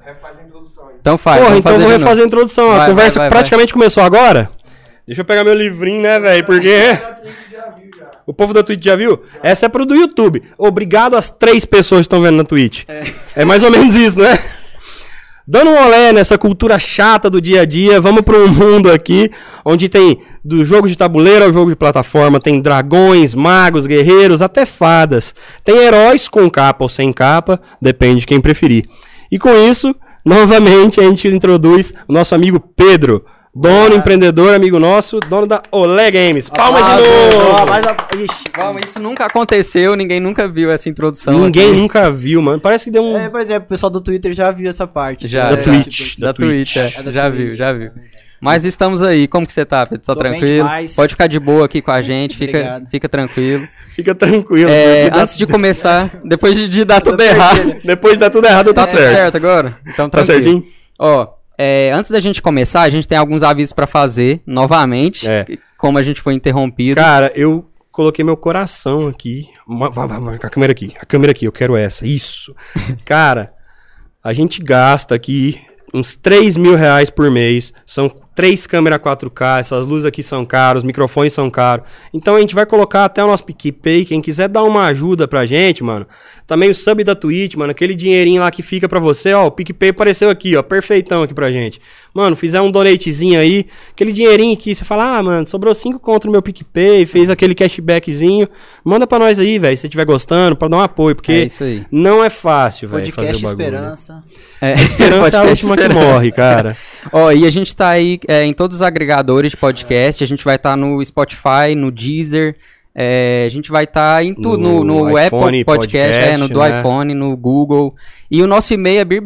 Refaz a introdução aí. Então faz. Porra, então eu vou refazer a introdução. A conversa praticamente começou agora. Deixa eu pegar meu livrinho, né, velho? Porque... O povo da Twitch já viu? Essa é pro do YouTube. Obrigado às 3 pessoas que estão vendo na Twitch. É mais ou menos isso, né? Dando um olé nessa cultura chata do dia a dia, vamos para um mundo aqui onde tem do jogo de tabuleiro ao jogo de plataforma, tem dragões, magos, guerreiros, até fadas. Tem heróis com capa ou sem capa, depende de quem preferir. E com isso, novamente a gente introduz o nosso amigo Pedro, dono, empreendedor, amigo nosso, dono da Olé Games. Palmas de novo! Vamos, isso nunca aconteceu, ninguém nunca viu essa introdução. Ninguém nunca viu, mano. Parece que deu um... por exemplo, o pessoal do Twitter já viu essa parte. Já, da Twitch. Da Twitch, já viu. Mas estamos aí, como que você tá, Pedro? Tá tranquilo? Pode ficar de boa aqui com a gente, fica tranquilo. Fica tranquilo. Antes de começar, depois de dar tudo errado. Depois de dar tudo errado, tá tudo certo agora? Então tá certinho? Ó, antes da gente começar, a gente tem alguns avisos pra fazer, novamente, como a gente foi interrompido. Cara, eu coloquei meu coração aqui. Vai, a câmera aqui, eu quero essa. Isso. Cara, a gente gasta aqui uns 3 mil reais por mês. São 3 câmeras 4K, essas luzes aqui são caras, os microfones são caros. Então a gente vai colocar até o nosso PicPay. Quem quiser dar uma ajuda pra gente, mano. Também o sub da Twitch, mano. Aquele dinheirinho lá que fica pra você, ó. O PicPay apareceu aqui, ó. Perfeitão aqui pra gente. Mano, fizer um donatezinho aí. Aquele dinheirinho que você fala, mano, sobrou 5 conto no meu PicPay. Fez aquele cashbackzinho. Manda pra nós aí, velho. Se você estiver gostando, pra dar um apoio. Porque isso aí. Não é fácil, velho, fazer o bagulho. Esperança. A esperança é a última que morre, cara. Ó, e a gente tá aí em todos os agregadores de podcast. A gente vai estar no Spotify, no Deezer. A gente vai estar em tudo, no Apple Podcast, no do iPhone, no Google. E o nosso e-mail é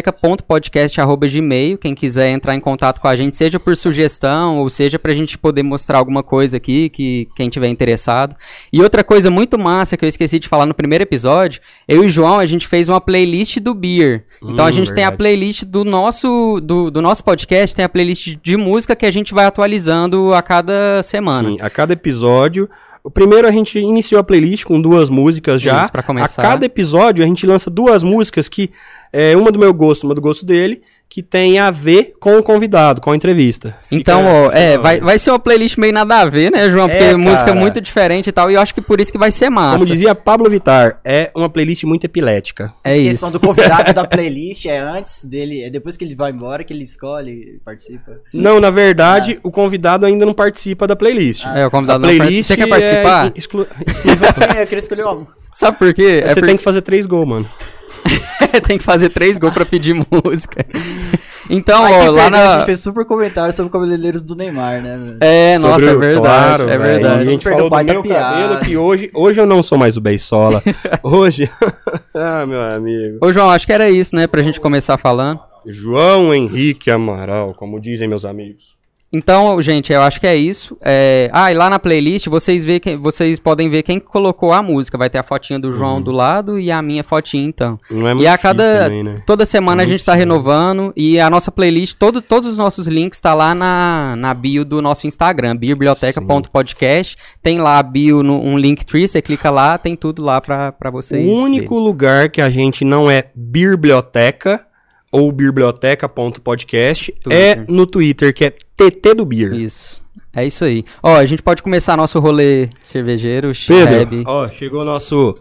biblioteca.podcast@gmail. Quem quiser entrar em contato com a gente, seja por sugestão ou seja pra gente poder mostrar alguma coisa aqui, que quem tiver interessado. E outra coisa muito massa que eu esqueci de falar no primeiro episódio, eu e o João, a gente fez uma playlist do Beer. Então a gente tem a playlist do nosso podcast, tem a playlist de música que a gente vai atualizando a cada semana. Sim, a cada episódio. O primeiro a gente iniciou a playlist com 2 músicas já. Isso, pra começar. A cada episódio a gente lança 2 músicas que uma do meu gosto, uma do gosto dele, que tem a ver com o convidado, com a entrevista. Então, vai ser uma playlist meio nada a ver, né, João? Porque música é muito diferente e tal, e eu acho que por isso que vai ser massa. Como dizia Pablo Vittar, é uma playlist muito epilética. A questão do convidado da playlist é antes dele, é depois que ele vai embora que ele escolhe e participa. Não, na verdade, o convidado ainda não participa da playlist. O convidado não participa. Você quer participar? Sim, eu queria escolher uma. Sabe por quê? Você tem que fazer 3 gols, mano. Tem que fazer 3 gols pra pedir música. Então, lá a gente fez super comentário sobre cabeleireiros do Neymar, né? Nossa, é verdade. Claro, é verdade. A gente falou do meu cabelo, que hoje eu não sou mais o Beisola. Hoje... meu amigo. Ô, João, acho que era isso, né? Pra gente começar falando. João Henrique Amaral, como dizem meus amigos. Então, gente, eu acho que é isso. E lá na playlist vocês podem ver quem colocou a música. Vai ter a fotinha do João do lado e a minha fotinha, então. Não é muito também, né? Toda semana a gente tá renovando. E a nossa playlist, todos os nossos links tá lá na bio do nosso Instagram, biblioteca.podcast. Tem lá a bio, um Linktree, você clica lá, tem tudo lá pra vocês. O único lugar que a gente não é biblioteca ou biblioteca.podcast no Twitter, que é TT do Beer. Isso. É isso aí. A gente pode começar nosso rolê cervejeiro, Pedro, chegou nosso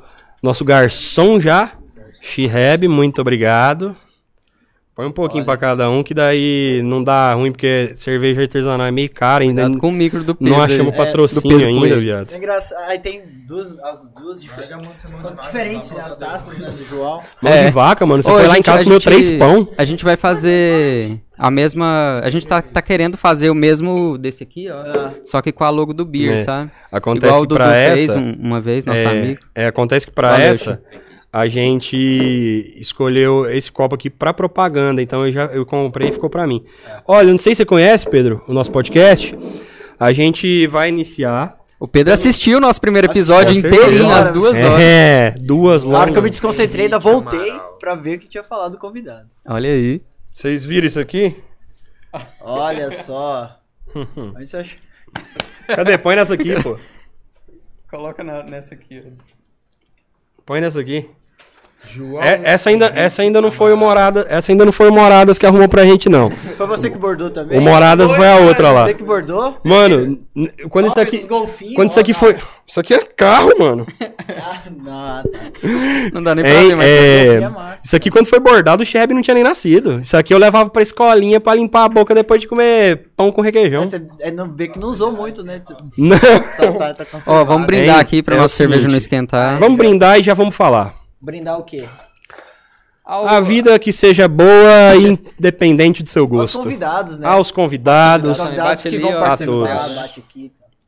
garçom já. Shihab, muito obrigado. Põe um pouquinho pra cada um, que daí não dá ruim, porque cerveja artesanal é meio cara ainda. Com o micro do Pedro. Não achamos patrocínio ainda, viado. É engraçado. Aí tem as duas diferentes. São diferentes, né, as taças, né, do João. Mão de vaca, mano. Você foi lá em casa e comeu 3 pão. A gente vai fazer a mesma... A gente tá querendo fazer o mesmo desse aqui, ó. Só que com a logo do Beer, sabe? Acontece igual o que pra Dudu essa... fez uma vez, nosso amigo. Acontece que pra essa... A gente escolheu esse copo aqui pra propaganda, então eu comprei e ficou pra mim. Olha, não sei se você conhece, Pedro, o nosso podcast. A gente vai iniciar... O Pedro assistiu o nosso primeiro episódio inteirinho, as 2 horas. 2 horas. Na hora que eu me desconcentrei, ainda voltei pra ver o que tinha falado do convidado. Olha aí. Vocês viram isso aqui? Olha só. Aí você acha... Cadê? Põe nessa aqui, pô. Coloca nessa aqui, ó. Põe nessa aqui. João, Essa ainda não foi o Morada. Essa ainda não foi o Moradas que arrumou pra gente, não. Foi você que bordou também? O Moradas foi a outra lá. Você que bordou? Mano, quando isso aqui. Quando isso aqui foi. Isso aqui é carro, mano. Não dá nem pra ver, mas isso aqui quando foi bordado, o Cheb não tinha nem nascido. Isso aqui eu levava pra escolinha pra limpar a boca depois de comer pão com requeijão. Você não vê que não usou muito, né? Não. Tá Ó, vamos brindar aqui pra nossa cerveja não esquentar. Vamos brindar e já vamos falar. Brindar o quê? A vida que seja boa e independente do seu gosto. Aos convidados, né? Aos convidados. Os convidados que vão participar. Bate aqui.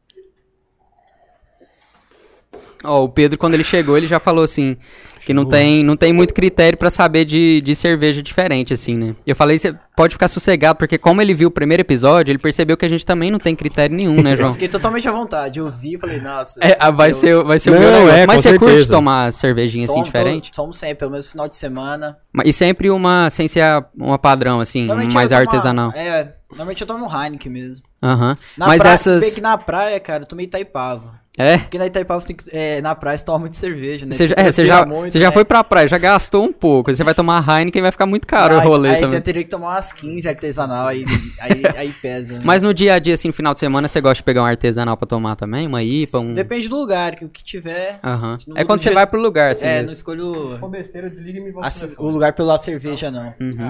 Ó, o Pedro, quando ele chegou, ele já falou assim, que não tem muito critério pra saber de cerveja diferente, assim, né? Eu falei, você pode ficar sossegado, porque como ele viu o primeiro episódio, ele percebeu que a gente também não tem critério nenhum, né, João? Eu fiquei totalmente à vontade, eu vi e falei, nossa... vai ser o meu negócio. Mas você curte tomar cervejinha assim, diferente? Tomo sempre, pelo menos no final de semana. E sempre sem ser uma padrão, assim, mais artesanal. Normalmente eu tomo Heineken mesmo. Aham. Mas se bem que na praia, cara, eu tomei Itaipava. É? Porque na Itaipava na praia você toma muito cerveja, né? Você já foi pra praia, já gastou um pouco. Você vai tomar Heineken e vai ficar muito caro o rolê também. Aí você teria que tomar umas 15 artesanal, aí pesa. Né? Mas no dia a dia, assim, no final de semana, você gosta de pegar um artesanal pra tomar também? Uma IPA? Depende do lugar, que o que tiver. É quando você vai pro lugar, assim. Não escolho... Se for besteira, desliga e me volta. O lugar pela cerveja, não.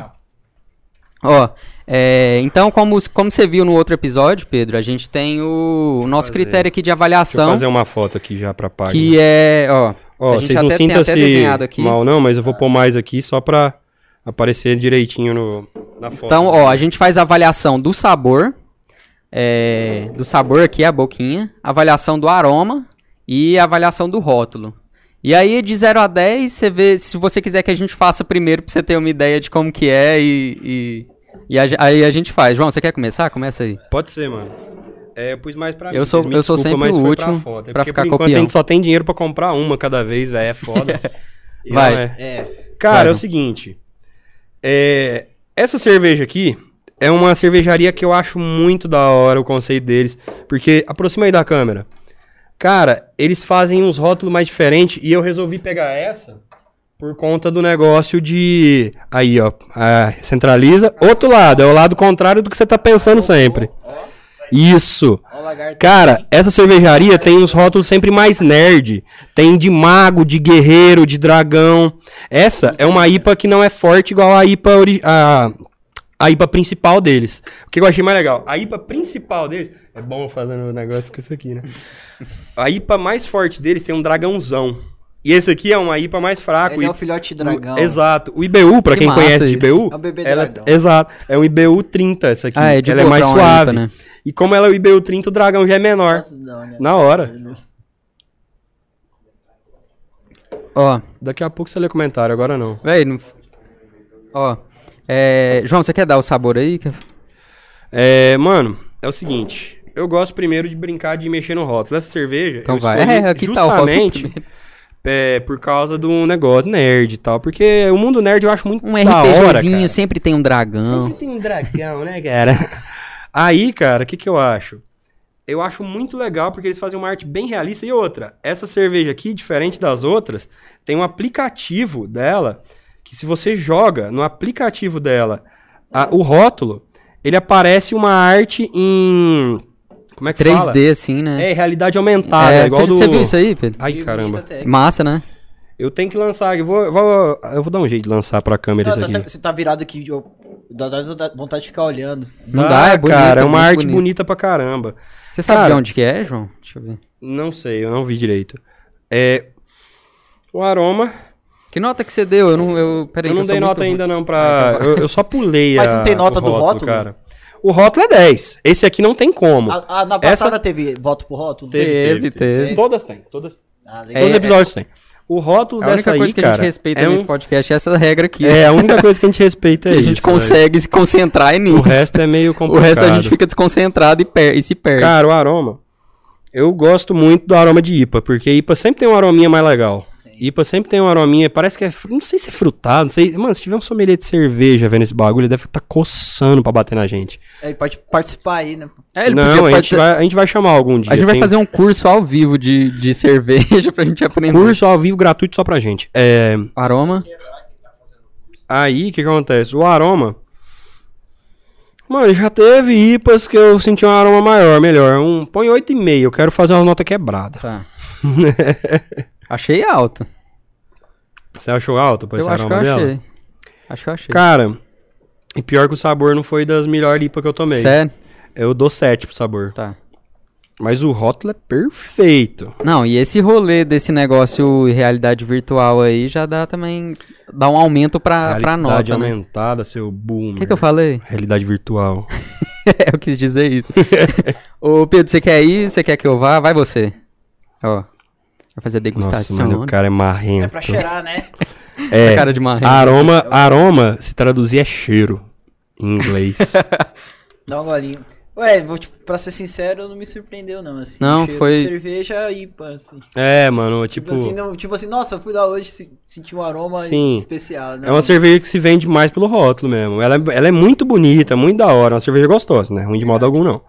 Ó, então, como você viu no outro episódio, Pedro, a gente tem o nosso critério aqui de avaliação. Deixa eu fazer uma foto aqui já pra página. Que é, a gente vocês não tem até desenhado aqui. Mal não, mas eu vou pôr mais aqui só pra aparecer direitinho na foto. Então, a gente faz a avaliação do sabor, do sabor aqui, a boquinha, avaliação do aroma e a avaliação do rótulo. E aí, de 0 a 10, você vê, se você quiser que a gente faça primeiro pra você ter uma ideia de como que é aí a gente faz. João, você quer começar? Começa aí. Pode ser, mano. Eu pus mais pra mim. Eu sou sempre o último pra ficar copiando. Enquanto a gente só tem dinheiro pra comprar uma cada vez, velho, é foda. Vai. Cara, é o seguinte. Essa cerveja aqui é uma cervejaria que eu acho muito da hora o conceito deles. Porque, aproxima aí da câmera. Cara, eles fazem uns rótulos mais diferentes e eu resolvi pegar essa por conta do negócio de... Aí, ó, centraliza. Outro lado, é o lado contrário do que você tá pensando sempre. Isso. Cara, essa cervejaria tem uns rótulos sempre mais nerd. Tem de mago, de guerreiro, de dragão. Essa é uma IPA que não é forte igual a IPA... A IPA principal deles. O que eu achei mais legal? A IPA principal deles... É bom fazendo um negócio com isso aqui, né? A IPA mais forte deles tem um dragãozão. E esse aqui é uma IPA mais fraco. Ele é o filhote de dragão. Exato. O IBU, pra quem conhece de IBU... É o bebê dragão. Exato. É um IBU 30 essa aqui. Ela é mais suave. IPA, né? E como ela é o IBU 30, o dragão já é menor. Nossa, não, né? Na hora. Daqui a pouco você lê comentário, agora não. João, você quer dar o sabor aí? Mano, é o seguinte... Eu gosto primeiro de brincar de mexer no rótulo. Essa cerveja, então aqui justamente por causa do negócio nerd e tal. Porque o mundo nerd eu acho muito da hora, cara. Sempre tem um dragão. Sempre tem um dragão, né, cara? Aí, cara, o que eu acho? Eu acho muito legal porque eles fazem uma arte bem realista. E outra, essa cerveja aqui, diferente das outras, tem um aplicativo dela que se você joga no aplicativo dela o rótulo, ele aparece uma arte em... Como é que 3D, fala? assim, né? Realidade aumentada. Igual você viu isso aí, Pedro? Ai, caramba. Massa, né? Eu tenho que lançar. Eu vou dar um jeito de lançar pra câmera isso aqui. Você tá virado aqui, dá vontade de ficar olhando. Não dá, é bonito. Cara, é uma arte bonita pra caramba. Você sabe de onde que é, João? Deixa eu ver. Não sei, eu não vi direito. O aroma... Que nota que você deu? Eu não dei nota ainda não pra... Eu só pulei Mas não tem nota do rótulo? Cara. O rótulo é 10. Esse aqui não tem como. Na passada teve voto pro rótulo? Teve. Todas tem. Todos os episódios tem. O rótulo dessa aí, cara... A única coisa que a gente respeita nesse podcast é essa regra aqui. A única coisa que a gente respeita é isso. A gente consegue se concentrar nisso. O resto é meio complicado. O resto a gente fica desconcentrado e se perde. Cara, o aroma... Eu gosto muito do aroma de IPA, porque IPA sempre tem um arominha mais legal. Sim. IPA sempre tem uma arominha, parece que é, não sei se é frutado, não sei. Mano, se tiver um sommelier de cerveja vendo esse bagulho, ele deve estar coçando pra bater na gente. Ele pode participar aí, né? Ele não, a gente vai chamar algum dia. A gente vai fazer um curso ao vivo de cerveja pra gente aprender. Curso ao vivo gratuito só pra gente. Aroma. Aí, o que acontece? O aroma... Mano, já teve IPAs que eu senti um aroma maior, melhor. Põe 8,5, eu quero fazer uma nota quebrada. Tá. Achei alto. Você achou alto pra esse aroma dela? Acho que eu achei. Cara, e pior que o sabor não foi das melhores IPAs que eu tomei. Sério? Eu dou 7 pro sabor. Tá. Mas o rótulo é perfeito. Não, e esse rolê desse negócio realidade virtual aí já dá também... Dá um aumento pra nota, Realidade né? aumentada, seu boomer. O que eu falei? Realidade virtual. Eu quis dizer isso. Ô, Pedro, você quer ir? Você quer que eu vá? Vai você. Ó, vai fazer degustação. Nossa, mano, o cara é marrento. É pra cheirar, né? É, cara de marrento. Aroma, se traduzir, é cheiro. Em inglês. Dá um golinho. Ué, pra ser sincero, não me surpreendeu, não, assim. Não, foi... De cerveja e IPA, assim. É, mano, tipo... Tipo assim, nossa, eu fui lá hoje e senti um aroma especial. Né? É uma cerveja que se vende mais pelo rótulo mesmo. Ela é muito bonita, muito da hora. É uma cerveja gostosa, né? Ruim de modo algum, não.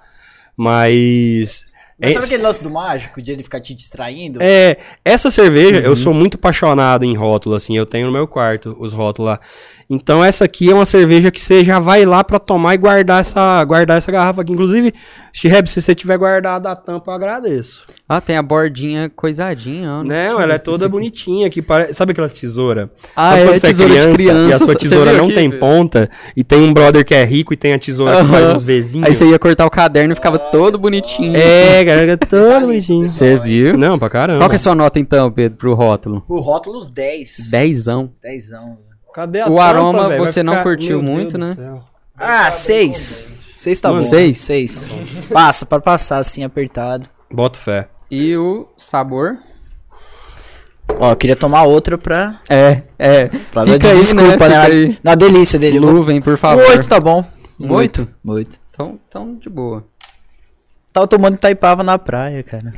Mas sabe aquele lance do mágico, de ele ficar te distraindo? Essa cerveja, eu sou muito apaixonado em rótulo, assim. Eu tenho no meu quarto os rótulos lá. Então essa aqui é uma cerveja que você já vai lá pra tomar e guardar essa garrafa aqui. Inclusive, Shiheb, se você tiver guardado a tampa, eu agradeço. Ah, tem a bordinha coisadinha. Ó, não, ela é toda bonitinha. Que parece... Sabe aquelas tesouras? Ah, sabe quando você tesoura é criança, de criança. e a sua tesoura não tem ponta? E tem um brother que é rico e tem a tesoura que faz uns vezinhos? Aí você ia cortar o caderno e ficava todo bonitinho. Cara, todo bonitinho. Você viu? Não, pra caramba. Qual que é a sua nota então, Pedro, pro rótulo? O rótulo, os 10. 10ão. 10ão. Cadê a o tampa, aroma véio? você não curtiu Meu muito, Deus né? Ah, 6. 6 tá bom. 6. Passa, pra passar assim, apertado. Boto fé. E o sabor? Ó, eu queria tomar outra pra... Pra dar Fica aí, desculpa, né? Fica na delícia dele. Nuvem, por favor. 8 tá bom. 8? 8. Então, de boa. Tava tomando Itaipava na praia, cara.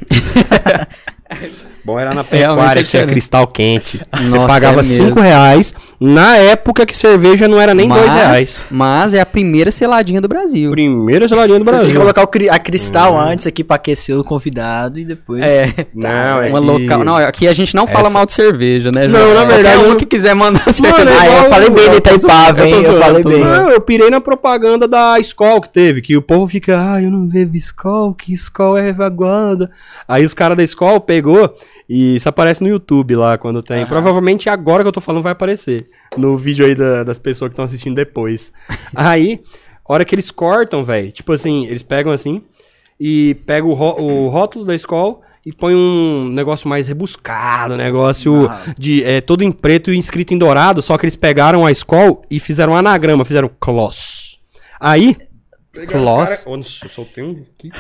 Bom, era na pecuária, tinha cristal quente. Você Nossa, pagava R$5 na época que cerveja não era nem R$2. Mas é a primeira seladinha do Brasil. Primeira geladinha do Você Brasil. tem que colocar a cristal antes aqui pra aquecer o convidado e depois... Não, uma local. Não, aqui a gente não fala mal de cerveja, né? Não, na verdade... Qualquer um que quiser mandar cerveja. Eu falei bem de Itaipava, hein? Eu falei bem. Não, eu pirei na propaganda da Skol que teve, que o povo fica, eu não bebo Skol, que Skol é vaguada. Aí os caras da Skol pegou e isso aparece no YouTube lá quando tem. Provavelmente agora que eu tô falando vai aparecer no vídeo aí das pessoas que estão assistindo depois. Aí, a hora que eles cortam, velho, tipo assim, eles pegam assim e pegam o rótulo da Skol e põe um negócio mais rebuscado, negócio todo em preto e escrito em dourado, só que eles pegaram a Skol e fizeram um anagrama, fizeram Kloss. Aí... Kloss? Só tem um aqui.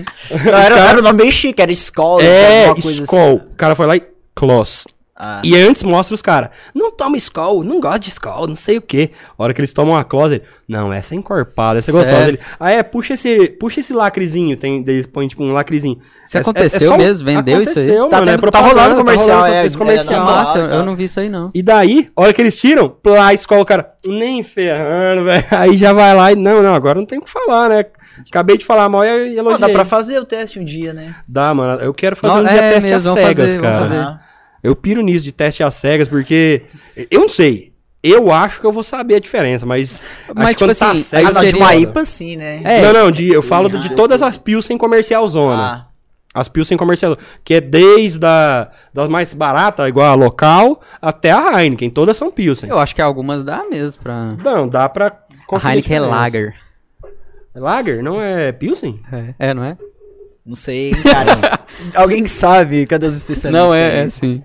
Era um nome bem chique, era Skol. Skol. O cara foi lá e Kloss. E antes mostra os caras, não toma Skol, não gosta de Skol, não sei o que. A hora que eles tomam a Kloss, ele, não, essa é encorpada, essa é gostosa. Ele, puxa esse lacrezinho, eles põem tipo um lacrezinho. Isso aconteceu mesmo? Vendeu isso aí? Mano, tá rolando comercial, comercial. Nossa, eu não vi isso aí não. E daí, a hora que eles tiram, plá, Skol, o cara, nem ferrando, velho. Aí já vai lá e, não, agora não tem o que falar, né? Acabei de falar mal e elogiei. Dá pra fazer o teste um dia, né? Dá, mano, eu quero fazer um dia teste às cegas, cara. Eu piro nisso de teste às cegas, porque... Eu não sei. Eu acho que eu vou saber a diferença, mas tipo assim, de uma IPA sim, né? Eu falo de todas as Pilsen comercial zona. As Pilsen comercial, que é desde das mais baratas, igual a local, até a Heineken. Todas são Pilsen. Eu acho que algumas dá mesmo pra... Não, dá pra... A Heineken é Lager. É Lager? Não é Pilsen? Não é? Não sei, cara. Alguém que sabe, cadê os especialistas? Não, sim.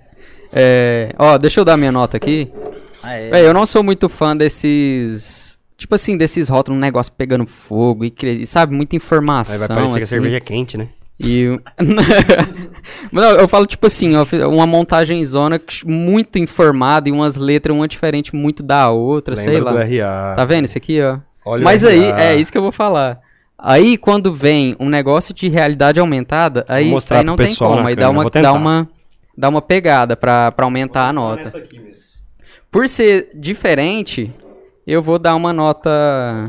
Deixa eu dar minha nota aqui. Eu não sou muito fã desses... Tipo assim, desses rótulos, um negócio pegando fogo e sabe, muita informação. Aí vai parecer assim. que a cerveja é quente, né? Não, eu falo tipo assim, uma montagem zona muito informada e umas letras, uma diferente muito da outra, sei lá. Do RA. Tá vendo isso aqui, ó? Olha. Mas aí, é isso que eu vou falar. Aí, quando vem um negócio de realidade aumentada, aí não tem como. Aí dá uma dar uma pegada pra aumentar a nota. Por ser diferente, eu vou dar uma nota...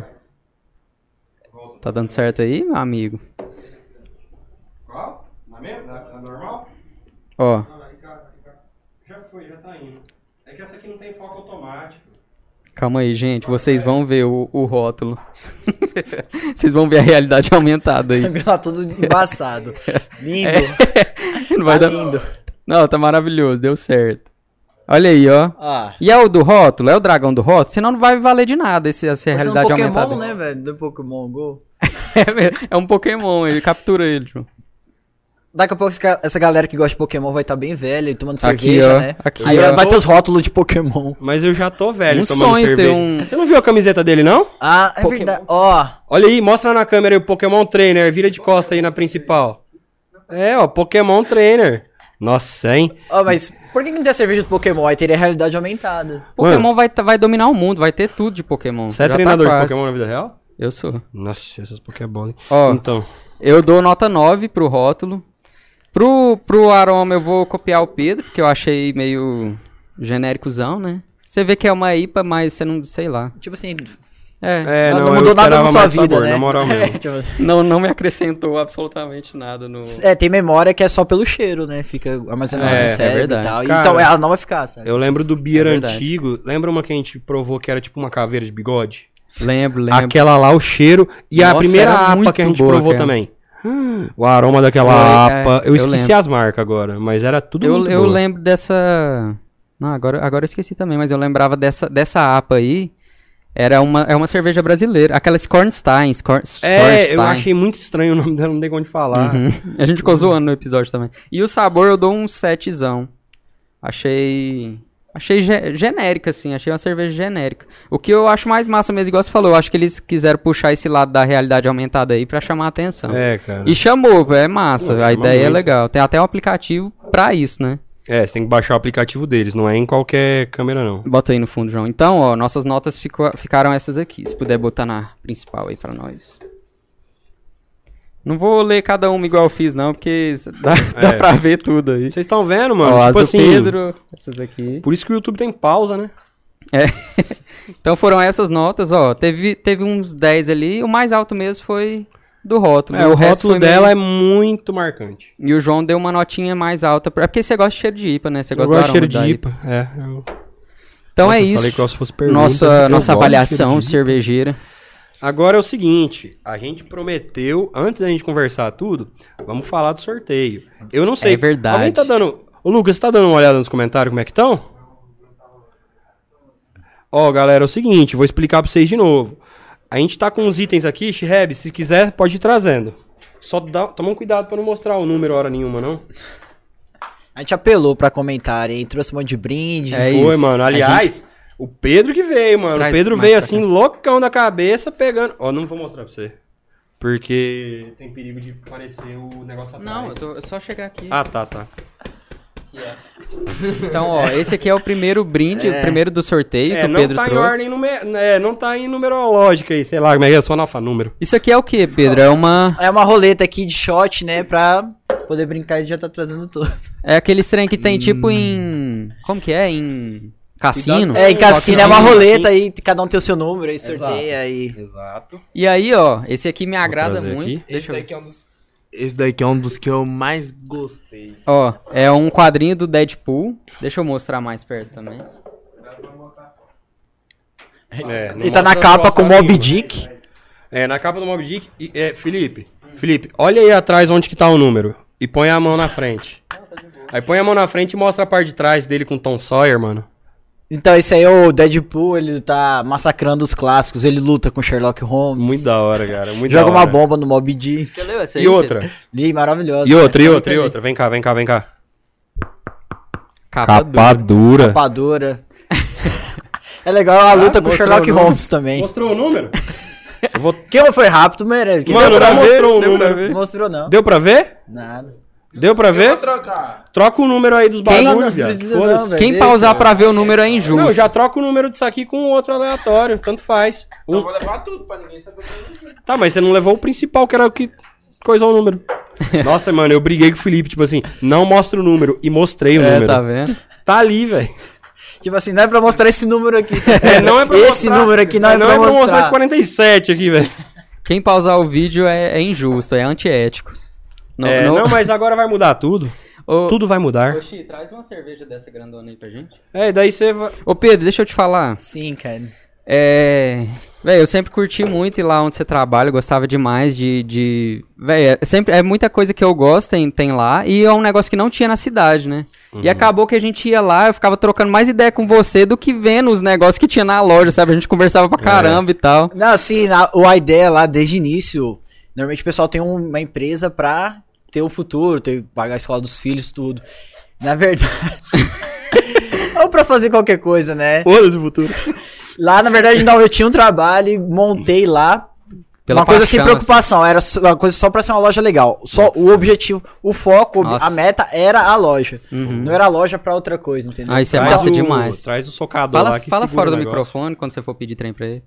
Tá dando certo aí, meu amigo? Qual? Na normal? Ó. Já foi, já tá indo. É que essa aqui não tem foco automático. Calma aí, gente. Vocês vão ver o rótulo. Vocês vão ver a realidade aumentada aí. Tá tudo embaçado. Lindo. Não vai dar... lindo. Não, tá maravilhoso. Deu certo. Olha aí, ó. Ah. E é o do rótulo? É o dragão do rótulo? Senão não vai valer de nada essa realidade aumentada. É um Pokémon, né, velho? Do Pokémon Go. É um Pokémon. Ele captura ele, João. Daqui a pouco essa galera que gosta de Pokémon vai estar bem velha e tomando Aqui, cerveja, ó, né? aqui, Aí ó. vai ter os rótulos de Pokémon. Mas eu já tô velho Um tomando sonho ter cerveja. um... Você não viu a camiseta dele, não? Ah, é Pokémon. verdade. Ó, Olha aí, mostra na câmera aí o Pokémon Trainer. Vira de costa aí na principal. É, ó, Pokémon Trainer. Nossa, hein? ó, mas por que não tem a cerveja de Pokémon? Aí teria a realidade aumentada. Pokémon vai dominar o mundo. Vai ter tudo de Pokémon. Você é Já treinador tá de quase. Pokémon na vida real? Eu sou. Nossa, essas Pokébolas. Ó. Então, Eu dou nota 9 pro rótulo. Pro aroma eu vou copiar o Pedro, porque eu achei meio genéricozão, né? Você vê que é uma IPA, mas você não... Sei lá. Tipo assim, não não eu mudou nada esperava na sua mais vida, sabor, né? na moral mesmo. Tipo assim. Não me acrescentou absolutamente nada no... Tem memória que é só pelo cheiro, né? Fica armazenado É, no cérebro verdade. e tal. Cara, Então ela não vai ficar, sabe? Eu lembro do beer É verdade. antigo. Lembra uma que a gente provou que era tipo uma caveira de bigode? Lembro. Aquela lá, o cheiro. E a Nossa, primeira era APA muito que a gente boa, provou cara. também. O aroma daquela Foi, APA. é, Eu eu esqueci lembro. as marcas agora, mas era tudo muito Eu boa. lembro dessa... Não, agora eu esqueci também, mas eu lembrava dessa APA aí. É uma cerveja brasileira. Aquela Skornstein. Eu achei muito estranho o nome dela, não tem como de falar. Uhum. A gente ficou zoando no episódio também. E o sabor eu dou um 7zão. Achei genérica, assim. Achei uma cerveja genérica. O que eu acho mais massa mesmo, igual você falou, eu acho que eles quiseram puxar esse lado da realidade aumentada aí pra chamar a atenção. É, cara. E chamou, é massa. Pô, a chama ideia é muito. legal. Tem até um aplicativo pra isso, né? Você tem que baixar o aplicativo deles, não é em qualquer câmera, não. Bota aí no fundo, João. Então, ó, nossas notas ficaram essas aqui. Se puder botar na principal aí pra nós. Não vou ler cada uma igual eu fiz, não, porque dá pra ver tudo aí. Vocês estão vendo, mano? Ó, as Tipo do assim. Pedro, essas aqui. Por isso que o YouTube tem pausa, né? Então foram essas notas, ó. Teve uns 10 ali. O mais alto mesmo foi do rótulo. O resto rótulo foi dela meio... é muito marcante. E o João deu uma notinha mais alta. É porque você gosta de cheiro de IPA, né? Você Eu gosta do gosto de aroma cheiro de da IPA. Então Nossa, é eu falei isso. que se fosse pergunta, eu Nossa gosto de avaliação cheiro de IPA. cervejeira. Agora é o seguinte, a gente prometeu, antes da gente conversar tudo, vamos falar do sorteio. Eu não sei. É verdade. Alguém tá dando... Ô, Lucas, você tá dando uma olhada nos comentários como é que estão? Ó, galera, é o seguinte, vou explicar pra vocês de novo. A gente tá com uns itens aqui, Shireb, se quiser, pode ir trazendo. Só toma um cuidado pra não mostrar o número hora nenhuma, não. A gente apelou pra comentário, hein? Trouxe um monte de brinde. É Foi, isso. mano. Aliás, o Pedro que veio, mano. Traz O Pedro mais veio pra assim, loucão da cabeça, pegando... Ó, não vou mostrar pra você. Porque tem perigo de aparecer o negócio atrás. Não, é só chegar aqui. Ah, tá. Então, ó, esse aqui é o primeiro brinde, o primeiro do sorteio que o não Pedro tá trouxe. em ordem não tá em numerológica aí, sei lá, como é que é, só no alfanúmero. Isso aqui é o que, Pedro? É uma roleta aqui de shot, né? Pra poder brincar e já tá trazendo tudo. é aquele trem que tem tipo em como que é? Em cassino? Cuidado. É, em Só cassino que é uma não- roleta aí, cada um tem o seu número, aí sorteia aí. Exato. E aí, ó, esse aqui me agrada trazer muito. aqui. Deixa eu ver. Esse daqui é um dos que eu mais gostei. Ó, é um quadrinho do Deadpool. Deixa eu mostrar mais perto também. Ele tá na capa com o Mob Dick. Na capa do Mob Dick. Felipe, olha aí atrás onde que tá o número. E põe a mão na frente. Aí põe a mão na frente e mostra a parte de trás dele com Tom Sawyer, mano. Então esse aí é o Deadpool, ele tá massacrando os clássicos, ele luta com Sherlock Holmes. Muito da hora, cara. Muito Joga da uma hora. bomba no Mob Dick. Você leu essa aí? E outra. Li, maravilhosa. E outra. também. Vem cá. Capa dura. dura. Rapadura. É legal a luta com mostrou Sherlock o número. Holmes também. Mostrou o número? Eu vou... Quem foi rápido, merece. Quem Mano, deu pra não ver? mostrou o Deu pra número. ver? Não mostrou não. Deu pra ver? Nada. Deu pra ver? trocar. Troca o número aí dos Quem? bagulhos, Não viado. precisa não, Foda-se. velho. Quem Deixa, pausar pra ver o número é Não, injusto. já troca o número disso aqui com outro aleatório. Tanto faz. Eu vou levar tudo pra ninguém saber. Tá, mas você não levou o principal, que era o que coisou o número. Nossa, mano, eu briguei com o Felipe, tipo assim, não mostra o número. E mostrei o número. Tá vendo? Tá ali, velho. Tipo assim, não é pra mostrar esse número aqui. Não é pra esse mostrar, número aqui não é pra mostrar. Esse 47 aqui, velho. Quem pausar o vídeo é injusto, é antiético. Não, mas agora vai mudar tudo. Tudo vai mudar. Xi, traz uma cerveja dessa grandona aí pra gente. Daí você vai... Ô, Pedro, deixa eu te falar. Sim, cara. Véi, eu sempre curti muito ir lá onde você trabalha, eu gostava demais véi, é muita coisa que eu gosto, tem lá, e é um negócio que não tinha na cidade, né? E acabou que a gente ia lá, eu ficava trocando mais ideia com você do que vendo os negócios que tinha na loja, sabe? A gente conversava pra caramba e tal. Não, assim, a ideia lá, desde o início, normalmente o pessoal tem uma empresa pra ter o futuro, pagar a escola dos filhos, tudo. Na verdade... ou pra fazer qualquer coisa, né? Foda-se o futuro. Lá, na verdade, não, eu tinha um trabalho e montei lá Pela uma coisa paixão, sem preocupação, era uma coisa só pra ser uma loja legal. Só o objetivo, o foco, Nossa. a meta era a loja. Não era a loja pra outra coisa, entendeu? Ah, isso é massa demais. Traz o socador lá que Fala segura fora o do negócio. microfone quando você for pedir trem pra ele.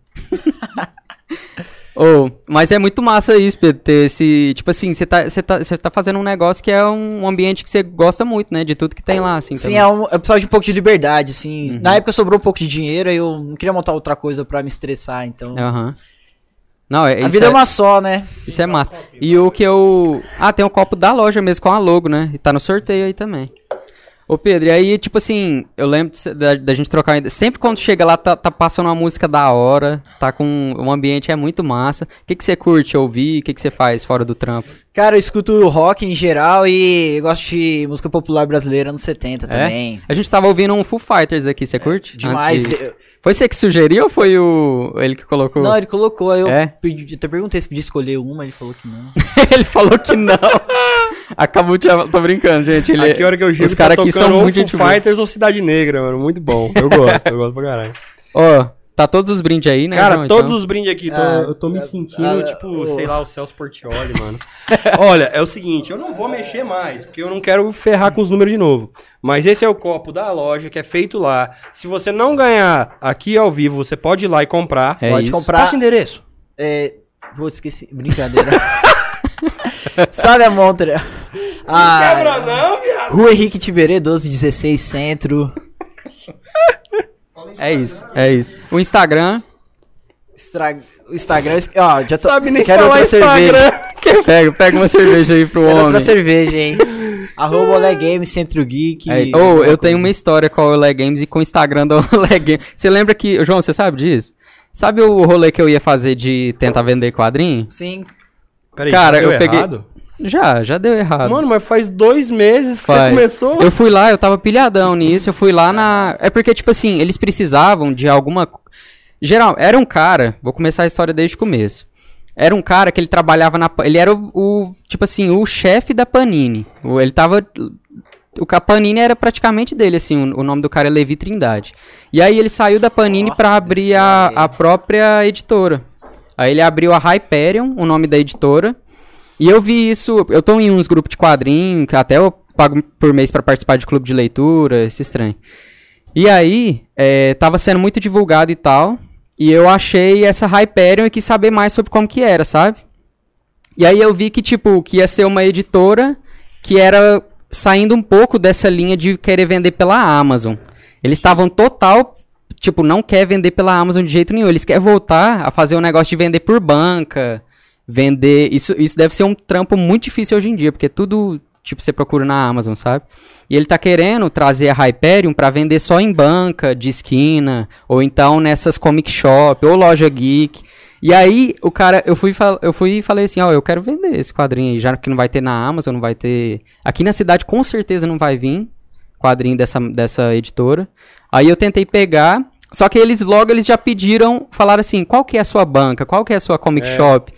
Mas é muito massa isso, Pedro, ter esse... Tipo assim, você tá fazendo um negócio que é um ambiente que você gosta muito, né? De tudo que tem lá, assim. Sim, também. eu precisava de um pouco de liberdade, assim. Na época sobrou um pouco de dinheiro, aí eu não queria montar outra coisa pra me estressar, então... Aham. Não, A isso vida é uma só, né? Isso é massa. E o que eu... tem um copo da loja mesmo com a logo, né? E tá no sorteio aí também. Ô Pedro, e aí, tipo assim, eu lembro da gente trocar ainda. Sempre quando chega lá, tá passando uma música da hora, tá com... O ambiente é muito massa. O que você curte ouvir? O que você faz fora do trampo? Cara, eu escuto rock em geral e eu gosto de música popular brasileira anos 70 também. A gente tava ouvindo um Foo Fighters aqui, você curte? Demais. Foi você que sugeriu ou foi ele que colocou? Não, ele colocou, aí eu É? até perguntei se podia escolher uma, ele falou que não. Ele falou que não. Acabou de... Tô brincando, gente. Aqui a hora que eu chego, Os caras tá aqui são tocando ou muito gente Foo boa. Fighters ou Cidade Negra, mano. Muito bom. Eu gosto pra caralho. Ó, tá todos os brindes aí, né, Cara, João, todos então? os brindes aqui, eu tô me sentindo, tipo, sei lá, o Celso Portiolli, mano. Olha, é o seguinte, eu não vou mexer mais, porque eu não quero ferrar com os números de novo. Mas esse é o copo da loja, que é feito lá. Se você não ganhar aqui ao vivo, você pode ir lá e comprar. É Pode isso. comprar. Passa o endereço. Vou esquecer. Brincadeira. Sabe a montra? Quebra não, viado. Rua Henrique Tiberê, 1216 Centro. É isso. O Instagram... O Instagram, ó, já tô. Sabe nem quero falar outra Instagram. cerveja. Pega uma cerveja aí pro Quero homem. outra cerveja, hein? @ Olé Games, Centro Geek. Eu tenho uma história com a Olé Games e com o Instagram da Olé Games. Você lembra que... João, você sabe disso? Sabe o rolê que eu ia fazer de tentar vender quadrinho? Sim. Peraí, Cara, deu eu peguei... errado? Já deu errado. Mano, mas faz 2 meses que você Faz. começou. Eu fui lá, eu tava pilhadão nisso, eu fui lá na... É porque, tipo assim, eles precisavam de alguma... Geral, era um cara, vou começar a história desde o começo. Era um cara que ele trabalhava na... Ele era tipo assim, o chefe da Panini. Ele tava... A Panini era praticamente dele, assim, o nome do cara é Levi Trindade. E aí ele saiu da Panini pra abrir a própria editora. Aí ele abriu a Hyperion, o nome da editora. E eu vi isso, eu tô em uns grupos de quadrinhos, que até eu pago por mês pra participar de clube de leitura, esse estranho. E aí, tava sendo muito divulgado e tal, e eu achei essa Hyperion e quis saber mais sobre como que era, sabe? E aí eu vi que, tipo, que ia ser uma editora que era saindo um pouco dessa linha de querer vender pela Amazon. Eles estavam total, tipo, não quer vender pela Amazon de jeito nenhum, eles querem voltar a fazer um negócio de vender por banca, vender... Isso deve ser um trampo muito difícil hoje em dia, porque tudo, tipo, você procura na Amazon, sabe? E ele tá querendo trazer a Hyperion pra vender só em banca, de esquina, ou então nessas comic shop, ou loja geek. E aí, o cara, eu fui e falei assim, ó, eu quero vender esse quadrinho aí, já que não vai ter na Amazon, não vai ter... Aqui na cidade com certeza não vai vir quadrinho dessa editora. Aí eu tentei pegar, só que eles já pediram, falaram assim, qual que é a sua banca, qual que é a sua comic shop?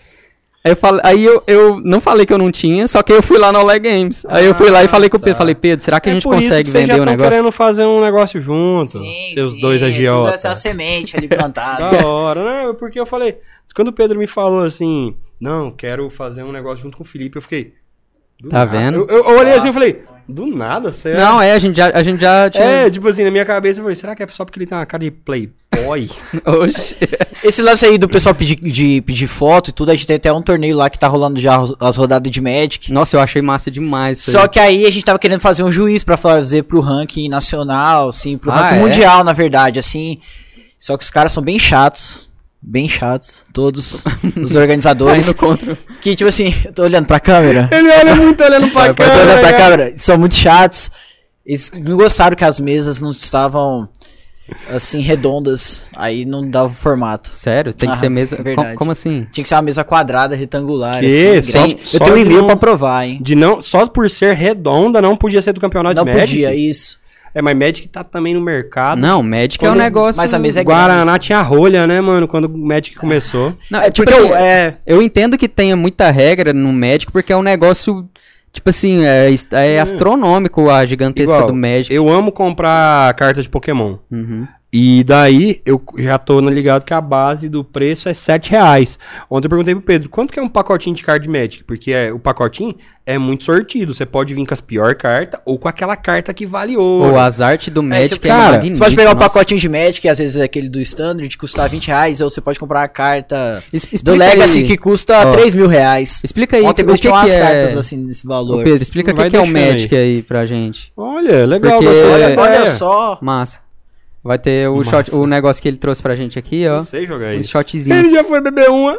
Aí eu não falei que eu não tinha, só que eu fui lá no Olé Games. Aí eu fui lá e falei com o Pedro, falei, Pedro, será que a gente consegue vender o negócio? Querendo fazer um negócio junto, seus dois agiotas. Tudo essa semente ali plantada. Da hora, não, porque eu falei, quando o Pedro me falou assim, não, quero fazer um negócio junto com o Felipe, eu fiquei... Tá vendo? Eu olhei assim e falei, Do nada, sério. Não, a gente já tinha... É, tipo assim, na minha cabeça eu falei, será que é só porque ele tem uma cara de playboy? Oxi. Esse lance aí do pessoal pedir foto e tudo, a gente tem até um torneio lá que tá rolando já as rodadas de Magic. Nossa, eu achei massa demais isso Só aí. que aí a gente tava querendo fazer um juiz pra fazer pro ranking nacional, assim, pro ranking é? mundial, na verdade, assim. Só que os caras são bem chatos, todos os Tá organizadores. indo contra... Que, tipo assim, eu tô olhando pra câmera. Ele olha muito olhando pra Eu tô câmera. olhando pra cara. câmera, são muito chatos. Eles não gostaram que as mesas não estavam, assim, redondas. Aí não dava o formato. Sério? Tem que ser mesa... verdade. Como assim? Tinha que ser uma mesa quadrada, retangular. Que? assim, Só- grande. só Eu tenho um de e-mail não- pra provar, hein? De não, só por ser redonda não podia ser do campeonato Não de Magic? podia, isso. É, mas Magic tá também no mercado. Não, Magic é um Quando- negócio... Mas a mesa é Guaraná tinha rolha, né, mano? Quando o Magic começou. Não, É, tipo porque assim, é... eu entendo que tenha muita regra no Magic, porque é um negócio, tipo assim, é astronômico a gigantesca Igual, do Magic. eu amo comprar carta de Pokémon. Uhum. E daí, eu já tô ligado que a base do preço é R$7. Ontem eu perguntei pro Pedro, quanto que é um pacotinho de card Magic? Porque o pacotinho é muito sortido. Você pode vir com as piores cartas ou com aquela carta que vale ouro. Ou as artes do Magic cara, magnífico, Você pode pegar o nossa. pacotinho de Magic, que às vezes é aquele do Standard, que custa R$20, ou você pode comprar a carta Explica do Legacy, aí. que custa Ó, R$3.000. Explica aí Ontem o que tinha umas que é... cartas assim nesse Ô, valor. Pedro, explica o Vai que é o deixando Magic aí pra gente. Olha, legal. Porque- gostei dessa É, Olha ideia. só. Massa. Vai ter o, Massa. shot, o negócio que ele trouxe pra gente aqui, ó. Não sei jogar Um isso. shotzinho. Ele já foi beber uma.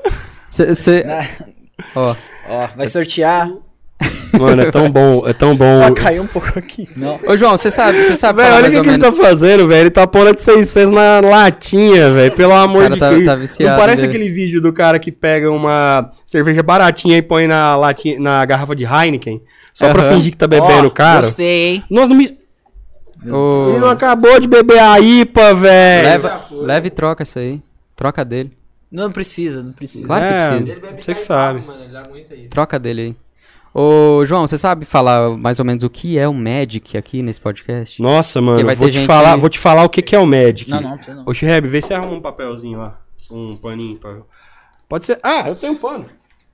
Ó, Ó, vai sortear. Mano, é tão bom, é tão bom. Ó, caiu um pouco aqui. Não. Ô, João, você sabe Velho, falar olha o mais que, ou que ele menos... tá fazendo, velho. Ele tá pondo a de 600 na latinha, velho. Pelo amor cara de tá- Deus. tá viciado, Não parece né? aquele vídeo do cara que pega uma cerveja baratinha e põe na latinha, na garrafa de Heineken, só pra Aham. fingir que tá bebendo, Ó, cara. Gostei, hein? Nós não me... Ô, Ele não acabou de beber a IPA, velho. leva e troca isso aí. Troca dele. Não precisa, não precisa. Claro que precisa. Você que sabe. Mano, ele aguenta isso. Troca dele aí. Ô, João, você sabe falar mais ou menos o que é o Magic aqui nesse podcast? Nossa, Porque mano, vai vou ter te gente- falar o que que é o Magic. Não precisa não. Ô, Shireb, vê se arruma um papelzinho lá. Um paninho. Pode ser... Ah, eu tenho um pano.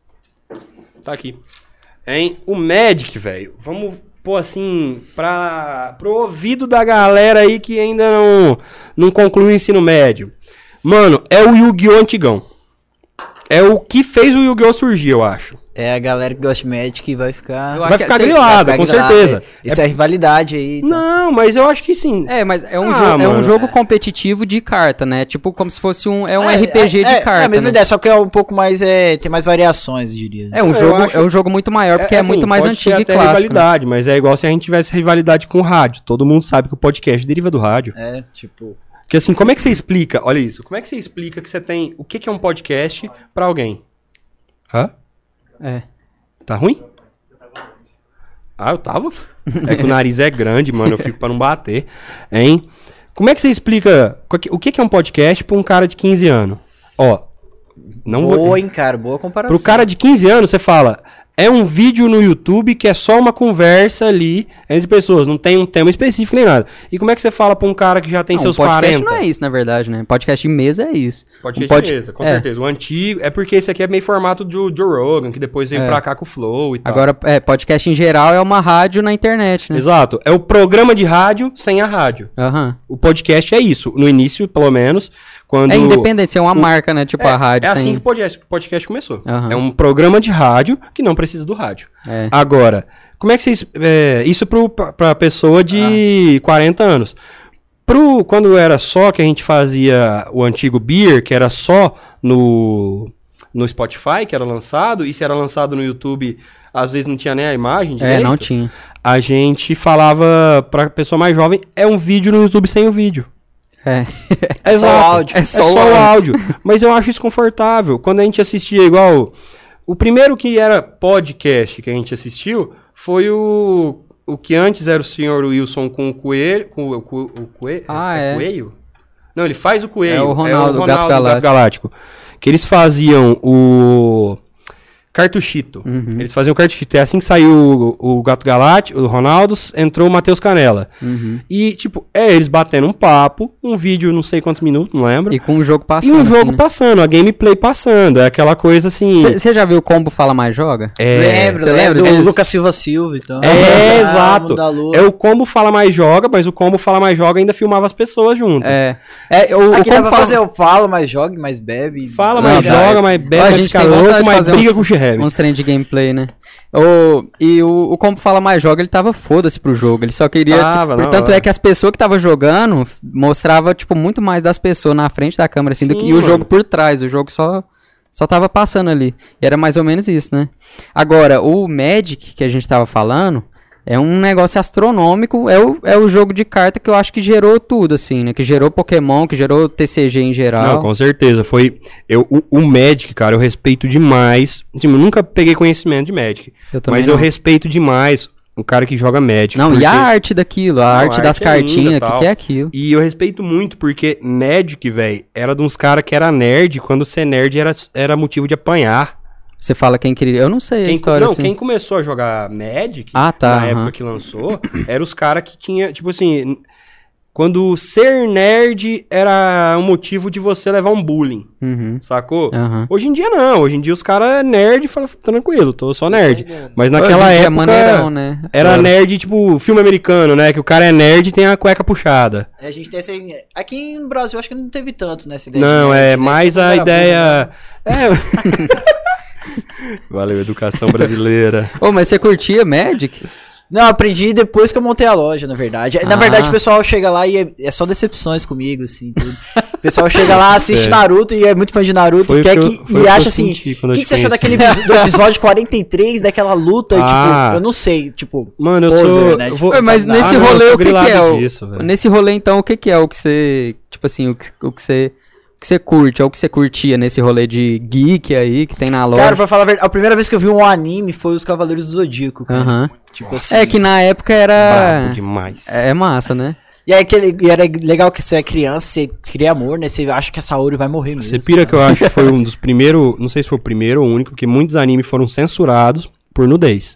Tá aqui. Hein? O Magic, velho. Vamos pôr assim, pro ouvido da galera aí que ainda não concluiu o ensino médio. Mano, é o Yu-Gi-Oh! Antigão. É o que fez o Yu-Gi-Oh! Surgir, eu acho. É a galera que gosta de Magic que vai ficar... Eu Vai acho que ficar sei- grilada, vai com ficar certeza. grilado, é. Isso é rivalidade aí. Tá? Não, mas eu acho que sim. É, mas é um, Ah, é um mano. jogo competitivo de carta, né? Tipo, como se fosse um É, RPG de carta. É a mesma né? ideia, só que é um pouco mais... tem mais variações, eu diria. É um, Eu jogo, acho- é um jogo muito maior, porque é assim, muito mais pode antigo ter e até clássico. né? rivalidade, mas é igual se a gente tivesse rivalidade com o rádio. Todo mundo sabe que o podcast deriva do rádio. É, tipo... Porque assim, como é que você explica? Olha isso. Como é que você explica que você tem... O que que é um podcast pra alguém? Hã? É. Tá ruim? Ah, eu tava? É que o nariz é grande, mano. Eu fico pra não bater. Hein? Como é que você explica... O que que é um podcast pra um cara de 15 anos? Ó... Não vou... Boa, hein, cara, boa comparação. Pro cara de 15 anos, você fala, é um vídeo no YouTube que é só uma conversa ali entre pessoas, não tem um tema específico nem nada. E como é que você fala pra um cara que já tem Não, seus um podcast 40? não é isso, na verdade, né? Podcast de mesa é isso. Podcast de mesa, com certeza. O antigo, é porque esse aqui é meio formato do Joe Rogan, que depois veio pra cá com o Flow e tal. Agora, podcast em geral é uma rádio na internet, né? Exato, é o programa de rádio sem a rádio. Aham. O podcast é isso, no início, pelo menos, quando... É independente, é uma marca, né? Tipo a rádio. É assim sem... que o podcast começou. Aham. É um programa de rádio que não precisa do rádio. É. Agora, como é que vocês... isso pra pessoa de 40 anos. Quando era só que a gente fazia o antigo Beer, que era só no Spotify, que era lançado, e se era lançado no YouTube, às vezes não tinha nem a imagem direito. não tinha. A gente falava pra pessoa mais jovem, é um vídeo no YouTube sem o vídeo. É. É só o Exato. áudio. É só o áudio. Mas eu acho isso confortável. Quando a gente assistia igual... O primeiro que era podcast que a gente assistiu foi o que antes era o Sr. Wilson com o Coelho. O Coelho? É. Coelho? Não, ele faz o Coelho. É o Ronaldo, o Gato Gato Galáctico. Que eles faziam o... cartuchito. Eles faziam cartuchito. É assim que saiu o Gato Galáctico, o Ronaldo, entrou o Matheus Canella. E, tipo, eles batendo um papo, um vídeo, não sei quantos minutos, não lembro. E com o jogo passando. E um jogo assim, passando, a gameplay passando. É aquela coisa assim... Você já viu o Combo Fala Mais Joga? Lembro, Você lembra do deles? Lucas Silva e tal. Exato. Da Lua. É o Combo Fala Mais Joga, mas o Combo Fala Mais Joga ainda filmava as pessoas junto. O Combo que dá pra fazer? Eu falo, mas jogue, mais bebe. Fala mais joga, mais bebe, A mais gente fica tem vontade louco, de mais fazer briga uns- com o Shiheb. Uns trem de gameplay, né? O Como Fala Mais Joga, ele tava foda-se pro jogo. Ele só queria. Tava, não, portanto, é que as pessoas que tava jogando mostrava, tipo, muito mais das pessoas na frente da câmera, assim, do Sim, que o mano. jogo por trás. O jogo só tava passando ali. E era mais ou menos isso, né? Agora, o Magic, que a gente tava falando, é um negócio astronômico. É o jogo de carta que eu acho que gerou tudo, assim, né? Que gerou Pokémon, que gerou TCG em geral. Não, com certeza. Foi. O Magic, cara, eu respeito demais. Tipo, eu nunca peguei conhecimento de Magic. Eu também Mas eu não. respeito demais o cara que joga Magic. Não, porque- e a arte daquilo, a arte a das arte é linda, cartinhas, o tal. que é aquilo? E eu respeito muito, porque Magic, velho, era de uns caras que era nerd, quando ser nerd era motivo de apanhar. Você fala quem queria. Eu não sei a Quem, história não, assim. quem começou a jogar Magic, Ah, tá, na aham. época que lançou, eram os caras que tinha, tipo assim, quando ser nerd era um motivo de você levar um bullying, sacou? Aham. Hoje em dia não, hoje em dia os caras é nerd e falam, tranquilo, tô só nerd. Mas naquela Hoje em dia é época maneirão, né? era Agora. nerd, tipo, filme americano, né? Que o cara é nerd e tem a cueca puxada. A gente tem essa. Aqui no Brasil, acho que não teve tanto nessa ideia. Não, de nerd, é né? mais Todo a mundo era ideia... burro, né? Valeu, educação brasileira. Ô, mas você curtia Magic? Não, aprendi depois que eu montei a loja, na verdade. Na Ah. verdade, o pessoal chega lá e é só decepções comigo, assim, tudo. O pessoal chega lá, assiste É. Naruto e é muito fã de Naruto Foi e, o quer que eu- que, foi o e que eu acha assim, senti o quando eu que, te que você achou conheci. do episódio 43, daquela luta, e, tipo, eu não sei, tipo, Mano, eu poser, sou... né? eu Tipo, vou- você Mas sabe nesse não, eu rolê, sou o que que é? grilado disso, velho. Nesse rolê, então, o que que é o que você... Tipo assim, o que você curte? É o que você curtia nesse rolê de geek aí, que tem na loja? Cara, pra falar a verdade, a primeira vez que eu vi um anime foi Os Cavaleiros do Zodíaco, cara. Aham. Tipo assim. É que na época era... Brabo demais. É massa, né? E era legal que você é criança, você cria amor, né? Você acha que a Saori vai morrer mesmo. Você pira que eu acho que foi um dos primeiros, não sei se foi o primeiro ou o único, porque muitos animes foram censurados por nudez.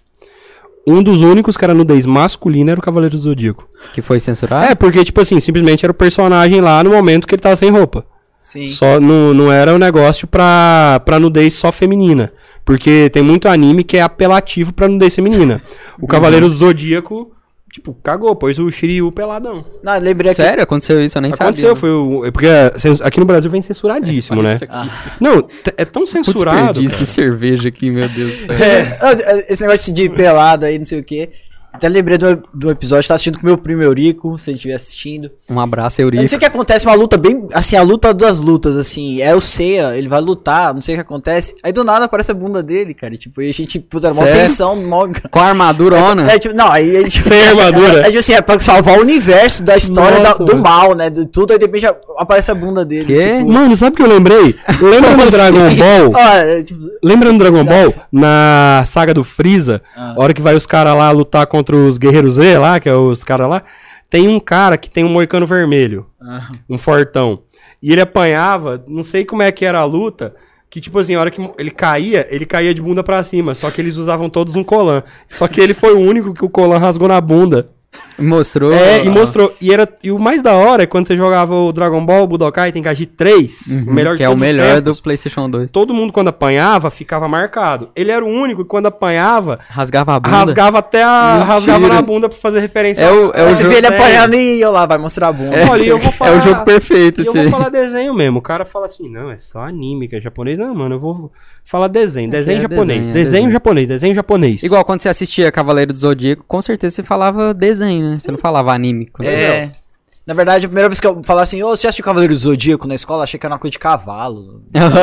Um dos únicos que era nudez masculina era o Cavaleiro do Zodíaco. Que foi censurado? É, porque, tipo assim, simplesmente era o personagem lá no momento que ele tava sem roupa. Sim. Só não era um negócio pra nudez só feminina. Porque tem muito anime que é apelativo pra nudez feminina. O Cavaleiro do Zodíaco, tipo, cagou, pôs o Shiryu peladão. Não, lembrei aqui. Sério? Aconteceu isso? Eu nem Aconteceu, sabia. foi o. Porque aqui no Brasil vem censuradíssimo, né? Não, é tão Putz, censurado. perdi cara. que cerveja aqui, meu Deus do céu. Esse negócio de pelado aí, não sei o que. Até lembrei do episódio, tava assistindo com meu primo Eurico, se ele estiver assistindo. Um abraço, Eu não Eurico. sei o que acontece, uma luta bem. Assim, a luta das lutas, assim. É o Seiya, ele vai lutar, não sei o que acontece. Aí do nada aparece a bunda dele, cara. Tipo, e a gente, puta, era mó Sério? tensão, mó. Com a armadurona. Tipo, não, aí a gente. Sem armadura. É tipo assim, é pra salvar o universo da história Nossa, do mano. mal, né? De tudo, aí de repente já aparece a bunda dele. Quê? Tipo, Mano, sabe o que eu lembrei? Lembra Como no Dragon assim? Ball? ó, tipo, Lembra no Dragon Ball? Na saga do Freeza, a hora que vai os caras lá lutar contra os Guerreiros Z lá, que é os caras lá, tem um cara que tem um moicano vermelho, um fortão. E ele apanhava, não sei como é que era a luta, que tipo assim, a hora que ele caía de bunda pra cima, só que eles usavam todos um colã. Só que ele foi o único que o colã rasgou na bunda. Mostrou. É, e mostrou. E o mais da hora é quando você jogava o Dragon Ball, o Budokai, Tenkaichi 3, o melhor Que é o todos os melhor tempos. do PlayStation 2. Todo mundo, quando apanhava, ficava marcado. Ele era o único que, quando apanhava, Rasgava a bunda. rasgava até a. Mentira. Rasgava na bunda pra fazer referência. É o aí você jogo vê ele desenho. apanhando e eu lá, vai mostrar a bunda. Olha, eu vou falar. É o jogo perfeito, E eu esse vou aí. falar desenho mesmo. O cara fala assim, não, é só anime que é japonês. Não, mano, eu vou falar desenho. Desenho é japonês. desenho, é Desenho desenho. japonês. Desenho japonês. Igual quando você assistia Cavaleiro do Zodíaco, com certeza você falava desenho, né? Você não falava anime. É. Na verdade, a primeira vez que eu falava assim, ô, você assistiu Cavaleiro do Zodíaco na escola, achei que era uma coisa de cavalo.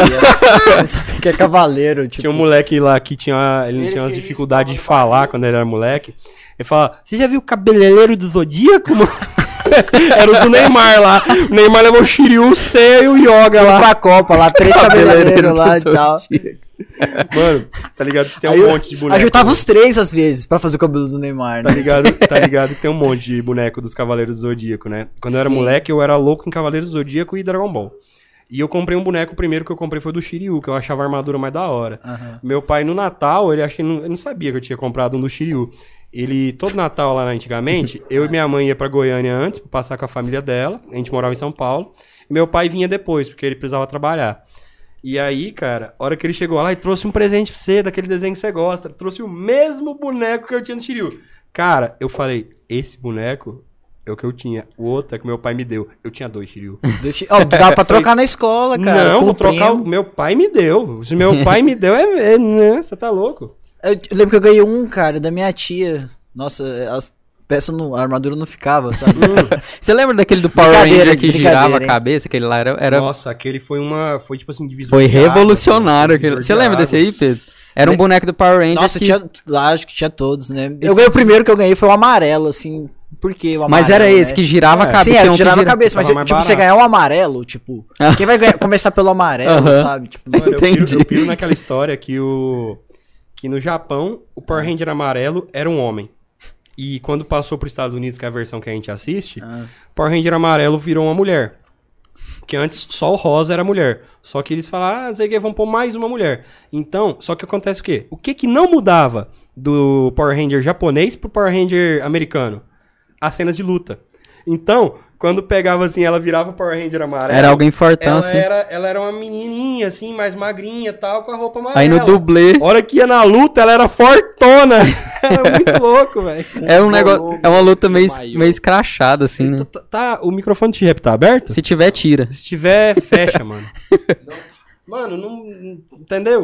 Não sabia que é cavaleiro, tipo. Tinha um moleque lá que tinha, ele Ele tinha umas fez dificuldades de isso, tava no falar quando ele era moleque. Ele fala, você já viu o Cabeleireiro do Zodíaco, mano? Era o do Neymar lá. O Neymar levou o Shiryu, o Seiya e o Yoga lá. Pra Copa lá, 3 cabeleireiros lá e do tal. Zodíaco. Mano, tá ligado? Tem um Aí eu monte de boneco. ajuntava os 3 às vezes pra fazer o cabelo do Neymar, Tá né? ligado? Tá ligado que tem um monte de boneco dos Cavaleiros do Zodíaco, né? Quando eu era Sim. moleque, eu era louco em Cavaleiros do Zodíaco e Dragon Ball. E eu comprei um boneco, o primeiro que eu comprei foi do Shiryu, que eu achava a armadura mais da hora. Meu pai, no Natal, ele acho que ele não sabia que eu tinha comprado um do Shiryu. Ele, todo Natal lá antigamente, eu e minha mãe ia pra Goiânia antes, pra passar com a família dela. A gente morava em São Paulo. E meu pai vinha depois, porque ele precisava trabalhar. E aí, cara, a hora que ele chegou lá, ele trouxe um presente pra você, daquele desenho que você gosta. Trouxe o mesmo boneco que eu tinha no Shiryu. Cara, eu falei, esse boneco é o que eu tinha. O outro é que meu pai me deu. Eu tinha 2 Shiryu. Dá pra trocar na escola, cara. Não, vou trocar. O meu pai me deu. Se meu pai me deu, não, você tá louco. Eu lembro que eu ganhei um, cara, da minha tia. Nossa, as peças, a armadura não ficava, sabe? Você lembra daquele do Power Ranger que girava a cabeça? Aquele lá era... Nossa, aquele foi tipo assim, divisor. Foi de água, revolucionário. assim, Você lembra desse aí, Pedro? Era um boneco do Power Ranger. Nossa, acho que tinha todos, né? Eu ganhei o primeiro que eu ganhei foi o amarelo, assim. Por quê o amarelo? Mas era esse, né? que girava a cabeça. Sim, era que girava a cabeça, mas Tava tipo, mais você barato. ganhar um amarelo, tipo, quem vai começar pelo amarelo, sabe? Tipo, Mano, Entendi. eu piro naquela história que no Japão, o Power Ranger amarelo era um homem. E quando passou para os Estados Unidos, que é a versão que a gente assiste, Power Ranger amarelo virou uma mulher. Que antes só o rosa era mulher. Só que eles falaram, não sei o que, vamos pôr mais uma mulher. Então, só que acontece o quê? O que não mudava do Power Ranger japonês pro Power Ranger americano? As cenas de luta. Então, quando pegava assim, ela virava Power Ranger amarelo. Era alguém fortão, ela assim. ela era uma menininha, assim, mais magrinha e tal, com a roupa amarela. Aí no dublê... A hora que ia na luta, ela era fortona. Era muito louco, velho. É um negócio... É uma luta meio escrachada, assim, né? O microfone de rap tá aberto? Se tiver, tira. Se tiver, fecha, mano. Mano, não... Entendeu?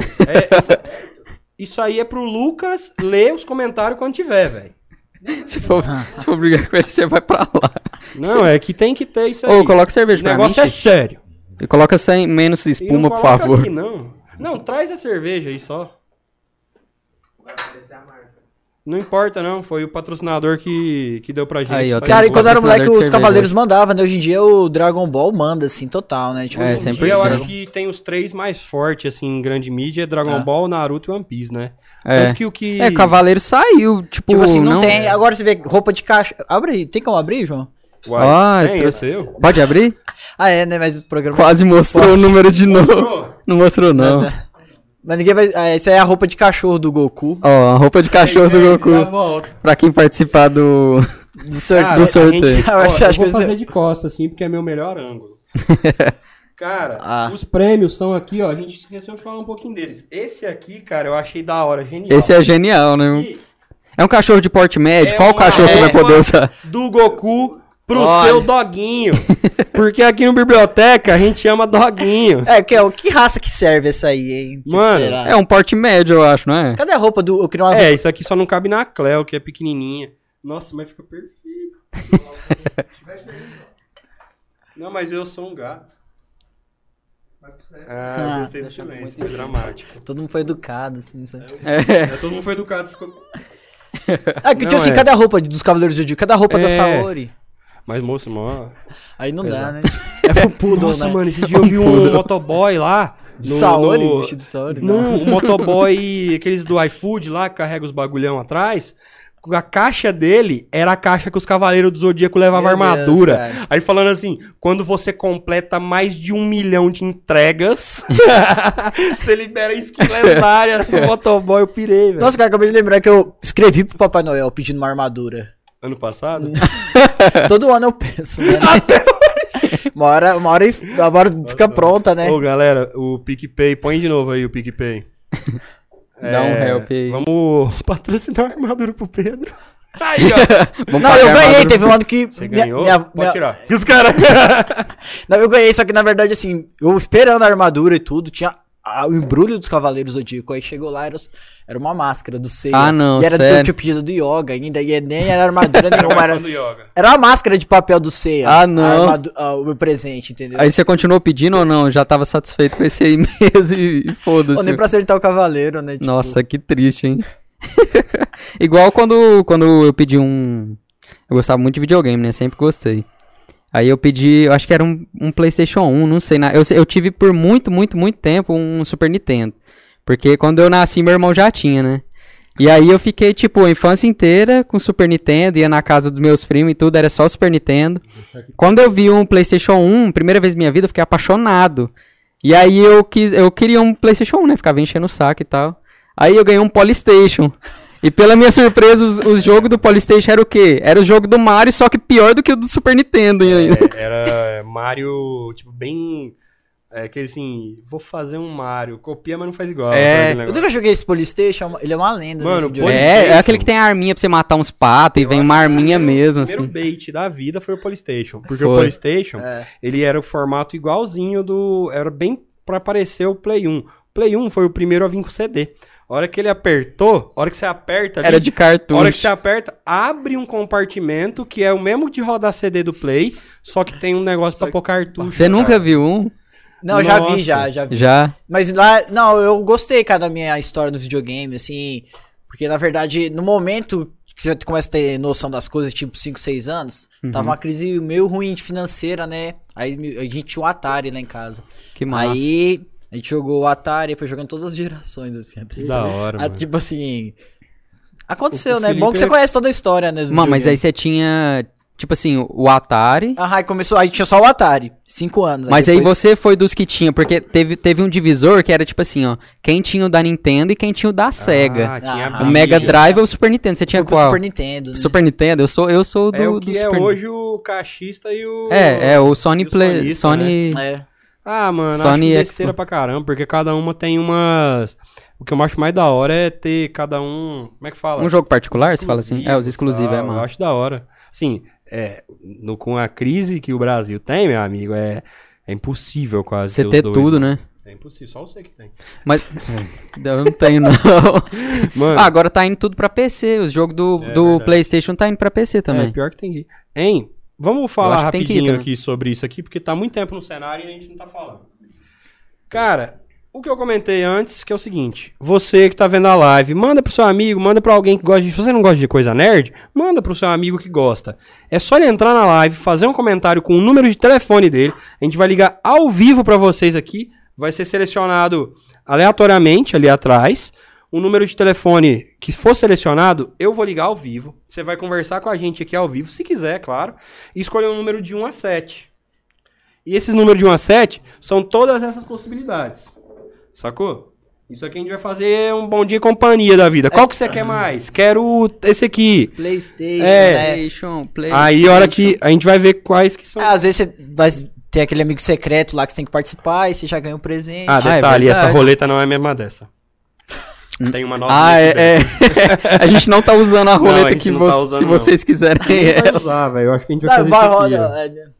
Isso aí é pro Lucas ler os comentários quando tiver, velho. Se for brigar com ele, você vai pra lá. Não, é que tem que ter isso aí. Ô, coloca cerveja O pra mim, negócio é Chico. sério. E coloca sem menos E espuma, não por coloca favor. aqui, não, traz a cerveja aí só. Vai aparecer a marca. Não importa, não. Foi o patrocinador que deu pra gente. Aí, ó, Faz tem cara, e isso. quando era patrocinador moleque, de os cerveja Cavaleiros hoje. mandavam, né? Hoje em dia o Dragon Ball manda, assim, total, né? Tipo, É, Hoje em sempre dia, eu sim. acho que tem os 3 mais fortes, assim, em grande mídia, é Dragon Ball, Naruto e One Piece, né? É. Tanto que o que... É, Cavaleiro saiu, tipo assim, não tem. Agora você vê roupa de caixa. Abre aí. Tem como abrir, João? Uai, Ah, tem, eu esse é eu. Pode abrir? Ah, é, né? Mas o programa. Quase mostrou o número de novo. Mostrou? Não mostrou, não. Mas ninguém vai. Ah, essa é a roupa de cachorro do Goku. Ó, a roupa de cachorro do Já Goku. volto. Pra quem participar do Cara, do sorteio. a gente- Eu ó, acho eu que vou você- fazer de costa, assim, porque é meu melhor ângulo. Cara, Ah. os prêmios são aqui, ó. A gente esqueceu de falar um pouquinho deles. Esse aqui, cara, eu achei da hora, genial. Esse é genial, né? E É um cachorro de porte médio. é Qual uma cachorro que vai régua poder usar? do Goku pro Olha. seu doguinho. Porque aqui no biblioteca a gente chama doguinho. Que raça que serve essa aí, hein? Tipo, Mano, será? É um porte médio, eu acho, não é? Cadê a roupa do. Eu queria uma É, isso aqui só não cabe na Cleo, que é pequenininha. Nossa, mas fica perfeito. Não, mas eu sou um gato. Ah, gostei do silêncio, foi dramático. Todo mundo foi educado, assim. Sabe? Todo mundo foi educado, ficou... Ah, que Não, tipo assim, é. cadê a roupa dos Cavaleiros do Zodíaco? Cadê a roupa da É. Saori? Mas, moço, mano... Aí não dá, né? É pro Poodle, Nossa, né? mano, esse dia eu vi um motoboy lá... Saori? Vestido de Saori? Não, o motoboy, aqueles do iFood lá, que carrega os bagulhão atrás... A caixa dele era a caixa que os Cavaleiros do Zodíaco levavam Meu armadura. Deus, cara. Aí falando assim, quando você completa mais de 1 milhão de entregas, você libera a skin lendária do motoboy, eu pirei, velho. Nossa, cara, acabei de lembrar que eu escrevi pro Papai Noel pedindo uma armadura. Ano passado? Todo ano eu penso, né? Uma hora fica pronta, né? Ô, galera, o PicPay, põe de novo aí o PicPay. Dá um help aí. Vamos patrocinar a armadura pro Pedro. Aí, ó. Vamos Não, pagar eu a ganhei, armadura. teve um ano que. Você ganhou? Pode tirar. Os caras... Não, eu ganhei, só que na verdade, assim, eu esperando a armadura e tudo, tinha o embrulho dos Cavaleiros do Zodíaco. Aí chegou lá, era uma máscara do Seiya. Ah, não, E era sério? eu tinha pedido do Yoga ainda, e nem era armadura nenhuma. Era, do yoga. era uma máscara de papel do Seiya. Ah, não. O meu presente, entendeu? Aí você continuou pedindo ou não? Já tava satisfeito com esse aí mesmo e Pô, foda-se. nem pra acertar o Cavaleiro, né? Tipo, Nossa, que triste, hein? Igual quando eu pedi um... Eu gostava muito de videogame, né? Sempre gostei. Aí eu pedi, eu acho que era um PlayStation 1, não sei. Eu tive por muito tempo um Super Nintendo. Porque quando eu nasci, meu irmão já tinha, né? E aí eu fiquei, tipo, a infância inteira com Super Nintendo, ia na casa dos meus primos e tudo, era só Super Nintendo. Quando eu vi um PlayStation 1, primeira vez na minha vida, eu fiquei apaixonado. E aí eu queria um PlayStation 1, né? Ficava enchendo o saco e tal. Aí eu ganhei um Polystation. E pela minha surpresa, os jogos do Polystation era o quê? Era o jogo do Mario, só que pior do que o do Super Nintendo. Era Mario, tipo, bem... aquele assim, vou fazer um Mario, copia, mas não faz igual. Eu nunca joguei esse Polystation, ele é uma lenda. Mano, é aquele que tem a arminha pra você matar uns patos e vem uma arminha mesmo, assim. O primeiro bait da vida foi o Polystation. Porque o Polystation, ele era o formato igualzinho do... Era bem pra parecer o Play 1. O Play 1 foi o primeiro a vir com CD. A hora que ele apertou, a hora que você aperta ali, era de cartucho. A hora que você aperta, abre um compartimento que é o mesmo de rodar CD do Play, só que tem um negócio pra pôr cartucho. Você nunca viu um? Não, já vi. Já? Mas lá, não, eu gostei, cara, da minha história do videogame, assim, porque na verdade, no momento que você começa a ter noção das coisas, tipo 5, 6 anos, tava uma crise meio ruim de financeira, né? Aí a gente tinha o Atari lá em casa. Que massa. Aí a gente jogou o Atari, foi jogando todas as gerações, assim. Da hora, mano. Tipo assim, aconteceu, né? Bom que você conhece toda a história, né? Mano, mas aí você tinha... Tipo assim, o Atari... Aí começou, aí tinha só o Atari, 5 anos. Mas aí depois... você foi dos que tinha, porque teve um divisor que era tipo assim, ó, quem tinha o da Nintendo e quem tinha o da Sega. Tinha o Mega Drive ou o Super Nintendo, você tinha qual? Super Nintendo. Né? Super Nintendo, eu sou do... É o que do é Super... hoje o caixista e o... o Sony Play... Sony... Né? Mano, Sony acho besteira pra caramba, porque cada uma tem umas... O que eu acho mais da hora é ter cada um... Como é que fala? Um jogo particular, você fala assim? Os exclusivos, mano. Eu acho da hora. Assim, com a crise que o Brasil tem, meu amigo, é impossível quase você ter tudo, né? É impossível, só você que tem. Mas eu não tenho, não. Mano, agora tá indo tudo pra PC. Os jogos do PlayStation tá indo pra PC também. Pior que tem que ir. Vamos falar rapidinho aqui sobre isso aqui, porque tá muito tempo no cenário e a gente não tá falando. Cara, o que eu comentei antes, que é o seguinte, você que tá vendo a live, manda pro seu amigo, manda pra alguém que gosta de... Se você não gosta de coisa nerd, manda pro seu amigo que gosta. É só ele entrar na live, fazer um comentário com o número de telefone dele, a gente vai ligar ao vivo pra vocês aqui, vai ser selecionado aleatoriamente ali atrás, o número de telefone que for selecionado, eu vou ligar ao vivo, você vai conversar com a gente aqui ao vivo, se quiser, claro, e escolher um número de 1 a 7. E esses números de 1 a 7 são todas essas possibilidades. Sacou? Isso aqui a gente vai fazer um bom dia e companhia da vida. Qual que você quer mais? Quero esse aqui. PlayStation, PlayStation. Aí a hora que a gente vai ver quais que são. Às vezes você vai ter aquele amigo secreto lá que você tem que participar e você já ganha um presente. Detalhe, essa roleta não é a mesma dessa. Tem uma nova. A gente não tá usando a roleta não, que se vocês quiserem. Vai usar, velho. Eu acho que a gente vai fazer isso aqui.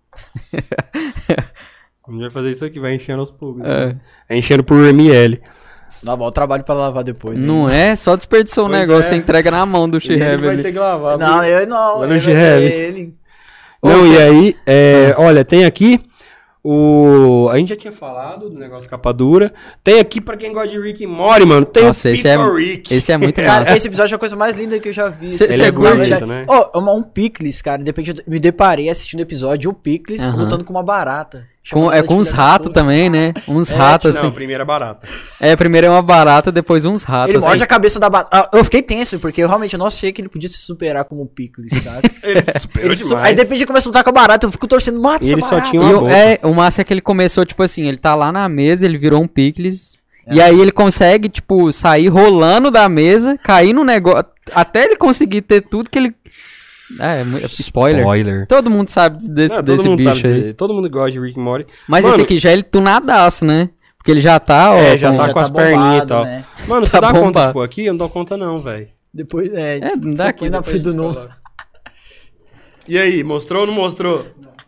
A gente vai fazer isso aqui, vai enchendo aos poucos. Né? Enchendo por ml. Dá bom trabalho pra lavar depois. Não é? Só desperdiçou o negócio, você entrega na mão do She-Heavy. Ele vai ter que lavar. Não, eu não. No She-Heavy. Não, e aí, olha, tem aqui a gente já tinha falado do negócio capa dura. Tem aqui pra quem gosta de Rick e Morty, mano. Tem o Pickle Rick. Esse é muito massa. Cara, esse episódio é a coisa mais linda que eu já vi. Ele é bonito, né? Um Pickles, cara. De repente eu me deparei assistindo o episódio, o Pickles lutando com uma barata. Com uns ratos também, né? Uns ratos assim. Não, primeiro é barata. Primeiro é uma barata, depois uns ratos. Ele morde a cabeça da barata. Eu fiquei tenso, porque eu realmente não achei que ele podia se superar como um Pickles, sabe? Ele se superou demais. Aí de repente ele começa a lutar com a barata, eu fico torcendo, mata essa barata. Ele só tinha uma boca. O massa é que ele começou, tipo assim, ele tá lá na mesa, ele virou um Pickles, e aí ele consegue, tipo, sair rolando da mesa, cair no negócio, até ele conseguir ter tudo que ele... Spoiler. Todo mundo sabe desse bicho aí. Todo mundo gosta de Rick e Morty. Mas esse aqui já é ele tunadaço, né? Porque ele já tá, ó. Já tá com as perninhas e tal. Né? Mano, você dá conta, tipo, aqui? Eu não dou conta não, velho. Depois, não dá aqui. Na frente do novo. E aí, mostrou ou não mostrou?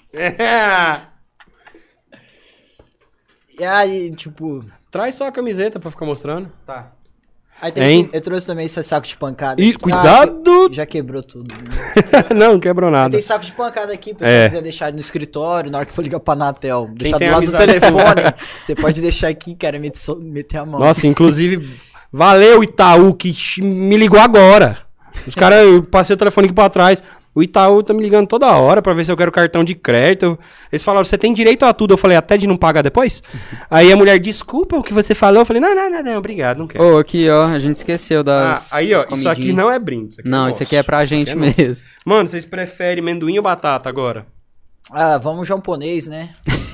E aí, tipo... Traz só a camiseta pra ficar mostrando. Tá. Aí tem eu trouxe também esse saco de pancada. E cuidado! Já quebrou tudo. Não quebrou nada. Tem saco de pancada aqui, pra você quiser deixar no escritório, na hora que for ligar pra Anatel. Deixar do lado do telefone. Você pode deixar aqui, cara, meter a mão. Nossa, inclusive, valeu Itaú, que me ligou agora. Os caras, eu passei o telefone aqui pra trás. O Itaú tá me ligando toda hora pra ver se eu quero cartão de crédito. Eles falaram, você tem direito a tudo. Eu falei, até de não pagar depois? Aí a mulher, desculpa o que você falou. Eu falei, não, obrigado, não quero. Ô, aqui, ó, a gente esqueceu das aí, ó, isso comidinhas. aqui não é brinde. Isso aqui Não, isso aqui é pra gente mesmo. Mano, vocês preferem amendoim ou batata agora? Ah, vamos japonês, né?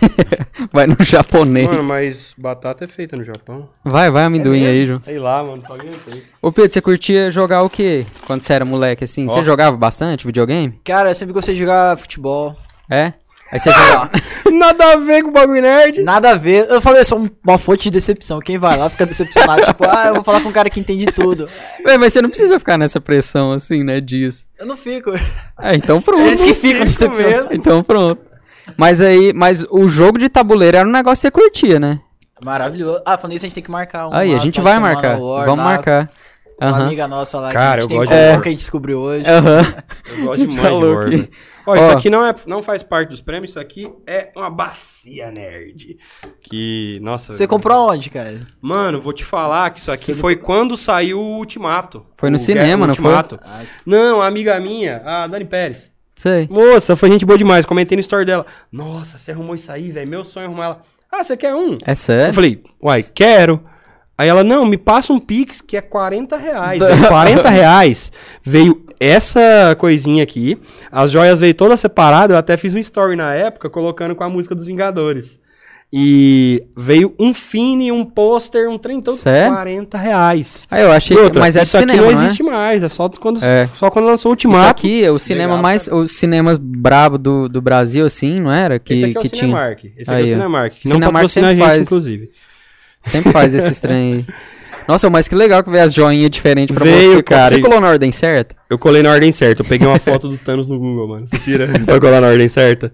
Vai no japonês. Mano, mas batata é feita no Japão. Vai amendoim aí, João. Sei lá, mano, só inventei. Ô, Pedro, você curtia jogar o quê quando você era moleque, assim? Ó. Você jogava bastante videogame? Cara, eu sempre gostei de jogar futebol. É? Aí você jogava... Nada a ver com o bagulho nerd. Nada a ver. Eu falei, eu sou uma fonte de decepção. Quem vai lá fica decepcionado. Tipo, eu vou falar com um cara que entende tudo. Véi, mas você não precisa ficar nessa pressão, assim, né, disso. Eu não fico. Então pronto. Eles que ficam decepcionados. Então pronto. Mas o jogo de tabuleiro era um negócio que você curtia, né? Maravilhoso. Ah, falando isso, a gente tem que marcar um. Aí, a lá, gente final vai de semana, marcar. War, Vamos lá, marcar. Uma Aham. amiga nossa lá. Cara, que a eu gente gosto tem de- como que a gente descobriu hoje. Aham. Eu gosto demais Tá de louco. Word. Ó, isso Ó. aqui não faz parte dos prêmios, isso aqui é uma bacia nerd. Que, nossa... Você comprou onde, cara? Mano, vou te falar que isso aqui foi quando saiu o Ultimato. Foi no O cinema, não foi? Ultimato. Não, a amiga minha, a Dani Pérez. Sei. Moça, foi gente boa demais. Comentei no story dela. Nossa, você arrumou isso aí, velho. Meu sonho é arrumar ela. Ah, você quer um? É sério? Eu falei, uai, quero. Aí ela, não, me passa um Pix que é R$40. Velho. R$40 veio essa coisinha aqui. As joias veio toda separada. Eu até fiz um story na época colocando com a música dos Vingadores. E veio um Fini, um pôster, um trem todo. Sério? R$40. Ah, eu achei E que... outra, Mas é de isso aqui cinema, não não é? existe mais. É só quando, É. só quando lançou o Isso Ultimato. aqui é o cinema Legal, mais... Os cinemas brabo do Brasil, assim, não era? Que, Esse aqui é o que tinha. Cinemark. Esse aqui é Aí, o ó. Cinemark. Que não Cinemark patrocina a sempre gente, faz. inclusive. Sempre faz esses trem aí. Nossa, mas que legal que veio as joinhas diferentes pra Veio, você, cara, Você e- colou na ordem certa? Eu colei na ordem certa. Eu peguei uma foto do Thanos no Google, mano. Você tira pra colar na ordem certa.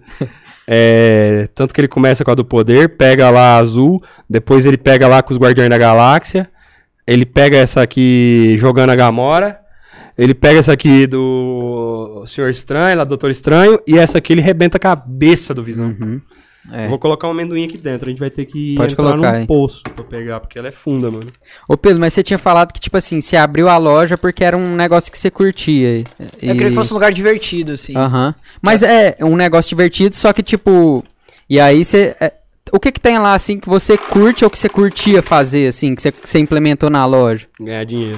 Tanto que ele começa com a do poder, pega lá a azul, depois ele pega lá com os Guardiões da Galáxia, ele pega essa aqui jogando a Gamora, ele pega essa aqui do Senhor Estranho, lá do Doutor Estranho, e essa aqui ele rebenta a cabeça do Visão. É. Vou colocar um amendoim aqui dentro, a gente vai ter que Pode entrar colocar num aí. poço pra pegar, porque ela é funda, mano. Ô Pedro, mas você tinha falado que, tipo assim, você abriu a loja porque era um negócio que você curtia. Eu queria que fosse um lugar divertido, assim. Aham. Mas é um negócio divertido, só que, tipo... E aí você... O que tem lá, assim, que você curte ou que você curtia fazer, assim, que você implementou na loja? Ganhar dinheiro.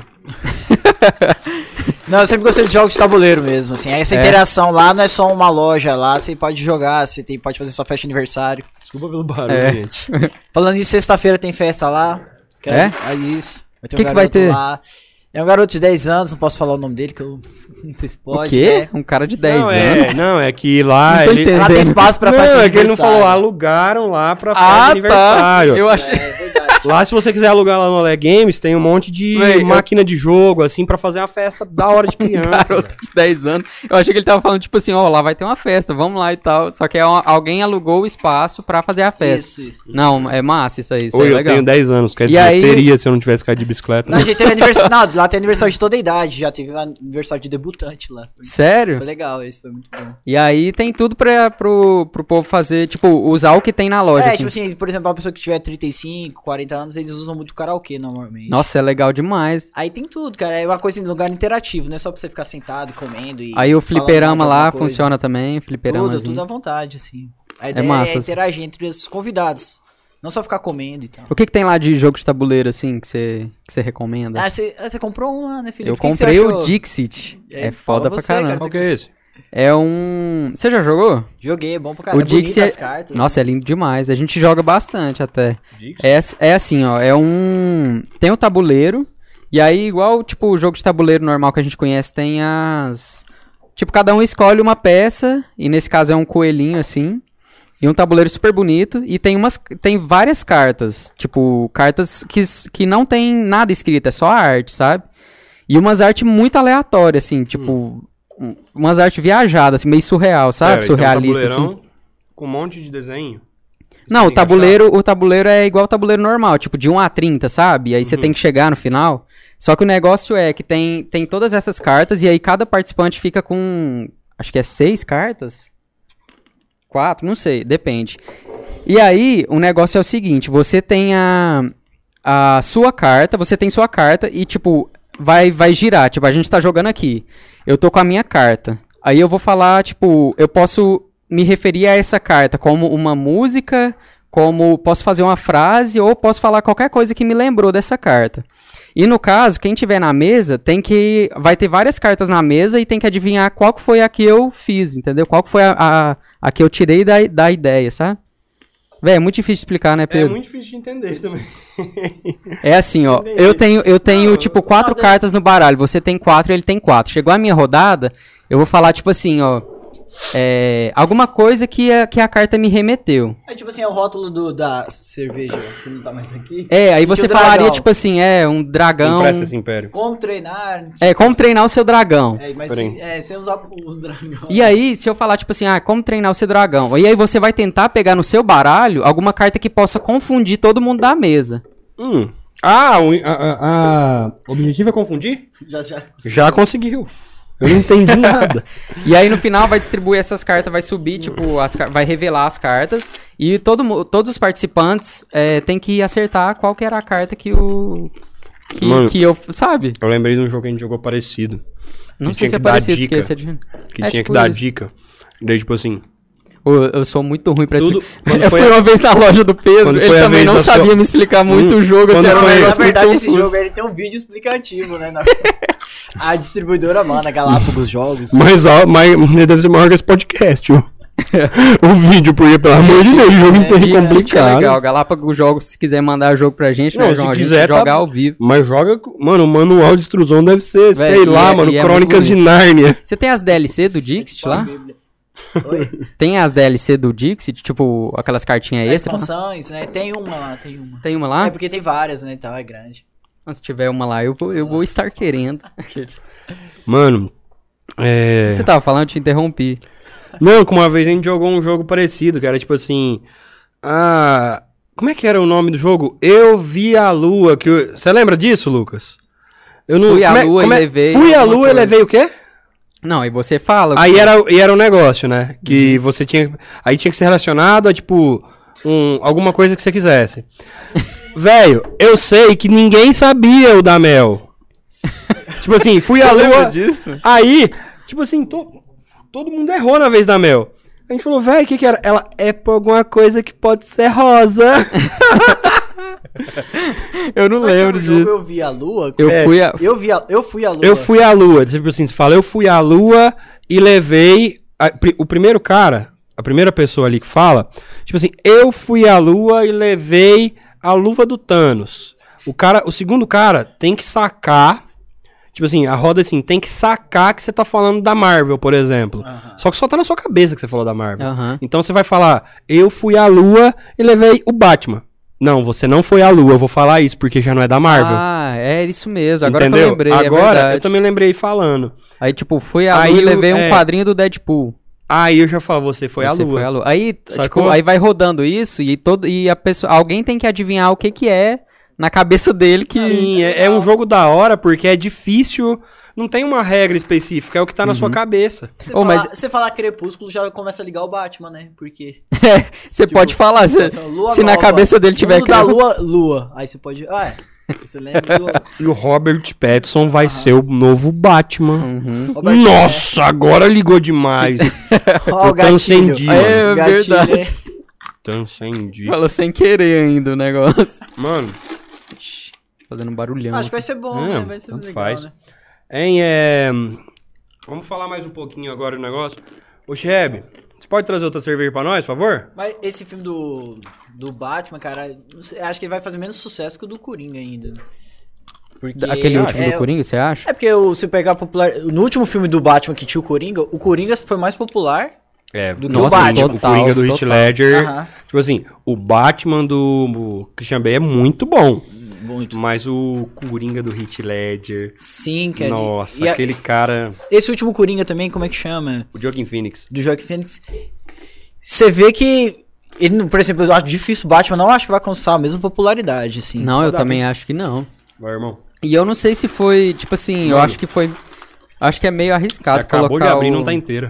Não, eu sempre gostei de jogos de tabuleiro mesmo, assim. Essa interação lá não é só uma loja lá, você pode jogar, pode fazer sua festa de aniversário. Desculpa pelo barulho, É. gente. Falando nisso, sexta-feira tem festa lá. É? Isso. Vai ter Que um vai garoto ter? lá. É um garoto de 10 anos, não posso falar o nome dele, que eu não sei se pode. O quê? né? Um cara de 10 Não, anos? é que lá Não tô ele... entendendo. Lá tem espaço pra festa Não, de é que ele não aniversário. falou, alugaram lá pra festa de Ah, tá. aniversário. Eu achei... É verdade. Lá, se você quiser alugar lá no Olé Games, tem um monte de Véi, máquina de jogo, assim, pra fazer uma festa da hora de criança. Garoto de 10 anos. Eu achei que ele tava falando, tipo assim, ó, lá vai ter uma festa, vamos lá e tal. Só que alguém alugou o espaço pra fazer a festa. Isso. Não, é massa isso aí, isso Oi, é eu legal. tenho 10 anos, quer E dizer, aí- teria se eu não tivesse caído de bicicleta. Não, a gente teve aniversário. Não, lá tem aniversário de toda a idade. Já teve aniversário de debutante lá. Sério? Foi legal, esse foi muito bom. E aí tem tudo pro povo fazer, tipo, usar o que tem na loja, assim. Tipo assim, por exemplo, uma pessoa que tiver 35, 40 anos, eles usam muito karaokê normalmente. Nossa, é legal demais. Aí tem tudo, cara. É uma coisa em lugar interativo, não é só pra você ficar sentado comendo e. Aí o falando fliperama mal de lá alguma coisa. funciona também, fliperamazinho. Tudo à vontade, assim. A ideia massa. é interagir entre os convidados. Não só ficar comendo e tal. O que tem lá de jogo de tabuleiro, assim, que você recomenda? Ah, você comprou um lá, né, Felipe? Eu O que que você comprei o achou? Dixit. É, É fala foda pra você, cara. caramba. Qual que é esse? É um... Você já jogou? Joguei, é bom pra O caramba. Dixit Bonita as cartas. Nossa, é lindo demais. A gente joga bastante até. Dixit? É assim, ó. É um... Tem o tabuleiro. E aí, igual, tipo, o jogo de tabuleiro normal que a gente conhece, tem as... Tipo, cada um escolhe uma peça. E nesse caso é um coelhinho, assim. E um tabuleiro super bonito. E tem várias cartas. Tipo, cartas que não tem nada escrito. É só a arte, sabe? E umas artes muito aleatórias, assim. Tipo... Umas artes viajadas, assim, meio surreal, sabe? Pera, Surrealista, então, um assim. tabuleirão com um monte de desenho? Não, Você o tem que achar? tabuleiro é igual o tabuleiro normal, tipo, de 1 a 30, sabe? E aí você tem que chegar no final. Só que o negócio é que tem todas essas cartas, e aí cada participante fica com, acho que é 6 cartas? 4, não sei, depende. E aí, o negócio é o seguinte, você tem a sua carta, você tem sua carta, e tipo, vai girar, tipo, a gente tá jogando aqui. Eu tô com a minha carta. Aí eu vou falar, tipo, eu posso me referir a essa carta como uma música, como posso fazer uma frase ou posso falar qualquer coisa que me lembrou dessa carta. E no caso, quem tiver na mesa vai ter várias cartas na mesa e tem que adivinhar qual que foi a que eu fiz, entendeu? Qual que foi a que eu tirei da ideia, sabe? Véi, é muito difícil de explicar, né, Pedro? É muito difícil de entender também. É assim, ó, eu tenho tipo 4 cartas no baralho, você tem 4 e ele tem 4. Chegou a minha rodada, eu vou falar tipo assim, ó, alguma coisa que a carta me remeteu. É tipo assim, é o rótulo da cerveja, que não tá mais aqui. Aí você falaria dragão. tipo assim, um dragão... Impressa esse império. Como treinar... como treinar o seu dragão. Mas sem usar o dragão. E aí, se eu falar tipo assim, como treinar o seu dragão, e aí você vai tentar pegar no seu baralho alguma carta que possa confundir todo mundo da mesa. O objetivo é confundir? Já conseguiu. Eu não entendi nada. E aí no final vai distribuir essas cartas, vai subir, tipo, vai revelar as cartas. E todos os participantes tem que acertar qual que era a carta que eu, sabe? Eu lembrei de um jogo que a gente jogou parecido. Não sei se é parecido, porque esse é de... Que tinha que dar dica. Daí, tipo assim... Eu sou muito ruim pra explicar. Eu fui uma vez na loja do Pedro, ele também não sabia me explicar muito o jogo. Assim, era um negócio na verdade, esse jogo ele tem um vídeo explicativo, né? A distribuidora manda Galápagos Jogos. Mas deve ser maior que esse podcast, ó. O vídeo, porque, pelo amor de Deus, o jogo inteiro é complicado. Legal, Galápagos Jogos, se quiser mandar jogo pra gente, não, né, João? Se quiser, jogar ao vivo. Mas joga... Mano, o manual de instrução deve ser, sei lá, mano, Crônicas de Nárnia. Você tem as DLC do Dixit lá? Oi? Tem as DLC do Dixit, tipo, aquelas cartinhas extras? Expansões, né? Tem uma lá. Tem uma lá? É porque tem várias, né? Então é grande. Se tiver uma lá, eu vou estar querendo. Mano, O que você tava falando? Eu te interrompi. Não, que uma vez a gente jogou um jogo parecido, que era tipo assim... Como é que era o nome do jogo? Eu vi a lua, Você lembra disso, Lucas? Eu não... Fui à lua e levei... Fui à lua e levei o quê? Não, e você fala... Aí era um negócio, né? Que você tinha... Aí tinha que ser relacionado a, tipo... alguma coisa que você quisesse. Velho, eu sei que ninguém sabia o da Mel. Tipo assim, fui à lua... disso? Aí, tipo assim, todo mundo errou na vez da Mel. A gente falou, velho, o que era? Ela é por alguma coisa que pode ser rosa. Eu não lembro disso. Eu vi a lua. Eu fui à lua. Eu fui à lua. Tipo assim, você fala, eu fui à lua e levei... O primeiro cara, a primeira pessoa ali que fala, tipo assim, eu fui à lua e levei a luva do Thanos. O segundo cara tem que sacar... Tipo assim, a roda assim, tem que sacar que você tá falando da Marvel, por exemplo. Só que só tá na sua cabeça que você falou da Marvel. Então você vai falar, eu fui à lua e levei o Batman. Não, você não foi à lua, eu vou falar isso, porque já não é da Marvel. É isso mesmo, agora entendeu? Que eu lembrei, agora eu também lembrei falando. Aí tipo, fui à lua e levei um quadrinho do Deadpool. Aí eu já falo, você foi à lua. Aí, tipo, aí vai rodando isso e a pessoa, alguém tem que adivinhar o que é na cabeça dele que... Sim, é um jogo da hora, porque é difícil, não tem uma regra específica, é o que tá na sua cabeça. Você falar Crepúsculo já começa a ligar o Batman, né? Porque... Você pode falar, se na cabeça dele tiver... da lua, aí você pode... Você lembra do... E o Robert Pattinson vai ser o novo Batman. Nossa, agora ligou demais. Ó, o gatilho. É verdade. Transcendi. Falou sem querer ainda o negócio. Mano... Fazendo um barulhão. Acho que vai ser bom, né? Vai ser legal, faz. né? Vamos falar mais um pouquinho agora do negócio. Ô, Cheb, você pode trazer outra cerveja pra nós, por favor? Mas esse filme do Batman, cara, acho que ele vai fazer menos sucesso que o do Coringa ainda. Porque aquele último do Coringa, você acha? É porque se pegar popular... No último filme do Batman que tinha o Coringa foi mais popular do que o Batman. O Coringa do Heath Ledger. Tipo assim, o Batman do Christian Bale é muito bom. Muito. Mas o Coringa do Heath Ledger... Sim, cara. Nossa, aquele cara... Esse último Coringa também, como é que chama? O Joaquin Phoenix. Do Joaquin Phoenix. Você vê que... Ele, por exemplo, eu acho difícil o Batman, não acho que vai alcançar a mesma popularidade, assim. Não, eu também acho que não. Vai, irmão. E eu não sei se foi, tipo assim, eu acho que foi... Acho que é meio arriscado você acabou colocar de abrir, não tá inteira.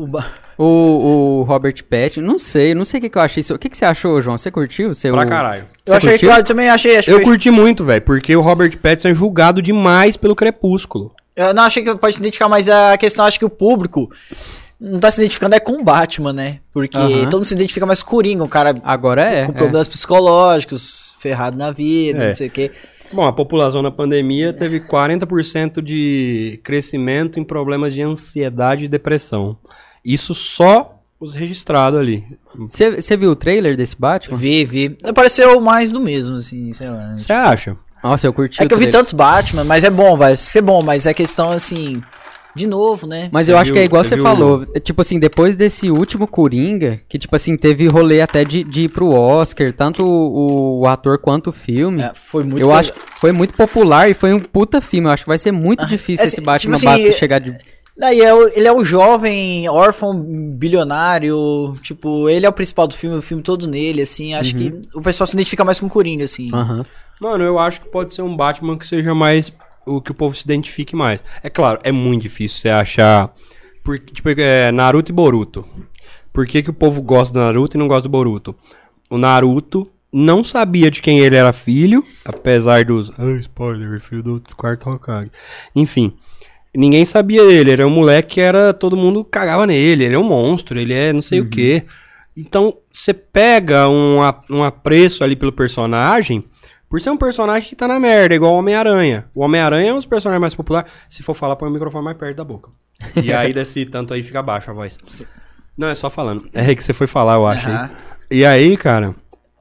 O Robert Pattinson, não sei o que eu achei. O que você achou, João? Você curtiu? Pra caralho. Eu também achei. Eu curti muito, velho, porque o Robert Pattinson é julgado demais pelo Crepúsculo. Eu não achei que pode se identificar, mas a questão, acho que o público não tá se identificando com o Batman, né? Porque todo mundo se identifica mais com o Coringa, um cara Agora com problemas psicológicos, ferrado na vida, não sei o quê. Bom, a população na pandemia teve 40% de crescimento em problemas de ansiedade e depressão. Isso só os registrados ali. Você viu o trailer desse Batman? Vi. Pareceu mais do mesmo, assim, sei lá. Você acha? Nossa, eu curti É o que eu vi trailer. tantos Batman, mas é bom, vai ser bom, mas é questão, assim, de novo, né? Mas Você eu acho que é viu- igual você você viu- falou. Tipo assim, depois desse último Coringa, que tipo assim, teve rolê até de ir pro Oscar, tanto o ator quanto o filme. Foi muito... Eu acho que foi muito popular e foi um puta filme. Eu acho que vai ser muito difícil esse Batman tipo assim, chegar de... Daí ele é o jovem órfão bilionário, tipo, ele é o principal do filme, o filme todo nele, assim, acho que o pessoal se identifica mais com o Coringa, assim. Aham. Mano, eu acho que pode ser um Batman que seja mais o que o povo se identifique mais. É claro, é muito difícil você achar. Porque, tipo, Naruto e Boruto. Por que o povo gosta do Naruto e não gosta do Boruto? O Naruto não sabia de quem ele era filho, apesar dos. Spoiler, filho do quarto Hokage. Enfim. Ninguém sabia dele. Ele era um moleque que era. Todo mundo cagava nele. Ele é um monstro, ele é não sei o quê. Então, você pega um apreço ali pelo personagem. Por ser um personagem que tá na merda, igual o Homem-Aranha. O Homem-Aranha é um dos personagens mais populares. Se for falar, põe o microfone mais perto da boca. E aí, desse tanto aí, fica baixo a voz. Não, é só falando. É que você foi falar, eu acho. Aham. E aí, cara,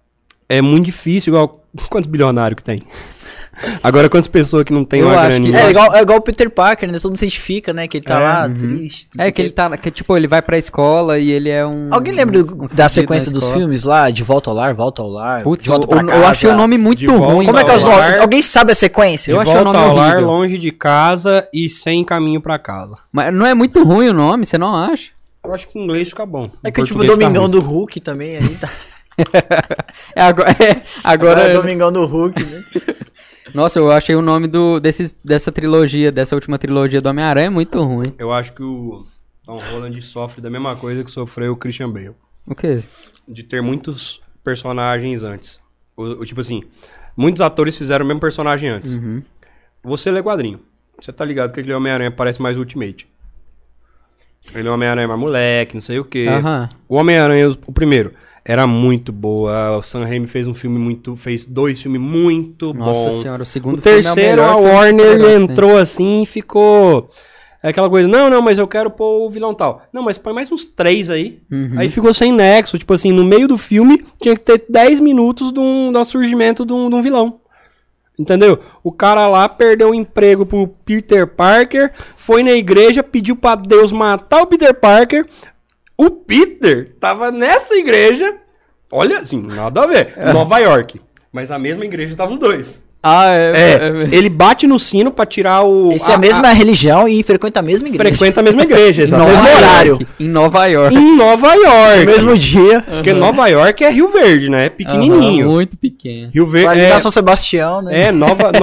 é muito difícil, igual... Quantos bilionários que tem? Agora, quantas pessoas que não tem Eu uma acho graninha? que- É igual o Peter Parker, né? Todo mundo se identifica, né? Que ele tá lá, triste. não sei É o que quê. ele tá... Que, tipo, ele vai pra escola e ele é um... Alguém lembra um da fudido sequência na dos escola? filmes lá? De Volta ao Lar, Putz, De Volta pra eu Casa? achei o nome muito De volta ruim. Como é que é os ao nomes? lar. Alguém sabe a sequência? Eu De achei o volta nome ao lar, horrível. longe de casa e sem caminho pra casa. Mas não é muito ruim o nome, você não acha? Eu acho que em inglês fica bom. É Em que tipo o português fica Domingão ruim. do Hulk também aí tá. Agora Agora é Domingão do Hulk, né? Nossa, eu achei o nome dessa trilogia, dessa última trilogia do Homem-Aranha muito ruim. Eu acho que o Tom Holland sofre da mesma coisa que sofreu o Christian Bale. O quê? De ter muitos personagens antes. Tipo assim, muitos atores fizeram o mesmo personagem antes. Você lê quadrinho. Você tá ligado que aquele Homem-Aranha parece mais Ultimate. Ele é um Homem-Aranha mais moleque, não sei o quê. Aham. O Homem-Aranha, o primeiro, era muito boa. O Sam Raimi fez fez 2 filmes muito bons. Nossa senhora, o segundo O filme é o terceiro, melhor a filme de Warner super-herói que entrou assim e ficou... É aquela coisa, não, mas eu quero pôr o vilão tal. Não, mas põe mais uns 3 aí. Aí ficou sem nexo. Tipo assim, no meio do filme, tinha que ter 10 minutos do surgimento de um vilão. Entendeu? O cara lá perdeu o emprego pro Peter Parker, foi na igreja, pediu pra Deus matar o Peter Parker. O Peter tava nessa igreja, olha, assim, nada a ver, Nova York. Mas a mesma igreja tava os dois. Ah, Ele bate no sino pra tirar o... Esse é a mesma religião e frequenta a mesma igreja. Frequenta a mesma igreja, Em exatamente. Nova mesmo horário. York, em Nova York. Em Nova York. No mesmo dia. Porque Nova York é Rio Verde, né? É pequenininho. Aham, muito pequeno. Rio Vai Verde na São Sebastião, né? Nova...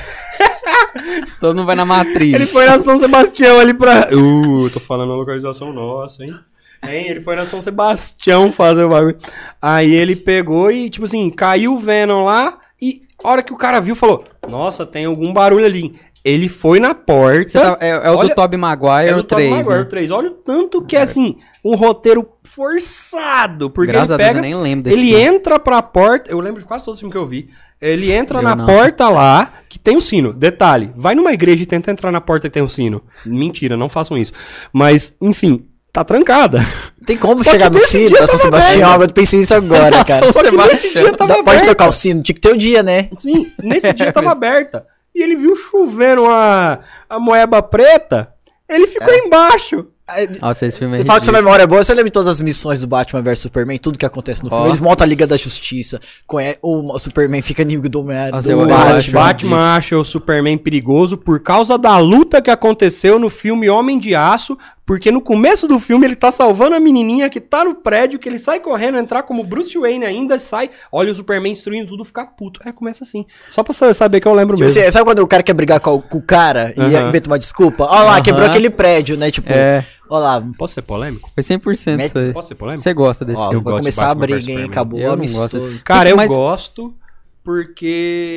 Todo mundo vai na matriz. Ele foi na São Sebastião ali pra... tô falando a localização nossa, hein? Ele foi na São Sebastião fazer o bagulho. Aí ele pegou e, tipo assim, caiu o Venom lá e a hora que o cara viu, falou, nossa, tem algum barulho ali. Ele foi na porta... Você tá- é o olha- do Tobey Maguire, do o Tobey 3, Maguire, né? o 3. Olha o tanto que é, assim, um roteiro forçado. Porque Graças ele a Deus, pega, eu nem lembro desse ele filme. entra pra porta... Eu lembro de quase todos os filmes que eu vi. Ele entra Eu na não. porta lá, que tem o sino. Detalhe, vai numa igreja e tenta entrar na porta que tem o sino. Mentira, não façam isso. Mas, enfim, tá trancada. Tem como Só chegar que no nesse sino dia da São tava Sebastião? aberto. Eu pensei nisso agora, cara. Só que nesse dia tava Pode aberta. tocar o sino, tinha que ter o dia, né? Sim, nesse dia tava aberta. E ele viu chovendo a moeba preta, ele ficou embaixo. Nossa, esse filme é Você fala que sua ridículo. memória é boa, você lembra de todas as missões do Batman vs Superman, tudo que acontece no filme? Ó. Eles montam a Liga da Justiça, o Superman fica inimigo do Homem-Aranha. Nossa, do eu Batman. acho- Batman acha o Superman perigoso por causa da luta que aconteceu no filme Homem de Aço, porque no começo do filme ele tá salvando a menininha que tá no prédio, que ele sai correndo, entrar como Bruce Wayne ainda, sai, olha o Superman destruindo tudo, ficar puto. Começa assim. Só pra você saber que eu lembro Tipo mesmo. assim, sabe quando o cara quer brigar com o cara e Aham. inventa uma desculpa? Olha lá, Aham. quebrou aquele prédio, né? Tipo, É. olha lá. Posso ser polêmico? Foi 100% isso aí. Posso ser polêmico? Você gosta desse Ó, filme? gosto vai de começar a Batman vs briga, hein? Superman. Acabou Eu não amistoso. gosto desse- Cara, eu Mas- gosto porque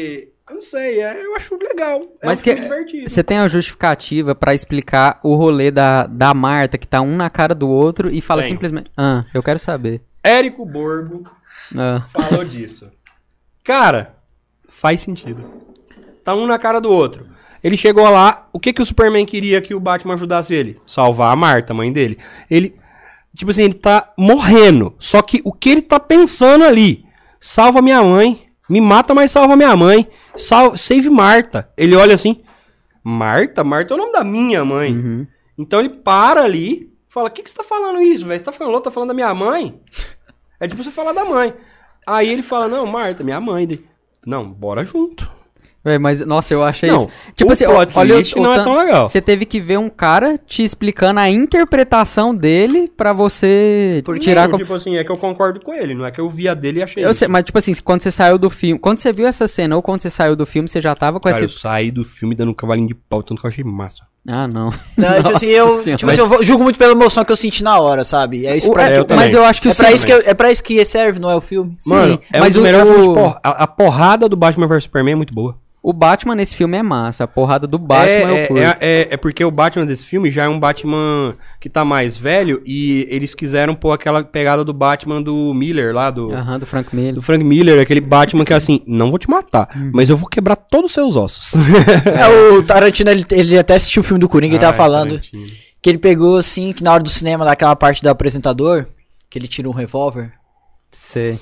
Eu não sei, eu acho legal. Mas um filme divertido. você tem uma justificativa pra explicar o rolê da Marta, que tá um na cara do outro, e fala Tenho. simplesmente... eu quero saber. Érico Borgo falou disso. Cara, faz sentido. Tá um na cara do outro. Ele chegou lá, o que o Superman queria que o Batman ajudasse ele? Salvar a Marta, mãe dele. Ele, tipo assim, ele tá morrendo. Só que o que ele tá pensando ali? Salva minha mãe, me mata, mas salva minha mãe. Save Marta. Ele olha assim, Marta? Marta é o nome da minha mãe. Uhum. Então ele para ali, fala, o que você tá falando isso, velho? Você tá falando louco, tá falando da minha mãe? É tipo você falar da mãe. Aí ele fala, não, Marta, minha mãe. Não, bora junto. Mas, nossa, eu achei Não, isso... Tipo o assim, plot olha twist não é tão legal. Você teve que ver um cara te explicando a interpretação dele pra você tirar... Tipo assim, é que eu concordo com ele, não é que eu vi a dele e achei Eu isso. sei, mas tipo assim, quando você saiu do filme... Quando você viu essa cena ou quando você saiu do filme, você já tava com Cara, eu esse... saí do filme dando um cavalinho de pau, tanto que eu achei massa. Ah, não. Não, tipo assim, eu julgo muito pela emoção que eu senti na hora, sabe? É isso pra eu também. Mas eu acho que é pra isso que serve, não é o filme? Mano, é mas um dos melhores filmes de porra. A porrada do Batman vs Superman é muito boa. O Batman nesse filme é massa. A porrada do Batman eu curto. É porque o Batman desse filme já é um Batman que tá mais velho e eles quiseram pôr aquela pegada do Batman do Miller lá, do Frank Miller. do Frank Miller, aquele Batman que é assim, não vou te matar, mas eu vou quebrar todos os seus ossos. O Tarantino, ele até assistiu o filme do Coringa e tava falando Tarantino. que ele pegou assim, que na hora do cinema, daquela parte do apresentador, que ele tira um revólver. Sei.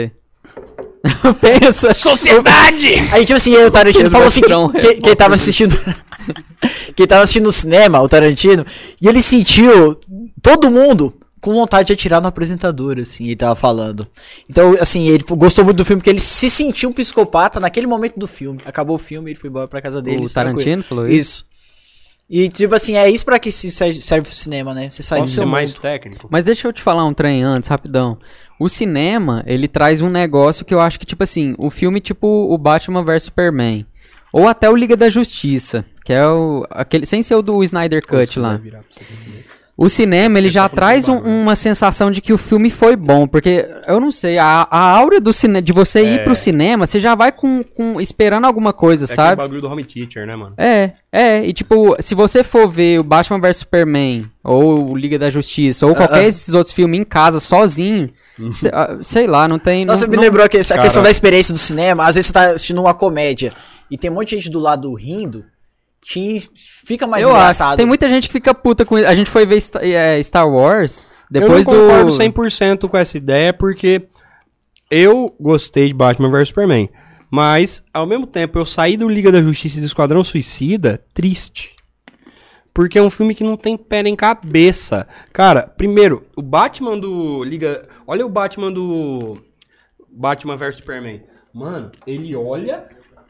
Pensa. Sociedade! Aí, tipo assim, o Tarantino falou assim que ele tava assistindo. Que ele tava assistindo no cinema, o Tarantino, e ele sentiu todo mundo com vontade de atirar no apresentador, assim, ele tava falando. Então, assim, ele gostou muito do filme, porque ele se sentiu um psicopata naquele momento do filme. Acabou o filme, ele foi embora pra casa dele. O Tarantino falou isso? E, tipo assim, é isso pra que serve o cinema, né? Você sai do Pode seu ser mais mundo. técnico. Mas deixa eu te falar um trem antes, rapidão. O cinema, ele traz um negócio que eu acho que, tipo assim, o filme tipo o Batman vs Superman, ou até o Liga da Justiça, que é aquele, sem ser o do Snyder Cut lá. O cinema, ele já traz uma sensação de que o filme foi bom, porque, eu não sei, a aura do cinema, de você ir pro cinema, você já vai esperando alguma coisa, sabe? É aquele bagulho do Home Teacher, né, mano? E tipo, se você for ver o Batman vs Superman, ou o Liga da Justiça, ou qualquer desses outros filmes em casa, sozinho, sei lá, não tem... Nossa, me lembrou que a questão da experiência do cinema, às vezes você tá assistindo uma comédia, e tem um monte de gente do lado rindo, que fica mais engraçado. Tem muita gente que fica puta com isso. A gente foi ver Star Wars, depois eu não concordo 100% com essa ideia, porque eu gostei de Batman vs Superman. Mas, ao mesmo tempo, eu saí do Liga da Justiça e do Esquadrão Suicida triste. Porque é um filme que não tem pé nem cabeça. Cara, primeiro, o Batman do Liga... Olha o Batman do Batman vs Superman. Mano, ele olha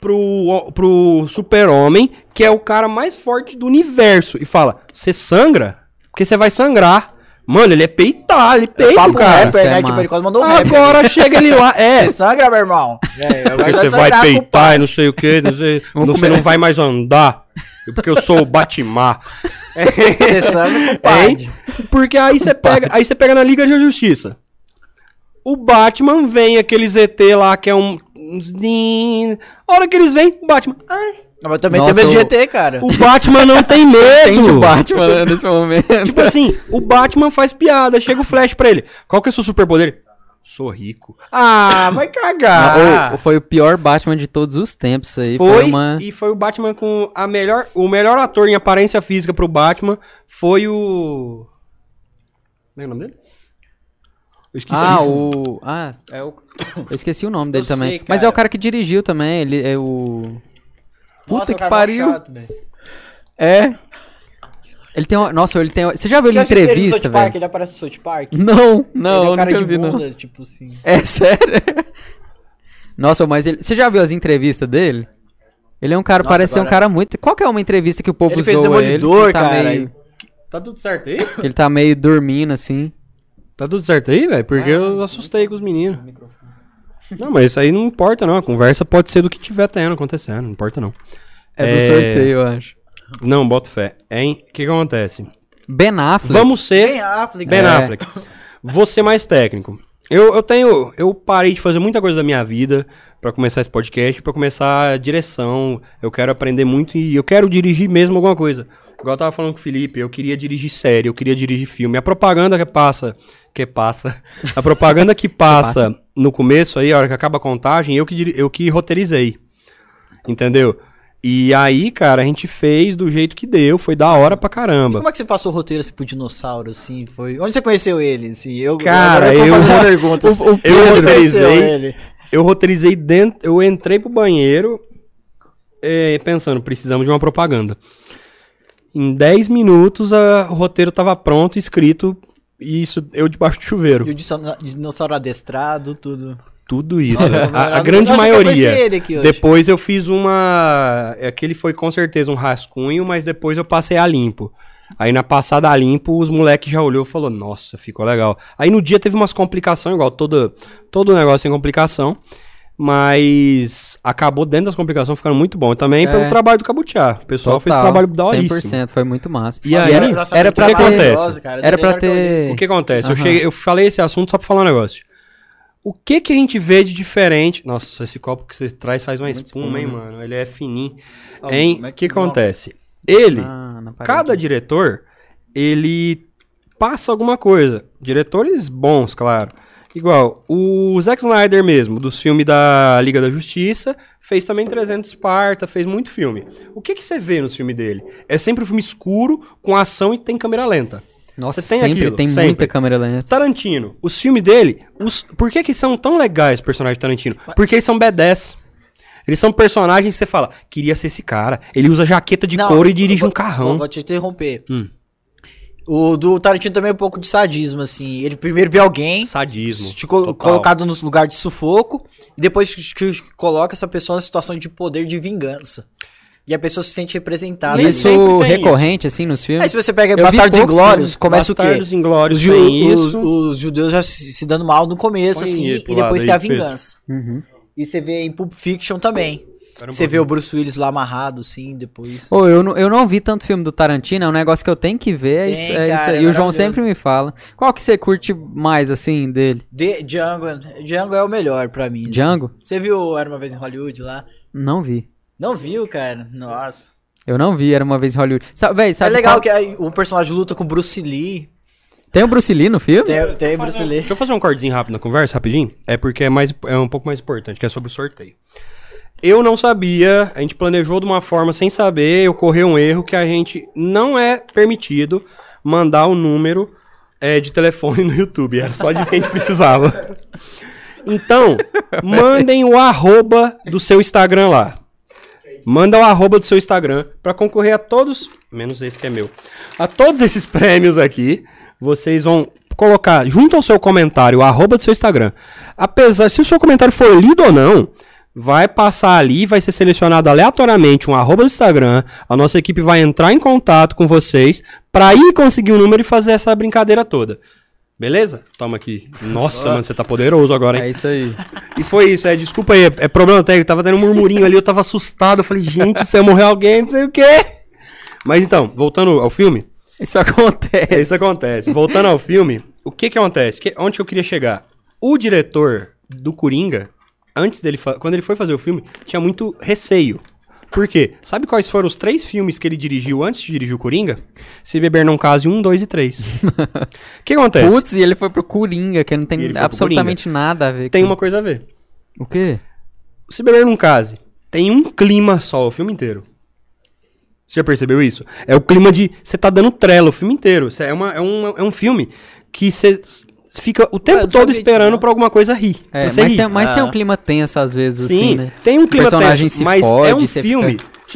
pro Super-Homem, que é o cara mais forte do universo, e fala, você sangra? Porque você vai sangrar. Mano, ele é peitar, ele peita, cara. Rapper, né? Tipo, ele quase mandou um Agora chega ele lá, Você sangra, meu irmão? Porque você vai peitar e não sei o que, não sei, você não vai mais andar. Porque eu sou o Batman. Você sangra, compadre. Porque aí você pega na Liga da Justiça. O Batman vem, aqueles ET lá, que é um... A hora que eles vêm, o Batman... Ai. Mas também tem medo de ET, cara. O Batman não tem medo. Entende o Batman nesse momento. Tipo assim, o Batman faz piada, chega o Flash pra ele. Qual que é o seu superpoder? Sou rico. Ah, vai cagar. Foi o pior Batman de todos os tempos, isso aí. E foi o Batman com o melhor ator em aparência física pro Batman foi o... Como é o nome dele? Eu esqueci. Eu esqueci o nome dele também. sei, Mas é o cara que dirigiu também, ele é o... Puta que pariu. Chato, Ele tem Você já viu ele em entrevista, velho? Ele aparece no South Park? Não, Ele é um cara nunca de vi, bunda, não. tipo assim. É sério? Nossa, mas você já viu as entrevistas dele? Ele é um cara, parece ser um cara muito... Qual que é uma entrevista que o povo Ele fez zoa Demolidor, ele? cara. Tá tudo certo aí? Que ele tá meio dormindo, assim. Tá tudo certo aí, velho? Porque eu assustei com os meninos. Não, mas isso aí não importa, não. A conversa pode ser do que tiver acontecendo, não importa, não. É do sorteio, eu acho. Não, boto fé. Hein? O que acontece? Ben Affleck. Vamos ser... Ben Affleck. Ben Affleck. Vou ser mais técnico. Eu parei de fazer muita coisa da minha vida pra começar esse podcast, pra começar a direção. Eu quero aprender muito e eu quero dirigir mesmo alguma coisa. Igual eu tava falando com o Felipe, eu queria dirigir série, eu queria dirigir filme. A propaganda a propaganda que passa no começo aí, a hora que acaba a contagem, eu que roteirizei. Entendeu? E aí, cara, a gente fez do jeito que deu, foi da hora pra caramba. Como é que você passou o roteiro assim pro dinossauro, assim? Foi... Onde você conheceu ele, assim? Cara, eu tô fazendo perguntas. Eu roteirizei dentro, eu entrei pro banheiro pensando, precisamos de uma propaganda. Em 10 minutos o roteiro tava pronto, escrito, e isso eu debaixo do chuveiro. E o dinossauro adestrado, tudo. Tudo isso, a grande maioria. Depois eu fiz aquele foi com certeza um rascunho, mas depois eu passei a limpo. Aí na passada a limpo, os moleques já olhou e falou, nossa, ficou legal. Aí no dia teve umas complicações, igual todo negócio tem complicação, mas acabou dentro das complicações ficando muito bom. Também pelo trabalho do Cabutiá. O pessoal fez trabalho da horíssimo. 100%, foi muito massa. E aí, era pra ter... Era pra ter... O que acontece? Eu falei esse assunto só pra falar um negócio. O que a gente vê de diferente... Nossa, esse copo que você traz faz uma espuma, hein, mano? Ele é fininho. O que acontece? Cada diretor, ele passa alguma coisa. Diretores bons, claro. Igual, o Zack Snyder mesmo, dos filmes da Liga da Justiça, fez também 300 Esparta, fez muito filme. O que você vê nos filmes dele? É sempre um filme escuro, com ação e tem câmera lenta. Nossa, tem muita câmera lenta. Tarantino, os filmes dele, por que são tão legais os personagens de Tarantino? Porque eles são B10. Eles são personagens que você fala, queria ser esse cara. Ele usa jaqueta de couro e dirige um carrão. Vou te interromper. O do Tarantino também é um pouco de sadismo, assim. Ele primeiro vê alguém... Sadismo. Colocado no lugar de sufoco. E depois que coloca essa pessoa na situação de poder de vingança. E a pessoa se sente representada. Isso recorrente, assim, nos filmes? Aí se você pega Bastardos Inglórios, começa Bastardos o quê? Inglórios Os judeus já se dando mal no começo, assim. E depois tem a vingança. E você vê em Pulp Fiction também. Você vê o Bruce Willis lá amarrado, assim, depois. Eu não vi tanto filme do Tarantino, é um negócio que eu tenho que ver, isso aí. E o João sempre me fala. Qual que você curte mais, assim, dele? Django é o melhor pra mim. Django? Assim. Você viu Era Uma Vez em Hollywood lá? Não vi. Não viu, cara? Nossa. Eu não vi Era Uma Vez em Hollywood. Sabe é legal que o personagem luta com o Bruce Lee. Tem o Bruce Lee no filme? Tem o Bruce Lee. Deixa eu fazer um cortezinho rápido na conversa, rapidinho. É porque é um pouco mais importante, que é sobre o sorteio. Eu não sabia, a gente planejou de uma forma sem saber, ocorreu um erro que a gente não é permitido mandar o número de telefone no YouTube. Era só disso que a gente precisava. Então, mandem o @ do seu Instagram lá. Manda o @ do seu Instagram pra concorrer a todos, menos esse que é meu, a todos esses prêmios aqui. Vocês vão colocar junto ao seu comentário o @ do seu Instagram. Se o seu comentário for lido ou não, vai passar ali, vai ser selecionado aleatoriamente um @ do Instagram. A nossa equipe vai entrar em contato com vocês pra ir conseguir um número e fazer essa brincadeira toda. Beleza? Toma aqui. Nossa, mano, você tá poderoso agora, hein? É isso aí. E foi isso, desculpa aí, é problema técnico. Tava tendo um murmurinho ali, eu tava assustado. Eu falei, gente, se eu morrer alguém, não sei o quê. Mas então, voltando ao filme. Isso acontece. Voltando ao filme, o que acontece? Onde que eu queria chegar? O diretor do Coringa, quando ele foi fazer o filme, tinha muito receio. Por quê? Sabe quais foram os 3 filmes que ele dirigiu antes de dirigir o Coringa? Se Beber Não Case 1, 2 e 3. O que acontece? Putz, e ele foi pro Coringa, que não tem absolutamente nada a ver. Tem uma coisa a ver. O quê? Se Beber Não Case tem um clima só o filme inteiro. Você já percebeu isso? É o clima de... Você tá dando trela o filme inteiro. É um filme que você fica o tempo todo esperando pra alguma coisa rir. Mas tem um clima tenso às vezes, sim, assim, né? Tem um clima tenso, mas fode, é um filme...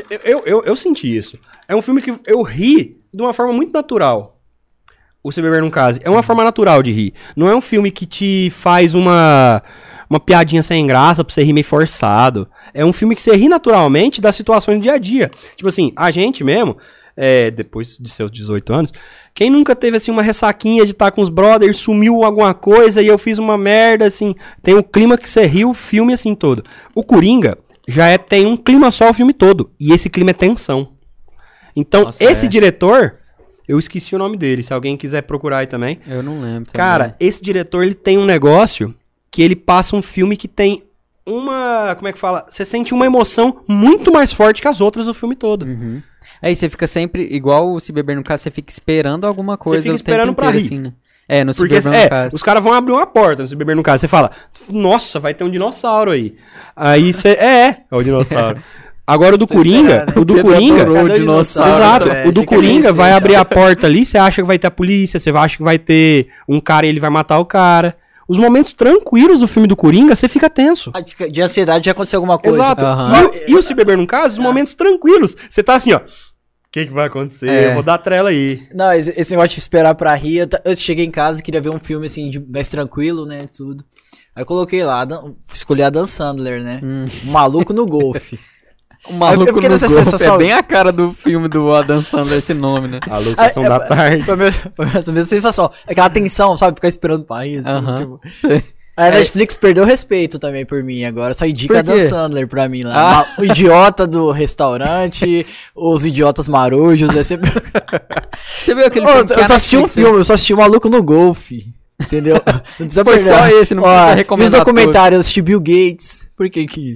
Eu senti isso. É um filme que eu ri de uma forma muito natural. O Se Beber Não Case. É uma forma natural de rir. Não é um filme que te faz uma piadinha sem graça pra você rir meio forçado. É um filme que você ri naturalmente das situações do dia a dia. Tipo assim, a gente mesmo, depois de seus 18 anos, quem nunca teve assim uma ressaquinha de estar com os brothers, sumiu alguma coisa e eu fiz uma merda, assim. Tem um clima que você ri o filme assim todo. O Coringa tem um clima só o filme todo. E esse clima é tensão. Então, diretor, Eu esqueci o nome dele, se alguém quiser procurar aí também. Eu não lembro. Cara, esse diretor, ele tem um negócio que ele passa um filme que tem uma... Como é que fala? Você sente uma emoção muito mais forte que as outras do filme todo. Uhum. Aí você fica sempre, igual o Se Beber no Caso, você fica esperando alguma coisa fica o esperando tempo pra inteiro, rir. assim, né? É, no Se Porque, Beber no Caso. os caras vão abrir uma porta no Se Beber no Caso. Você fala, nossa, vai ter um dinossauro aí. Aí você... É o dinossauro. Agora o do Coringa... esperando, O do Coringa... adorou o Cadê o dinossauro, Exato. velho? O do Fica Coringa nesse, vai cara. abrir a porta ali, você acha que vai ter a polícia, você acha que vai ter um cara e ele vai matar o cara. Os momentos tranquilos do filme do Coringa, você fica tenso. De ansiedade já aconteceu alguma coisa. Exato. Aham. E o Se Beber Num Caso, os momentos tranquilos. Você tá assim, ó. O que vai acontecer? É. Eu vou dar trela aí. Não, esse negócio de esperar pra rir. Eu cheguei em casa e queria ver um filme assim, mais tranquilo, né? Tudo. Aí eu coloquei lá, escolhi a Dan Sandler, né? Um maluco no golfe. O Maluco Eu fiquei no nessa Golfe sensação- é bem a cara do filme do Adam Sandler, esse nome, né? A Sessão da Tarde. Foi a mesma sensação. Aquela tensão, sabe? Ficar esperando pra rir, assim. Aham, Tipo. sei. Aí a Netflix perdeu o respeito também por mim agora. Só indica a Por quê? Dan Sandler pra mim lá. O idiota do restaurante, os idiotas marujos. É sempre... Você viu aquele Ô, filme que eu a só assisti um Netflix filme, eu só assisti o Maluco no Golfe. Entendeu? Não precisa Foi perder. só esse, não precisa Ó, recomendar E os documentários, eu assisti Bill Gates. Por que que...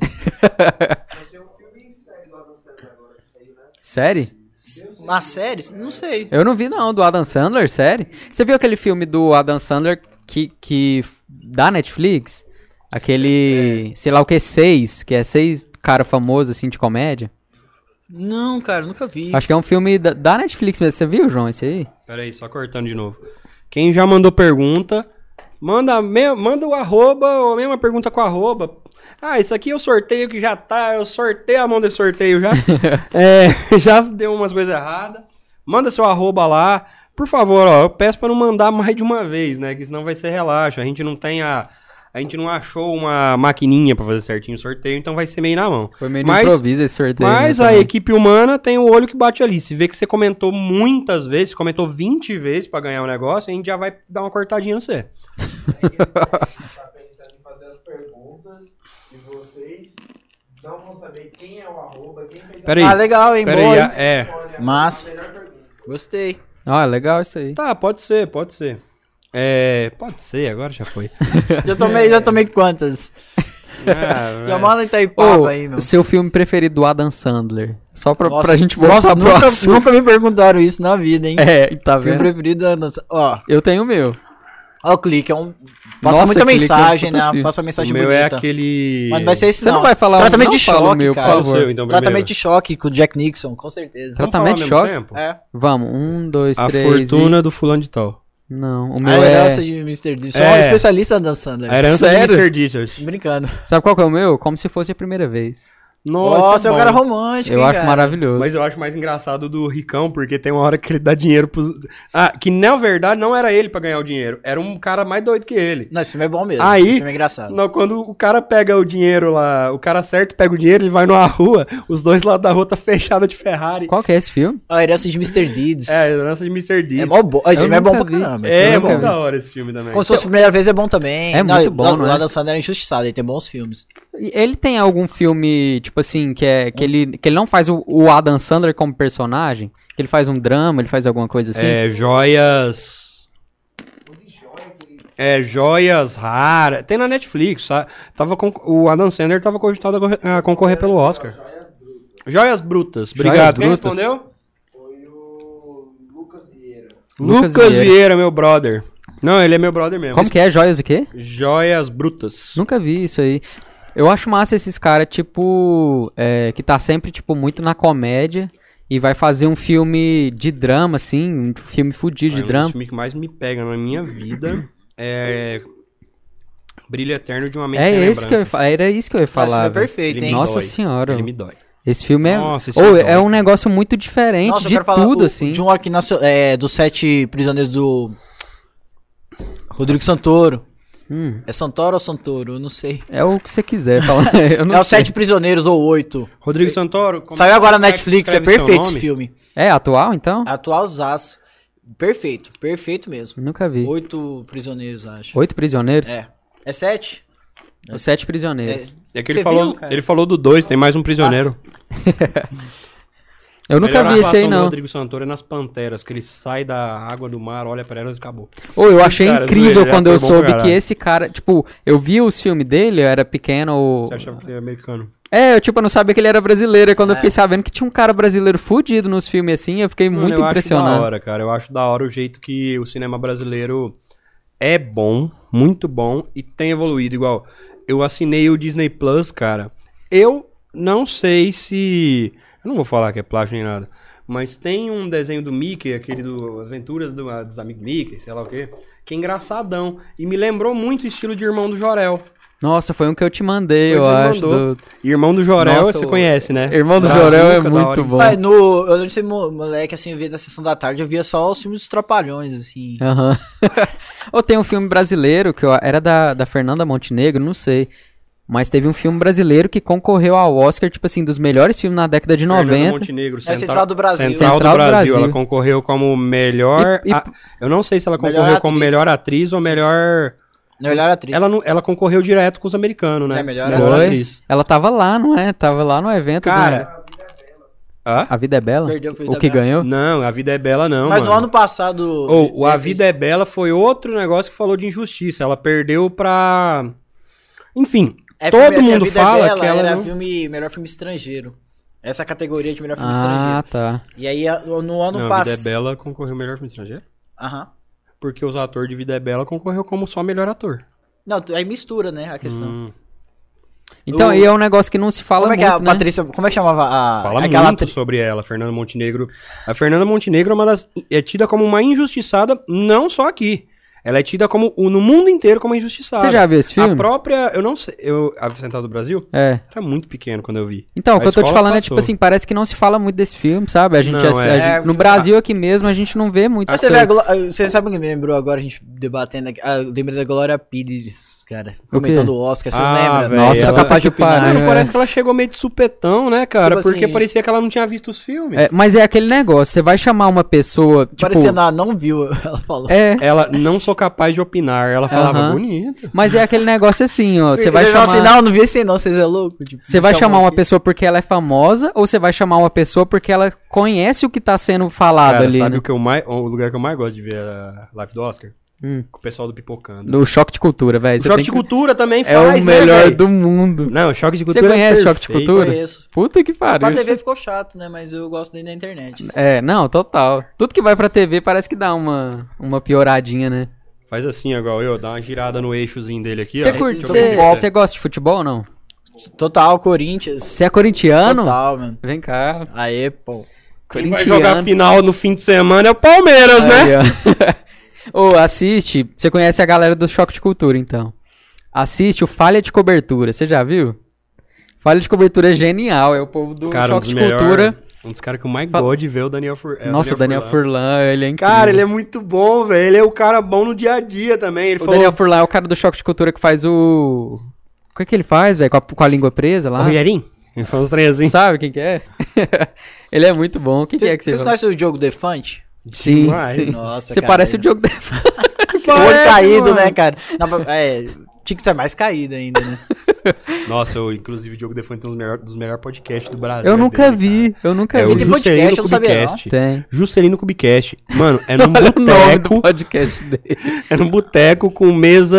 Série? Uma série? Não sei. Eu não vi não, do Adam Sandler, série. Você viu aquele filme do Adam Sandler que da Netflix? Aquele, sei lá o que, 6, que é 6 cara famoso assim de comédia. Não, cara, nunca vi. Acho que é um filme da Netflix mesmo. Você viu, João, esse aí? Pera aí, só cortando de novo. Quem já mandou pergunta, manda o arroba ou a mesma pergunta com arroba. Ah, isso aqui é o sorteio que já tá, eu sorteio a mão desse sorteio já. Já deu umas coisas erradas. Manda seu arroba lá. Por favor, ó, eu peço pra não mandar mais de uma vez, né? Que senão vai ser relaxo. A gente não tem a gente não achou uma maquininha pra fazer certinho o sorteio, então vai ser meio na mão. Foi meio no improviso esse sorteio. Mas né, a também. equipe humana tem o olho que bate ali. Se vê que você comentou muitas vezes, comentou 20 vezes pra ganhar o negócio, a gente já vai dar uma cortadinha no você. A gente tá pensando em fazer as perguntas e vocês não vão saber quem é o arroba, quem fez Pera aí. Ah, legal, hein? Pera Boa, aí, hein? é. Massa. a melhor pergunta. Gostei. Ah, legal isso aí. Tá, pode ser. Pode ser, agora já foi. Já tomei quantas? Já manda em Itaipava aí, meu. O seu filme preferido do Adam Sandler. Só pra Nossa, gente voltar nossa, pro assunto. nunca me perguntaram isso na vida, hein? É, tá Filme vendo? preferido é dança. Ó, Eu tenho o meu. o clique, passa Nossa, muita Clique é um mensagem, puta né? filme. Passa O mensagem meu bonita. é aquele... Mas não vai ser esse Você não vai falar Tratamento não de fala o choque, meu, cara. por Fala o favor. seu, então, primeiro. Tratamento de choque com o Jack Nixon, com certeza. Vamos Tratamento falar de ao mesmo choque? tempo? É. Vamos, 1, 2, A 3 fortuna do fulano de tal. Não, o A meu herança é... de Mr. D. Sou um especialista dançando. A herança Sério? do Mr. Dishers. Brincando. Sabe qual que é o meu? Como se fosse a primeira vez. Nossa, é um bom. cara romântico, Eu hein, acho cara? maravilhoso. Mas eu acho mais engraçado do Ricão, porque tem uma hora que ele dá dinheiro pros... Ah, que na verdade não era ele pra ganhar o dinheiro. Era um cara mais doido que ele. Não, esse filme é bom mesmo. Aí, Esse filme é engraçado. não, quando o cara pega o dinheiro lá, o cara certo pega o dinheiro, ele vai numa rua, os dois lados da rua tá fechada de Ferrari. Qual que é esse filme? A herança de Mr. Deeds. É, a herança de Mr. D. É mó bom. Esse filme é bom nunca pra vi. caramba. esse filme É, bom. muito da hora esse filme também. Como se fosse a primeira vez, é bom também. É muito bom, não é? O Adam Sandler é injustiçado, ele tem bons filmes. E ele tem algum filme, tipo assim, que ele não faz o Adam Sandler como personagem? Que ele faz um drama, ele faz alguma coisa assim? Joias... Joias raras. Tem na Netflix, sabe? O Adam Sandler tava cogitado a concorrer pelo Oscar. Joias Brutas. Obrigado. Quem Brutas? respondeu? Foi o Lucas Vieira. Lucas Lucas Vieira. Vieira, meu brother. Não, ele é meu brother mesmo. Como que é? Joias o quê? Joias Brutas. Nunca vi isso aí. Eu acho massa esses caras, tipo, que tá sempre, tipo, muito na comédia e vai fazer um filme de drama, assim, um filme fudido de Um drama. dos filmes que mais me pega na minha vida é Brilho Eterno de uma Mente Sem É esse que eu ia Lembranças. era isso que eu ia falar. filme é velho. perfeito, Ele hein? me Nossa dói. senhora. Ele me dói. Esse filme é. Nossa, esse Ô, filme é dói. um negócio muito diferente Nossa, eu de quero falar tudo, assim. de um aqui dos 7 prisioneiros do Rodrigo Santoro. É Santoro ou Santoro? Eu não sei. É o que você quiser falar. Eu não É os sei. 7 prisioneiros ou 8. Rodrigo Santoro. como Saiu agora na é que Netflix, é escreve seu perfeito esse nome? filme. É atual, então? Atualzaço. Perfeito, perfeito mesmo. Nunca vi. 8 prisioneiros, acho. 8 prisioneiros? É 7? Os 7 prisioneiros. É que Você ele falou, viu, cara? ele falou do 2, tem mais um prisioneiro. Eu nunca vi esse aí, do não. Rodrigo Santoro é nas Panteras, que ele sai da água do mar, olha pra elas e acabou. Ô, eu achei Cara, incrível ele quando foi eu bom soube pra que caralho. esse cara, tipo, eu vi os filmes dele, eu era pequeno. Você achava que ele era americano? Eu não sabia que ele era brasileiro. E quando eu fiquei sabendo que tinha um cara brasileiro fudido nos filmes assim, eu fiquei muito eu acho impressionado. da hora, cara. Eu acho da hora o jeito que o cinema brasileiro é bom, muito bom, e tem evoluído. Igual, eu assinei o Disney Plus, cara. Eu não sei se... Eu não vou falar que é plágio nem nada. Mas tem um desenho do Mickey, aquele do Aventuras dos Amigos Mickey, sei lá o quê, que é engraçadão. E me lembrou muito o estilo de Irmão do Jorel. Nossa, foi um que eu te mandei, Foi eu que você acho. mandou. Irmão do Jorel, Nossa, você conhece, né? Irmão do Brazuca, Jorel é da muito hora bom. Mas eu lembro de ser moleque, assim, eu via na sessão da tarde, eu via só os filmes dos Trapalhões, assim. Aham. Ou tem um filme brasileiro, que era da Fernanda Montenegro, não sei. Mas teve um filme brasileiro que concorreu ao Oscar, tipo assim, dos melhores filmes na década de 90. Fernanda Montenegro, Central do Brasil. Central do Brasil. Ela concorreu como melhor... eu não sei se ela concorreu como melhor atriz ou melhor... Melhor atriz. Ela concorreu direto com os americanos, né? É, melhor atriz. Ela tava lá, não é? Tava lá no evento. Cara... A Vida é Bela? Perdeu pra Vida O que é Bela. ganhou? Não, A Vida é Bela não, Mas mano. no ano passado... O A Vida é Bela foi outro negócio que falou de injustiça. Ela perdeu pra... Enfim, todo mundo fala que ela era não... melhor filme estrangeiro. Essa categoria de melhor filme estrangeiro. Ah, tá. E aí, no ano Não, A passado... Vida é Bela concorreu melhor filme estrangeiro? Aham. Porque os atores de Vida é Bela concorreu como só melhor ator. Não, aí mistura, né, a questão. Então, aí é um negócio que não se fala Como é que muito, a né? Patrícia... Como é que chamava a... Fala aquela muito sobre ela, Fernanda Montenegro. A Fernanda Montenegro é tida como uma injustiçada, não só aqui. Ela é tida como no mundo inteiro como injustiçada. Você já viu esse filme? A própria, eu não sei, a Central do Brasil? É. Era muito pequeno quando eu vi. Então, o que eu tô te falando é, passou. tipo assim, parece que não se fala muito desse filme, sabe? A gente, Não, no Brasil aqui mesmo, a gente não vê muito isso. Você sabe o que me lembrou agora, a gente debatendo aqui? Eu lembrei da Glória Pires, cara. O quê? Comentando o Oscar, você Ah, lembra? velho, Nossa, ela- sou capaz de opinar. Mano, É. parece que ela chegou meio de supetão, né, cara? Tipo Porque assim, parecia que ela não tinha visto os filmes. É, mas é aquele negócio, você vai chamar uma pessoa, tipo... Parecendo, não viu, ela falou. É, Ela não sou capaz de opinar. Ela falava Aham. bonito. mas é aquele negócio assim, ó, você vai Ele falou chamar... assim, não vi esse não, vocês é louco. Tipo, Você vai chamou chamar uma aqui. pessoa porque ela é famosa ou você vai chamar uma pessoa porque ela conhece o que tá sendo falado Cara, ali, sabe né? o lugar que eu mais gosto de ver a live do Oscar? Com o pessoal do Pipocando. No Choque de Cultura, velho. O Choque de Cultura também É faz, o né, melhor velho? do mundo. Não, Choque de Você Cultura conhece é Choque de perfeito. Cultura? Conheço. Puta que Pra pariu. TV ficou chato, né? Mas eu gosto dele na internet. assim. É, não, total. Tudo que vai pra TV parece que dá uma pioradinha, né? Faz assim, igual eu, dá uma girada no eixozinho dele aqui, Você ó. curte, Deixa eu ver. você gosta de futebol ou não? Total, Corinthians. Você é corintiano? Total, mano. Vem cá. Aê, pô. Quem vai jogar final no fim de semana é o Palmeiras, né? Aí, ó. Ô, assiste. Você conhece a galera do Choque de Cultura, então. Assiste o Falha de Cobertura. Você já viu? Falha de Cobertura é genial. É o povo do Cara, Choque de Cultura. Um dos caras que eu mais gosto de ver é o Daniel Furlan. Nossa, o Daniel Furlan, ele é incrível. Cara, ele é muito bom, velho. Ele é o cara bom no dia a dia também. Ele O falou... Daniel Furlan é o cara do Choque de Cultura que faz o... O que é que ele faz, velho? Com a língua presa lá? O Rogerinho? Ele fala uns trem assim. Sabe quem que é? Ele é muito bom. Quem que é que você Vocês fala? conhecem o Diogo Defante? Sim, Demais. sim. Nossa, Você cara, parece o ele- Diogo O olho caído, mano. né, cara? Não, tinha que ser mais caído ainda, né? Nossa, inclusive o Diogo Defante tem um dos melhores podcasts do Brasil. Eu é nunca dele, vi, cara. eu nunca É vi. o tem podcast, Juscelino eu não sabia, Kubicast. Tem. Juscelino Kubicast. Mano, é num Olha o nome do boteco. podcast dele. É num boteco com mesa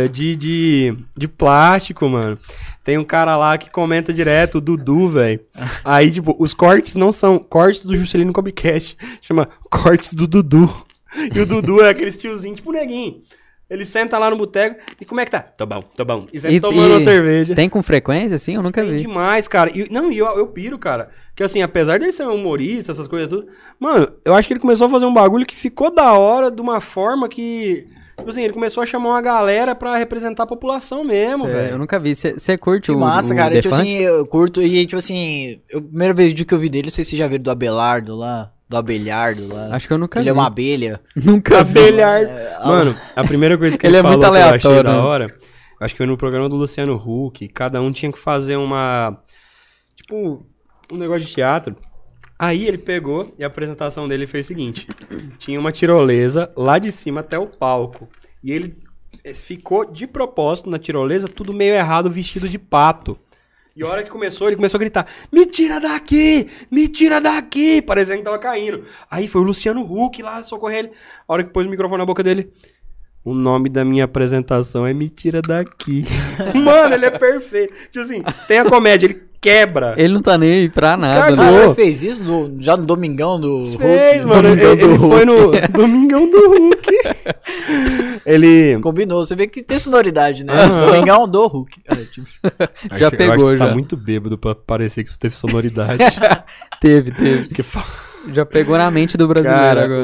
de plástico, mano. Tem um cara lá que comenta direto, o Dudu, velho. Aí, tipo, os cortes não são cortes do Juscelino Kubicast. Chama cortes do Dudu. E o Dudu é aquele tiozinho, tipo neguinho. Ele senta lá no boteco e como é que tá? Tô bom, tô bom. E sempre tomando uma cerveja. Tem com frequência, assim? Eu nunca Tem vi. demais, cara. E eu piro, cara. Que assim, apesar dele ser um humorista, essas coisas tudo. Mano, eu acho que ele começou a fazer um bagulho que ficou da hora de uma forma que. Tipo assim, ele começou a chamar uma galera pra representar a população mesmo, Eu velho. nunca vi. Você curte Que o massa, o cara. Tipo Defante? assim, eu curto. E, tipo assim, o primeiro vídeo que eu vi dele, não sei se vocês já viram do Abelardo lá. Do Abelhardo lá. Acho que eu nunca Ele vi. é uma abelha. Nunca vi. Abelhar. Mano, a primeira coisa que Ele ele é falou muito que eu achei aleatório, da né? hora, acho que foi no programa do Luciano Huck, cada um tinha que fazer uma, tipo, um negócio de teatro. Aí ele pegou e a apresentação dele fez o seguinte, tinha uma tirolesa lá de cima até o palco, e ele ficou de propósito na tirolesa, tudo meio errado, vestido de pato. E a hora que começou, ele começou a gritar, me tira daqui, me tira daqui, parecendo que tava caindo. Aí foi o Luciano Huck lá socorrer ele. A hora que pôs o microfone na boca dele, o nome da minha apresentação é Me Tira Daqui. Mano, ele é perfeito. Tipo assim, tem a comédia, ele quebra. Ele não tá nem aí pra nada, Cagou. né? Ele fez isso já no Domingão do Fez, Hulk. mano. Domingão do Ele Hulk. foi no Domingão do Hulk. Ele... Combinou, você vê que tem sonoridade, né? Aham. Domingão do Hulk. Tipo, Já Eu pegou, acho que você já. tá muito bêbado pra parecer que isso teve sonoridade. Teve. Que fa- Já pegou na mente do brasileiro Cara, agora.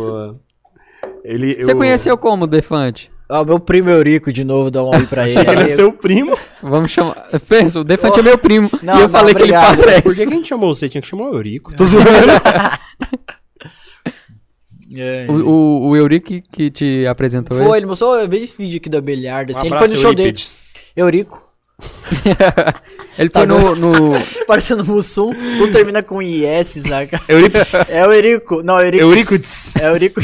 Você Você conheceu como, Defante? ó, meu primo Eurico de novo, dá um oi pra ele. Ele é seu primo. Vamos chamar... Pensa, o Defante é meu primo. Não, e eu não, falei que obrigado. ele parece. Por que a gente chamou você? Tinha que chamar o Eurico. Tô zoando. É. O Eurico que te apresentou Foi, ele mostrou, eu vejo esse vídeo aqui da Belhardo, assim, Um ele foi no abraço, show dele. Eurípides. Eurico, Ele Tá foi no... parecendo Mussum, tudo termina com IS, saca? Eurípides. É o Eurico, não, Eurico. Eurípides. É o Eurico.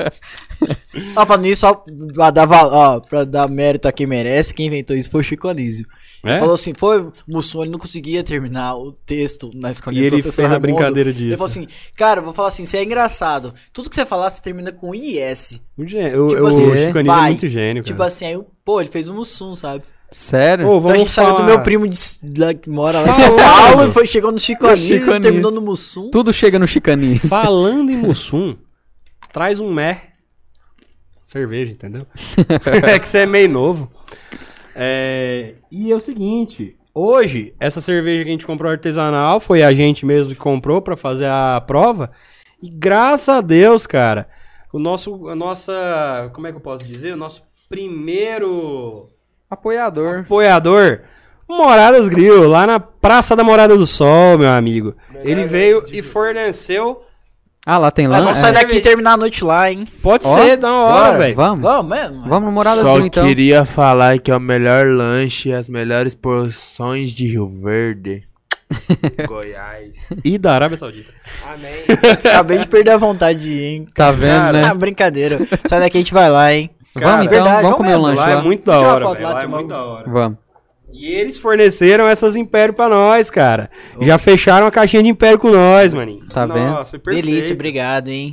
Ó, falando nisso, pra dar mérito a quem merece, quem inventou isso foi o Chico Anísio. Ele É? falou assim, foi Mussum, ele não conseguia terminar o texto na escola E do ele professor fez a Raimundo. brincadeira disso. Ele falou assim, cara, eu vou falar assim, você é engraçado, tudo que você falar, você termina com IS. Muito gênio. Tipo O assim, Chico Anísio é vai. muito gênio, cara. Tipo assim, aí, pô, ele fez o Mussum, sabe? Sério? Ô, Então a vamos gente saiu do falar- meu primo que mora lá em Falando. São Paulo, e chegou no Chico No Anísio, Chico Anísio. terminou no Mussum. Tudo chega no chicanismo. Falando em Mussum, traz um Mer. Cerveja, entendeu? É que você é meio novo. E é o seguinte, hoje, essa cerveja que a gente comprou artesanal, foi a gente mesmo que comprou pra fazer a prova. E graças a Deus, cara, a nossa, como é que eu posso dizer? O nosso primeiro Apoiador. apoiador, Moradas Grill, lá na Praça da Morada do Sol, meu amigo. Ele veio e forneceu. Ah, lá tem Mas lã? vamos sair daqui e terminar a noite lá, hein? Pode Ó, ser, da hora, bora. velho. Vamos. Vamos mesmo? Vamos no Moradas Só Grill, então. queria falar que é o melhor lanche e as melhores porções de Rio Verde, Goiás. E da Arábia Saudita. Amém. Acabei de perder a vontade de ir, hein? Tá vendo, né? Ah, brincadeira. Sai daqui a gente vai lá, hein? Vamos então, verdade, vamos vamos comer o mesmo. lanche Lá lá. é muito da Tirar uma hora, foto velho. lá, Lá é tomar muito um- da hora. Vamos. E eles forneceram essas impérios pra nós, cara. Já fecharam a caixinha de império com nós, maninho. Tá vendo? Nossa, foi perfeito. Delícia, obrigado, hein?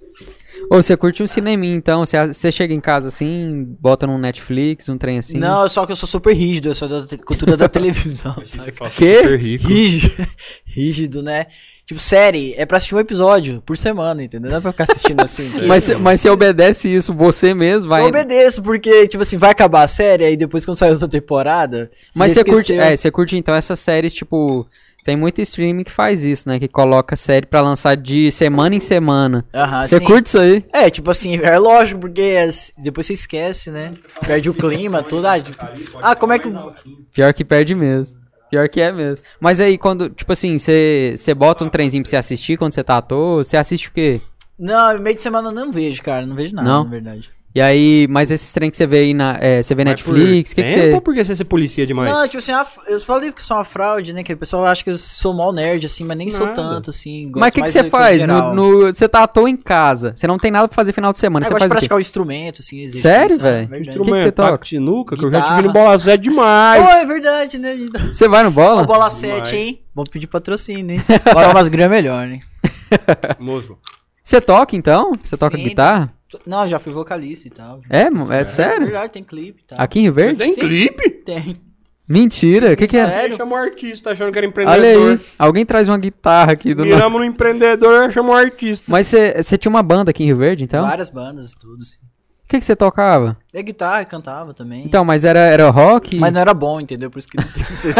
Ô, você curte um cineminha, então? Você chega em casa assim, bota num Netflix, um trem assim? Não, só que eu sou super rígido, eu sou da cultura da televisão, Você sabe? fala Quê? super rico. Rígido, rígido, né? Tipo, série, é pra assistir um episódio por semana, entendeu? Não é pra ficar assistindo assim. que- Mas você obedece isso, você mesmo vai... Eu obedeço, porque, tipo assim, vai acabar a série, aí depois quando sair outra temporada... Mas já você curte, esqueceu. você curte então essas séries, tipo... Tem muito streaming que faz isso, né? Que coloca série pra lançar de semana em semana. Aham, Você sim. curte isso aí? É, tipo assim, é lógico, porque depois você esquece, né? Perde o clima, tudo. Como é que... Pior que perde mesmo. Pior que é mesmo. Mas aí, quando, tipo assim, você bota um trenzinho pra você assistir quando você tá à toa, você assiste o quê? Não, meio de semana eu não vejo, cara. Não vejo nada, Não? na verdade. E aí, mas esses trem que você vê aí você vê Netflix, o que Tempo você... ou porque você policia demais? Não, tipo assim, eu falei que sou uma fraude, né? Que o pessoal acha que eu sou mal nerd, assim, mas nem sou Nada. tanto, assim. Mas o que mais você de coisa faz? geral. Você tá à toa em casa, você não tem nada pra fazer final de semana, Eu você gosto de faz o quê? praticar o instrumento, assim, exercício, Sério, sabe? velho? Verdade. que você toca? Tinuca, que eu já te Guitarra. vi no Bola 7 demais. Oh, é verdade, né? Você vai no bola? Ó, bola 7, hein? Vamos pedir patrocínio, hein? Agora umas grãs é melhor, né? Moço. Você toca então? Você toca Sim, guitarra? Não, já fui vocalista e tal. É É sério? verdade, tem clipe e tal. Aqui em Rio Verde? Tem Sim. clipe? Tem. Mentira, o que é? Sério? Chamou artista, achando que era Olha empreendedor. aí, alguém traz uma guitarra aqui do nada. Miramos no empreendedor, chamou artista. Mas você tinha uma banda aqui em Rio Verde, então? Várias bandas, tudo, assim. O que você tocava? É guitarra, cantava também. Então, mas era rock? Mas não era bom, entendeu? Por isso que não tem vocês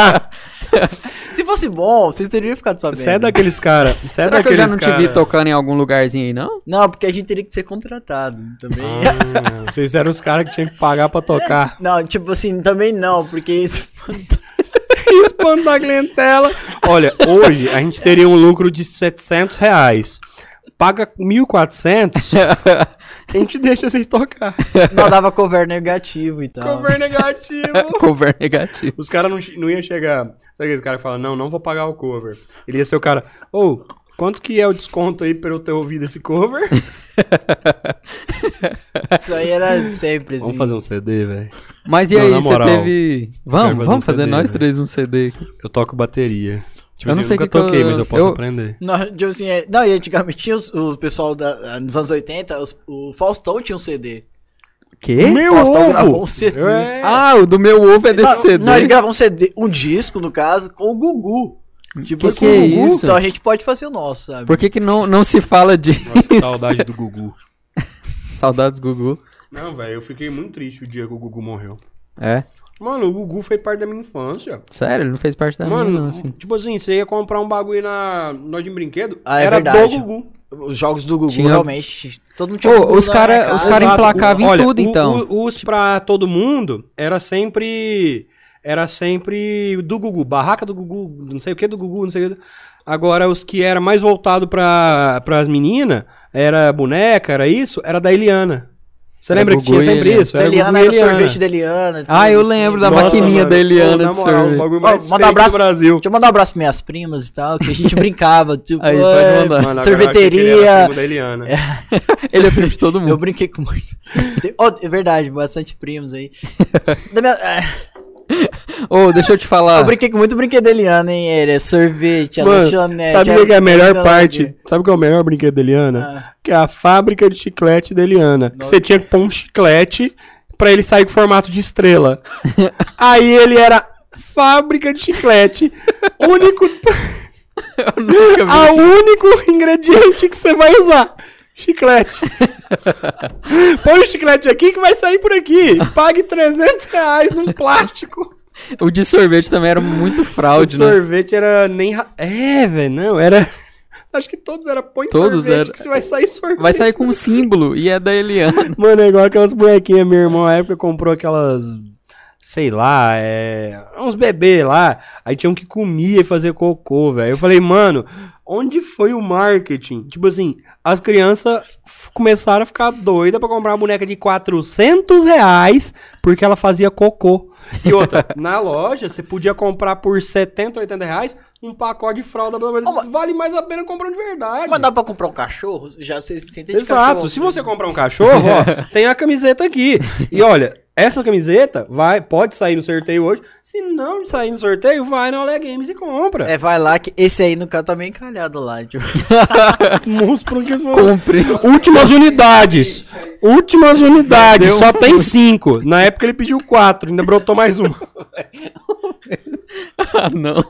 Se fosse bom, vocês teriam ficado sabendo. Você é daqueles caras. Você é Será que eu daqueles já não te vi cara- tocando em algum lugarzinho aí, não? Não, porque a gente teria que ser contratado também. Ah, vocês eram os caras que tinham que pagar pra tocar. Não, tipo assim, também não, porque isso... Espanto da clientela. Olha, hoje a gente teria um lucro de R$700. Paga 1.400, a gente deixa vocês tocar. não dava cover negativo e tal. Cover negativo. Cover negativo. Os caras não iam chegar. Sabe aquele cara que fala, não vou pagar o cover. Ele ia ser o cara, quanto que é o desconto aí pra eu ter ouvido esse cover? Isso aí era sempre, assim. Vamos fazer um CD, velho. Mas e Não, aí, na você moral, teve... Vamos fazer CD, nós velho. 3 um CD. Eu toco bateria. Tipo Eu não assim, sei eu nunca que que eu- toquei, mas eu posso eu- aprender. Não, tipo assim, não, e antigamente tinha o pessoal nos anos 80, o Faustão tinha um CD. Quê? Meu Faustão ovo! gravou um CD. É. Ah, o do meu ovo é desse Não, CD. não, ele gravou um CD, um disco, no caso, com o Gugu. Tipo, Que com é o Gugu, isso? então a gente pode fazer o nosso, sabe? Por que não se fala disso? Nossa, que saudade do Gugu. Saudades, Gugu. Não, velho, eu fiquei muito triste o dia que o Gugu morreu. É? Mano, o Gugu foi parte da minha infância. Sério, ele não fez parte da minha, Mano, não, assim. tipo assim, você ia comprar um bagulho na loja de brinquedo, Ah, é era verdade. do Gugu. Os jogos do Gugu, Tinha- realmente, todo mundo tinha Ô, Gugu os na cara casa. emplacavam Exato. em Olha, tudo, então. Os pra todo mundo era sempre do Gugu. Barraca do Gugu, não sei o que do Gugu, não sei o que. Agora, os que era mais voltado pras meninas, era boneca, era isso, era da Eliana. Você Era lembra que Gugu tinha e sempre Eliana. isso? Da Eliana Gugu e era o sorvete da Eliana. Ah, eu tudo assim. lembro da Nossa, maquininha mano. da Eliana Pô, na de moral, sorvete. o bagulho mais Manda um fake abraço do Brasil. Deixa eu mandar um abraço pras minhas primas e tal, que a gente brincava, tipo, Aí, pode mandar. Mano, agora sorveteria. eu achei que ele era primo da Eliana. Ele é primo de todo mundo. Eu brinquei com muito. É verdade, bastante primos aí. Da minha- Ô, deixa eu te falar. Eu brinquei com muito brinquedo da Eliana, hein? Era sorvete, a Mano, lanchonete. sabe o que é a melhor a- parte? Sabe o que é o melhor brinquedo da Eliana? Que é a fábrica de chiclete da Eliana. Que você tinha que pôr um chiclete pra ele sair com formato de estrela. Aí ele era fábrica de chiclete. Único... Eu nunca vi. O único ingrediente que você vai usar. Chiclete. Põe o chiclete aqui que vai sair por aqui. Pague R$300 num plástico. O de sorvete também era muito O fraude, né? sorvete era nem... É, velho, não, era... Acho que todos era põe Todos sorvete era. que você vai sair sorvete. Vai sair com um símbolo e é da Eliana. Mano, é igual aquelas bonequinhas. Meu irmão, na época, comprou aquelas... Sei lá, uns bebês lá. Aí tinham que comer e fazer cocô, velho. Eu falei, mano, onde foi o marketing? Tipo assim, as crianças começaram a ficar doidas pra comprar uma boneca de R$400 porque ela fazia cocô. E outra, na loja, você podia comprar por R$70, R$80 um pacote de fralda. Vale mais a pena comprar de verdade. Mas dá pra comprar um cachorro? Já você entende Exato, se você comprar um cachorro, ó, tem a camiseta aqui. E olha, essa camiseta pode sair no sorteio hoje. Se não sair no sorteio, vai na Olé Games e compra. É, vai lá que esse aí no caso tá meio encalhado lá. Tipo. Monstro que Compre. Últimas unidades. Últimas unidades. Deu Só tem 5. Na época ele pediu 4, ainda brotou mais uma. Ah, não.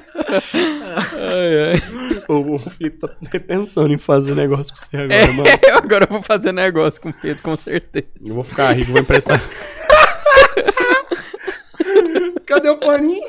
Ai, ai. O Felipe tá repensando em fazer negócio com você agora, mano. Eu agora vou fazer negócio com o Pedro, com certeza. Eu vou ficar rico, vou emprestar. Cadê o paninho?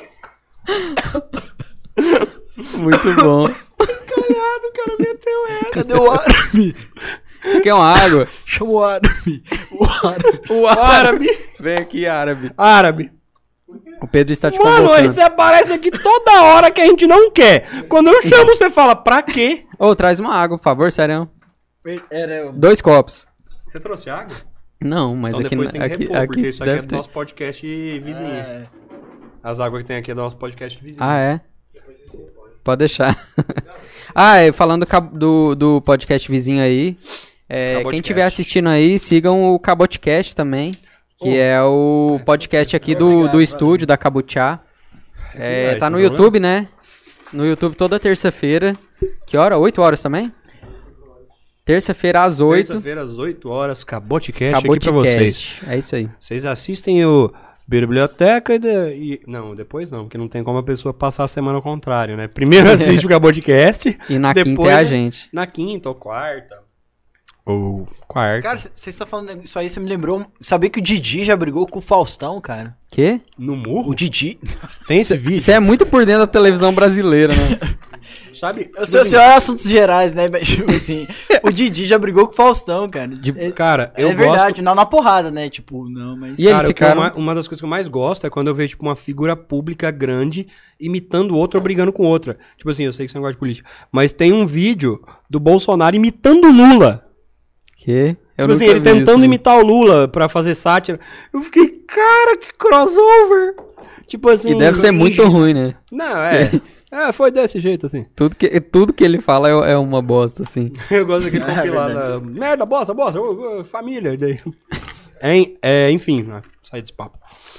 Muito bom. O cara meteu essa. Cadê o árabe? Você quer uma água? Chama o árabe. O árabe. O Árabe. Vem aqui, árabe. Árabe. O Pedro está te Mano, convocando. você aparece aqui toda hora que a gente não quer. Quando eu chamo, você fala, pra quê? Ô, traz uma água, por favor, sério. Era 2 copos. Você trouxe água? Não, mas Então aqui, depois tem que aqui, repor, aqui porque isso aqui é deve do ter. nosso podcast vizinho. As águas que tem aqui é do nosso podcast vizinho. Ah, é? Pode deixar. Falando do podcast vizinho aí, quem Cabotcast. estiver assistindo aí, sigam o Cabotcast também, que é o podcast aqui do estúdio da Cabutiá. Tá no YouTube, né? No YouTube toda terça-feira. Que hora? 8 horas também? Terça-feira às 8. Terça-feira às 8 horas, Cabotcast aqui pra vocês. É isso aí. Vocês assistem o Biblioteca Não, depois não, porque não tem como a pessoa passar a semana ao contrário, né? Primeiro assiste o Cabotcast. E na depois, quinta é a gente. Na quinta ou quarta. Ou quarta. Cara, você está falando isso aí, você me lembrou. Sabia que o Didi já brigou com o Faustão, cara? Quê? No murro? O Didi. Tem esse vídeo? Você é muito por dentro da televisão brasileira, né? Sabe? Eu sei o senhor é assuntos gerais, né? Mas, tipo assim, o Didi já brigou com o Faustão, cara. Cara, eu É verdade, não na porrada, né? Tipo, não, mas. E eles Cara, ficaram- uma das coisas que eu mais gosto é quando eu vejo, tipo, uma figura pública grande imitando outra ou brigando com outra. Tipo assim, eu sei que você não gosta de política, mas tem um vídeo do Bolsonaro imitando o Lula. Quê? Eu Tipo assim, nunca ele vi isso, tentando né? imitar o Lula pra fazer sátira. Eu fiquei, cara, que crossover! Tipo assim... E deve ser muito ruim, né? Não, Foi desse jeito, assim. Tudo que ele fala é uma bosta, assim. Eu gosto daquele compilado. Merda, bosta, família. Daí. Enfim, sai desse papo.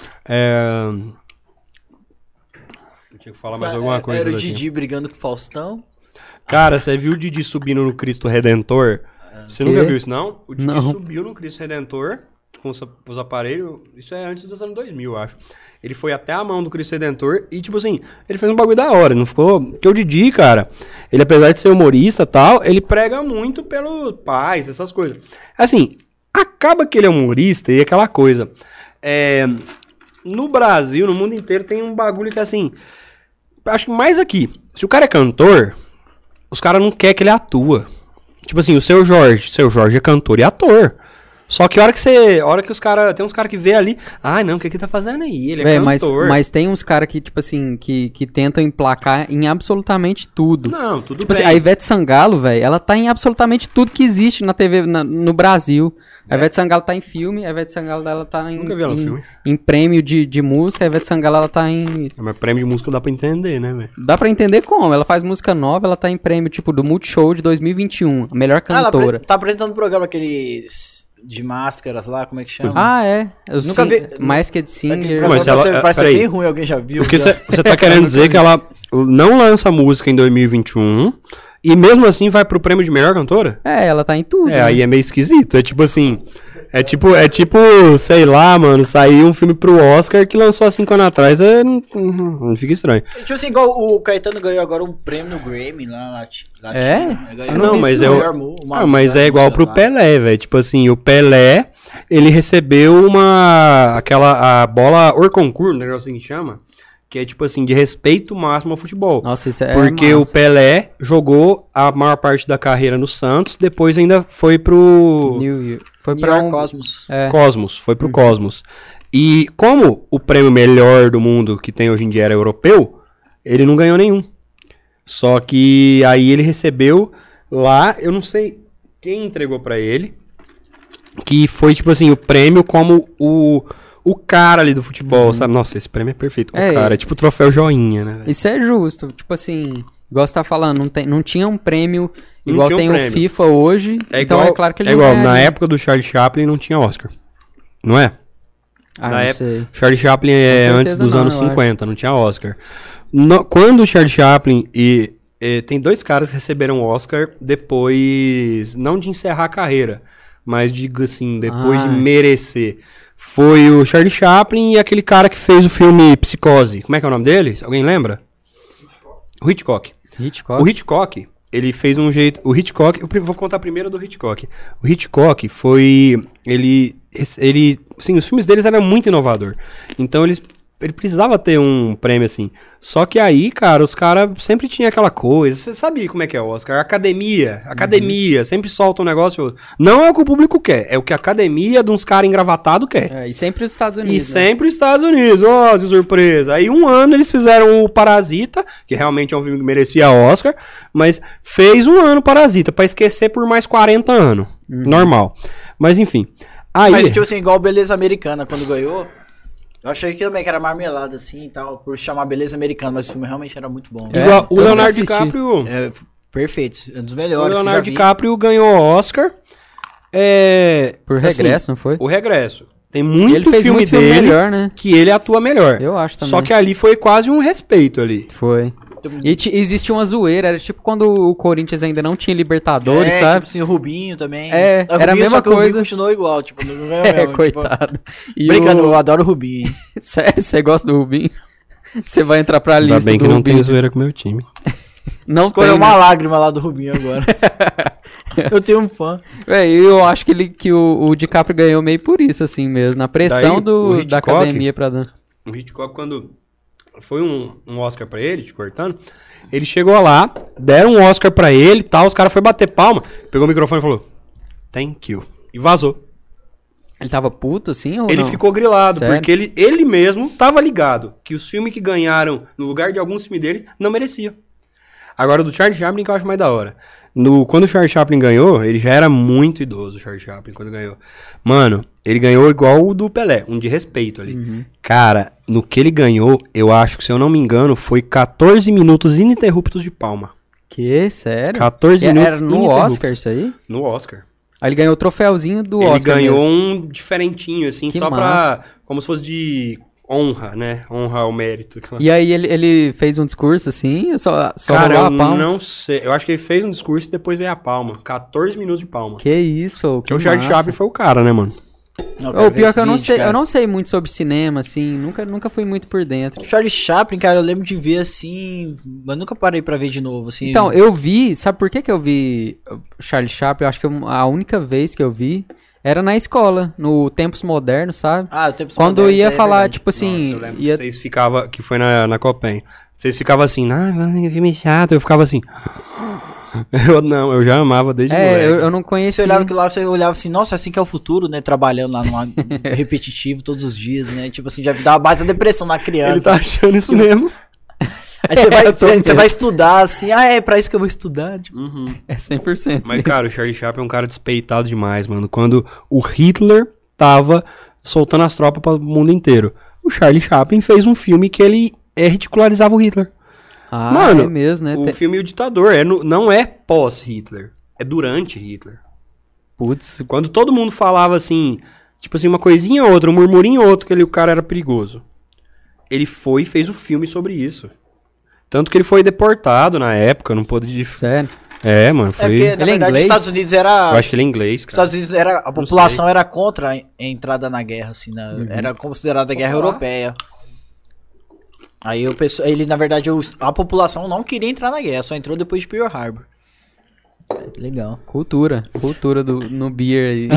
Eu tinha que falar mais alguma coisa. Era o Didi brigando com o Faustão. Cara, você viu o Didi subindo no Cristo Redentor? Você nunca viu isso, não? O Didi subiu no Cristo Redentor com os aparelhos. Isso é antes dos anos 2000, eu acho. Ele foi até a mão do Cristo Redentor e, tipo assim, ele fez um bagulho da hora, não ficou? Porque o Didi, cara, ele apesar de ser humorista e tal, ele prega muito pelos pais, essas coisas. Assim, acaba que ele é humorista e aquela coisa. No Brasil, no mundo inteiro, tem um bagulho que, assim, acho que mais aqui, se o cara é cantor, os caras não querem que ele atua. Tipo assim, o Seu Jorge é cantor e ator. Só que a hora que os caras, tem uns caras que vê ali, não, o que tá fazendo aí? Ele é cantor. Mas tem uns caras que, tipo assim, que tentam emplacar em absolutamente tudo. Não, tudo tipo bem. Assim, a Ivete Sangalo, velho, ela tá em absolutamente tudo que existe na TV no Brasil. A Ivete Sangalo tá em filme, a Ivete Sangalo ela tá em prêmio de música, a Ivete Sangalo ela tá em... Mas prêmio de música dá pra entender, né, velho? Dá pra entender como, ela faz música nova, ela tá em prêmio, tipo, do Multishow de 2021, a melhor cantora. Ela tá apresentando um programa aqueles... de máscaras lá, como é que chama? Eu nunca vi. Masked Singer. Mas parece bem ruim, alguém já viu. Porque você tá querendo dizer que ela não lança música em 2021 e mesmo assim vai pro prêmio de melhor cantora? Ela tá em tudo. Aí é meio esquisito. É tipo assim... É tipo, sei lá, mano, saiu um filme pro Oscar que lançou há 5 anos atrás, não fica estranho. Tipo assim, igual o Caetano ganhou agora um prêmio no Grammy lá na Não, mas é igual pro Pelé, velho. Tipo assim, o Pelé, ele recebeu a bola Orconcourt, um negócio assim que chama, que é tipo assim, de respeito máximo ao futebol. Nossa, isso é porque massa. O Pelé jogou a maior parte da carreira no Santos, depois ainda foi pro... Foi pra Cosmos. Cosmos, foi pro Cosmos. E como o prêmio melhor do mundo que tem hoje em dia era europeu, ele não ganhou nenhum. Só que aí ele recebeu lá, eu não sei quem entregou pra ele, que foi tipo assim, o prêmio como o cara ali do futebol, sabe? Nossa, esse prêmio é perfeito. O cara, é tipo o troféu joinha, né? Véio? Isso é justo. Tipo assim, igual você tá falando, não tinha um prêmio igual tem o FIFA hoje. Então é claro que ele não é igual, na época do Charlie Chaplin não tinha Oscar. Não é? Na época, sei. Charlie Chaplin é antes dos anos 50, não tinha Oscar. Quando o Charlie Chaplin tem 2 caras que receberam Oscar depois, não de encerrar a carreira, mas de, assim, depois de merecer. Foi o Charlie Chaplin e aquele cara que fez o filme Psicose. Como é que é o nome dele? Alguém lembra? O Hitchcock. O Hitchcock, ele fez um jeito... O Hitchcock... Eu vou contar primeiro do Hitchcock. O Hitchcock foi... Ele assim, os filmes deles eram muito inovador. Então ele precisava ter um prêmio assim. Só que aí, cara, os caras sempre tinha aquela coisa. Você sabia como é que é o Oscar? Academia sempre solta um negócio. Não é o que o público quer, é o que a academia de uns caras engravatados quer. E sempre os Estados Unidos. Sempre os Estados Unidos, que surpresa. Aí um ano eles fizeram o Parasita, que realmente é um filme que merecia Oscar, mas fez um ano Parasita, pra esquecer por mais 40 anos. Normal. Mas enfim. Aí... Mas tipo assim, igual Beleza Americana, quando ganhou... Eu achei que também que era marmelada, assim, e tal, por chamar Beleza Americana, mas o filme realmente era muito bom. O Leonardo DiCaprio... Perfeito, é um dos melhores. O Leonardo DiCaprio ganhou Oscar. Por Regresso, não foi? O Regresso. Tem muito ele fez filme muito dele melhor, né? Que ele atua melhor. Eu acho também. Só que ali foi quase um respeito ali. Foi. E existia uma zoeira, era tipo quando o Corinthians ainda não tinha Libertadores, sabe? Tipo assim, o Rubinho também. Era a mesma coisa. O Rubinho continuou igual, tipo, não ganhou mesmo. Coitado. Tipo... Brincando, eu adoro o Rubinho. Sério, você gosta do Rubinho? Você vai entrar pra lista Ainda bem que não tem zoeira com o meu time. Não escolheu uma lágrima lá do Rubinho agora. Eu tenho um fã. Eu acho que o DiCaprio ganhou meio por isso, assim mesmo. Na pressão da academia pra dar. O Hitchcock, quando foi um Oscar pra ele, te cortando, ele chegou lá, deram um Oscar pra ele e tal, os caras foram bater palma, pegou o microfone e falou, thank you, e vazou. Ele tava puto, assim, ou ele não? Ficou grilado, Sério? porque ele mesmo tava ligado que os filmes que ganharam no lugar de alguns filmes dele não mereciam. Agora, do Charlie Chaplin que eu acho mais da hora. Quando o Charlie Chaplin ganhou, ele já era muito idoso, o Charlie Chaplin, quando ganhou. Mano, ele ganhou igual o do Pelé, um de respeito ali. Cara, no que ele ganhou, eu acho que, se eu não me engano, foi 14 minutos ininterruptos de palma. Que? Sério? 14 minutos Era no ininterruptos. Oscar isso aí? No Oscar. Aí ele ganhou o troféuzinho do Ele Oscar ganhou mesmo. um diferentinho, assim, Que só massa. pra... Como se fosse de honra, né? Honra ao mérito. E aí ele fez um discurso assim, só Cara, rolou eu a palma? não sei. Eu acho que ele fez um discurso e depois veio a palma. 14 minutos de palma. Que isso, que Porque o Charlie massa. Chaplin foi o cara, né, mano? Não, Ô, pior que eu não vídeo, sei, cara. eu não sei muito sobre cinema, assim, nunca fui muito por dentro. Charlie Chaplin, cara, eu lembro de ver assim, mas nunca parei pra ver de novo, assim. Então, eu vi, sabe por que eu vi Charlie Chaplin? Eu acho que a única vez que eu vi era na escola, no Tempos Modernos, sabe? Ah, o tempo Quando ia falar, tipo assim, Nossa, eu lembro ia... que vocês ficavam, que foi na Copen. Vocês ficavam assim, filme chato. Eu ficava assim... Eu já amava desde moleque. eu não Você conhecia. olhava aquilo lá, você olhava assim, nossa, assim que é o futuro, né? Trabalhando lá no repetitivo todos os dias, né? Tipo assim, já dá uma baita depressão na Ele criança. tá achando isso mesmo. Aí você vai estudar assim, é pra isso que eu vou estudar. Tipo. É 100%. Mas, cara, o Charlie Chaplin é um cara despeitado demais, mano. Quando o Hitler tava soltando as tropas pro mundo inteiro, o Charlie Chaplin fez um filme que ele ridicularizava o Hitler. Ah, Mano, é mesmo, né? O filme O Ditador não é pós-Hitler, é durante Hitler. Putz, Quando todo mundo falava assim, tipo assim, uma coisinha ou outra, um murmurinho ou outro, que o cara era perigoso. Ele foi e fez o filme sobre isso. Tanto que ele foi deportado na época, não pôde... sério. É, mano, É foi... porque, na Ele é verdade, os inglês? Estados Unidos era. Eu acho que ele é inglês, Os cara. Estados Unidos era. A população era contra a entrada na guerra, assim, né? Era considerada a guerra europeia. Aí ele, na verdade, a população não queria entrar na guerra, só entrou depois de Pearl Harbor. Legal. Cultura no beer aí.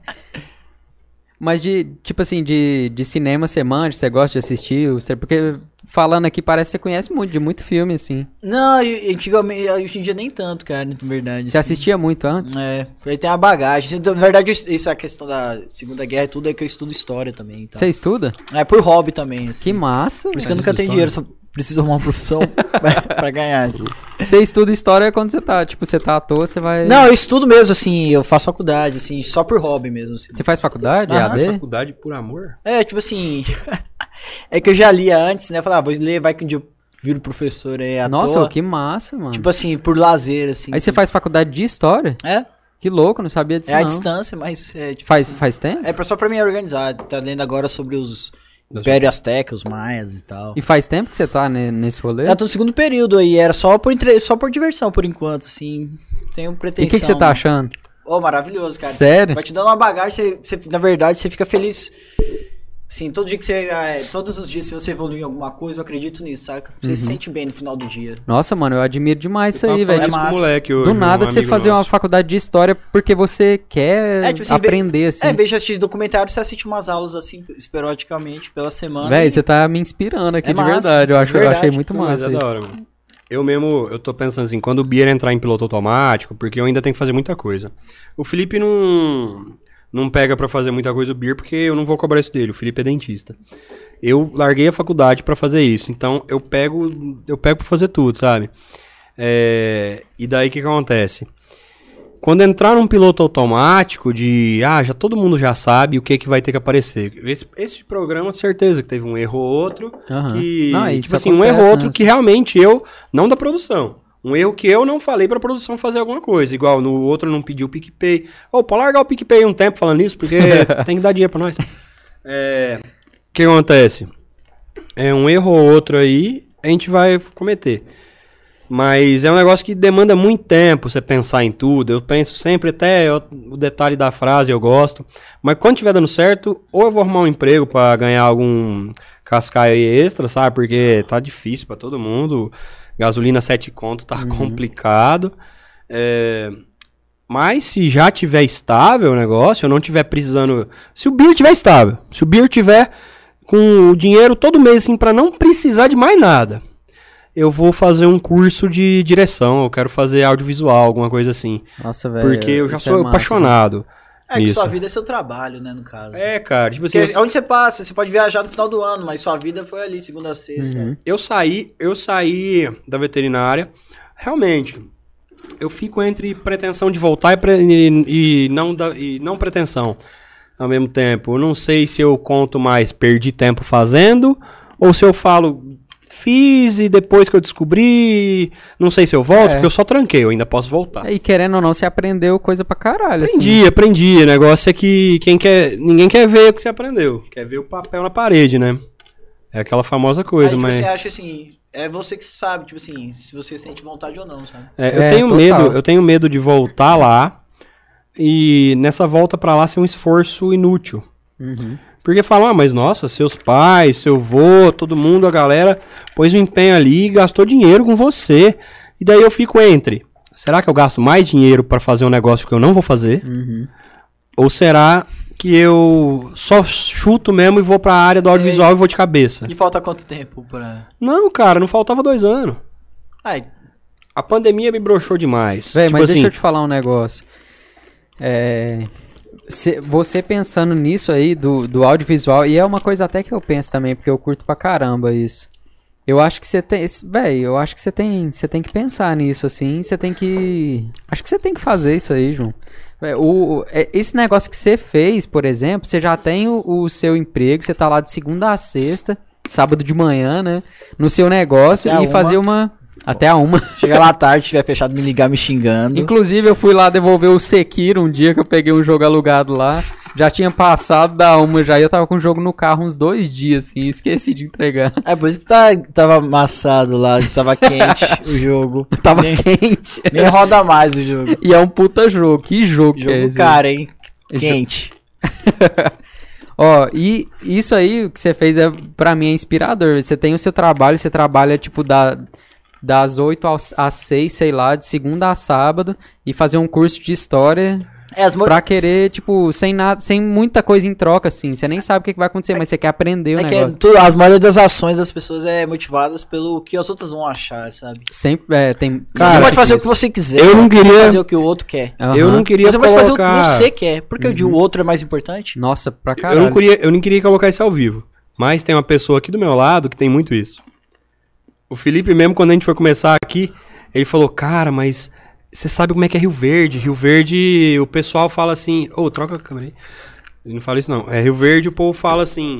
Mas tipo assim, de cinema você manja, você gosta de assistir? Porque falando aqui parece que você conhece muito filme, assim. Não, antigamente, hoje em dia nem tanto, cara, na verdade. Você assim. assistia muito antes? É, ele tem uma bagagem. Então, na verdade, isso é a questão da Segunda Guerra e tudo, é que eu estudo história também. Então. Você estuda? É por hobby também, assim. Que massa. Por isso que eu velho. nunca tenho dinheiro, só preciso arrumar uma profissão pra ganhar. Assim. Você estuda história quando você tá, tipo, você tá à toa, você vai... Não, eu estudo mesmo, assim, eu faço faculdade, assim, só por hobby mesmo, assim. Você faz faculdade, Aham. EAD? Faculdade por amor? É, tipo assim, é que eu já lia antes, né, falei, vou ler, vai que um dia eu viro professor aí à Nossa, toa. que massa, mano. Tipo assim, por lazer, assim. Aí você faz faculdade de história? É, Que louco, não sabia disso é à não. distância, mas é, tipo Faz, assim, faz tempo? é só pra mim organizar, tá lendo agora sobre os Império Azteca, os Maias e tal. E faz tempo que você tá nesse rolê? Eu tô no segundo período aí, era só por diversão, por enquanto, assim, tenho E o pretensão. que você tá achando? Oh, maravilhoso, cara. Sério? Vai te dando uma bagagem, na verdade, você fica feliz. Assim, todo dia que você. Todos os dias, se você evoluir em alguma coisa, eu acredito nisso, saca? Você se sente bem no final do dia. Nossa, mano, eu admiro demais isso Eu aí, tava velho. falando Tipo, isso com o massa. moleque hoje, do nada um você amigo fazer uma nosso. faculdade de história porque você quer É, tipo assim, aprender, assim. Em vez de assistir documentário, você assiste umas aulas assim, esporadicamente, pela semana. Velho, e- você tá me inspirando aqui É de massa, verdade. Eu achei verdade. muito Não, mas massa. é da isso. hora, mano. Eu tô pensando assim, quando o Bier entrar em piloto automático, porque eu ainda tenho que fazer muita coisa. O Felipe não pega pra fazer muita coisa o Bier, porque eu não vou cobrar isso dele. O Felipe é dentista. Eu larguei a faculdade pra fazer isso, então eu pego pra fazer tudo, sabe? E daí o que acontece? Quando entrar num piloto automático já todo mundo já sabe o que vai ter que aparecer. Esse programa, certeza que teve um erro ou outro, Aham. que, Não, isso tipo assim, um acontece, erro ou outro né? que realmente não da produção. Um erro que eu não falei pra produção fazer alguma coisa. Igual no outro não pediu o PicPay. Pode largar o PicPay um tempo falando isso, porque tem que dar dinheiro pra nós. O que acontece? Um erro ou outro aí, a gente vai cometer. Mas é um negócio que demanda muito tempo você pensar em tudo. Eu penso sempre até o detalhe da frase, eu gosto. Mas quando estiver dando certo, ou eu vou arrumar um emprego pra ganhar algum cascaio aí extra, sabe? Porque tá difícil pra todo mundo. Gasolina 7 conto tá complicado. Mas se já tiver estável o negócio, eu não tiver precisando... Se o Beer tiver estável, se o Beer tiver com o dinheiro todo mês assim pra não precisar de mais nada, eu vou fazer um curso de direção, eu quero fazer audiovisual, alguma coisa assim. Nossa, velho. Porque eu já isso sou é massa, apaixonado que nisso. sua vida é seu trabalho, né, no caso. Cara, tipo assim, Porque onde você passa, você pode viajar no final do ano, mas sua vida foi ali, segunda a sexta. Uhum. eu saí da veterinária, realmente, eu fico entre pretensão de voltar e não pretensão ao mesmo tempo. Eu não sei se eu conto mais perdi tempo fazendo, ou se eu falo fiz e depois que eu descobri, não sei se eu volto, porque eu só tranquei, eu ainda posso voltar. E querendo ou não, você aprendeu coisa pra caralho, Aprendi. O negócio é que ninguém quer ver o que você aprendeu, quer ver o papel na parede, né? É aquela famosa coisa, Aí, tipo, mas... você acha assim, é você que sabe, tipo assim, se você sente vontade ou não, sabe? Eu tenho medo de voltar lá e nessa volta pra lá ser um esforço inútil. Porque falam, mas nossa, seus pais, seu vô, todo mundo, a galera pôs o empenho ali e gastou dinheiro com você. E daí eu fico entre, será que eu gasto mais dinheiro pra fazer um negócio que eu não vou fazer? Ou será que eu só chuto mesmo e vou pra área do audiovisual e vou de cabeça? E falta quanto tempo pra... Não, cara, não faltava 2 anos. Ai, A pandemia me broxou demais. Véi, Tipo mas assim, deixa eu te falar um negócio. Você pensando nisso aí, do audiovisual, e é uma coisa até que eu penso também, porque eu curto pra caramba isso. Eu acho que você tem... Véi, eu acho que você tem que pensar nisso, assim, você tem que... Acho que você tem que fazer isso aí, João. Véi, esse negócio que você fez, por exemplo, você já tem o seu emprego, você tá lá de segunda a sexta, sábado de manhã, né, no seu negócio, Até e fazer até a 1. chega lá à tarde, tiver fechado, me ligar me xingando. Inclusive, eu fui lá devolver o Sekiro um dia que eu peguei um jogo alugado lá. Já tinha passado da 1 já. E eu tava com o jogo no carro uns 2 dias, assim. Esqueci de entregar. É por isso que tava amassado lá, tava quente o jogo. Tava quente. Nem roda mais o jogo. E é um puta jogo. Que jogo que é Jogo esse? cara, hein? Quente. Ó, e isso aí que você fez, pra mim, é inspirador. Você tem o seu trabalho, você trabalha, tipo, das 8 às 6, sei lá, de segunda a sábado, e fazer um curso de história pra querer, tipo, sem muita coisa em troca, assim. Você nem sabe o que vai acontecer, mas você quer aprender o negócio. A maioria das ações das pessoas é motivadas pelo que as outras vão achar, sabe? Sempre, tem... Você pode fazer o que você quiser. Eu não queria... fazer o que o outro quer. Eu não queria Você pode fazer o que você quer, porque o de o outro é mais importante. Nossa, pra caralho. Eu não queria colocar isso ao vivo. Mas tem uma pessoa aqui do meu lado que tem muito isso. O Felipe mesmo, quando a gente foi começar aqui, ele falou, cara, mas você sabe como é que é Rio Verde? Rio Verde, o pessoal fala assim... troca a câmera aí. Ele não fala isso, não. Rio Verde, o povo fala assim...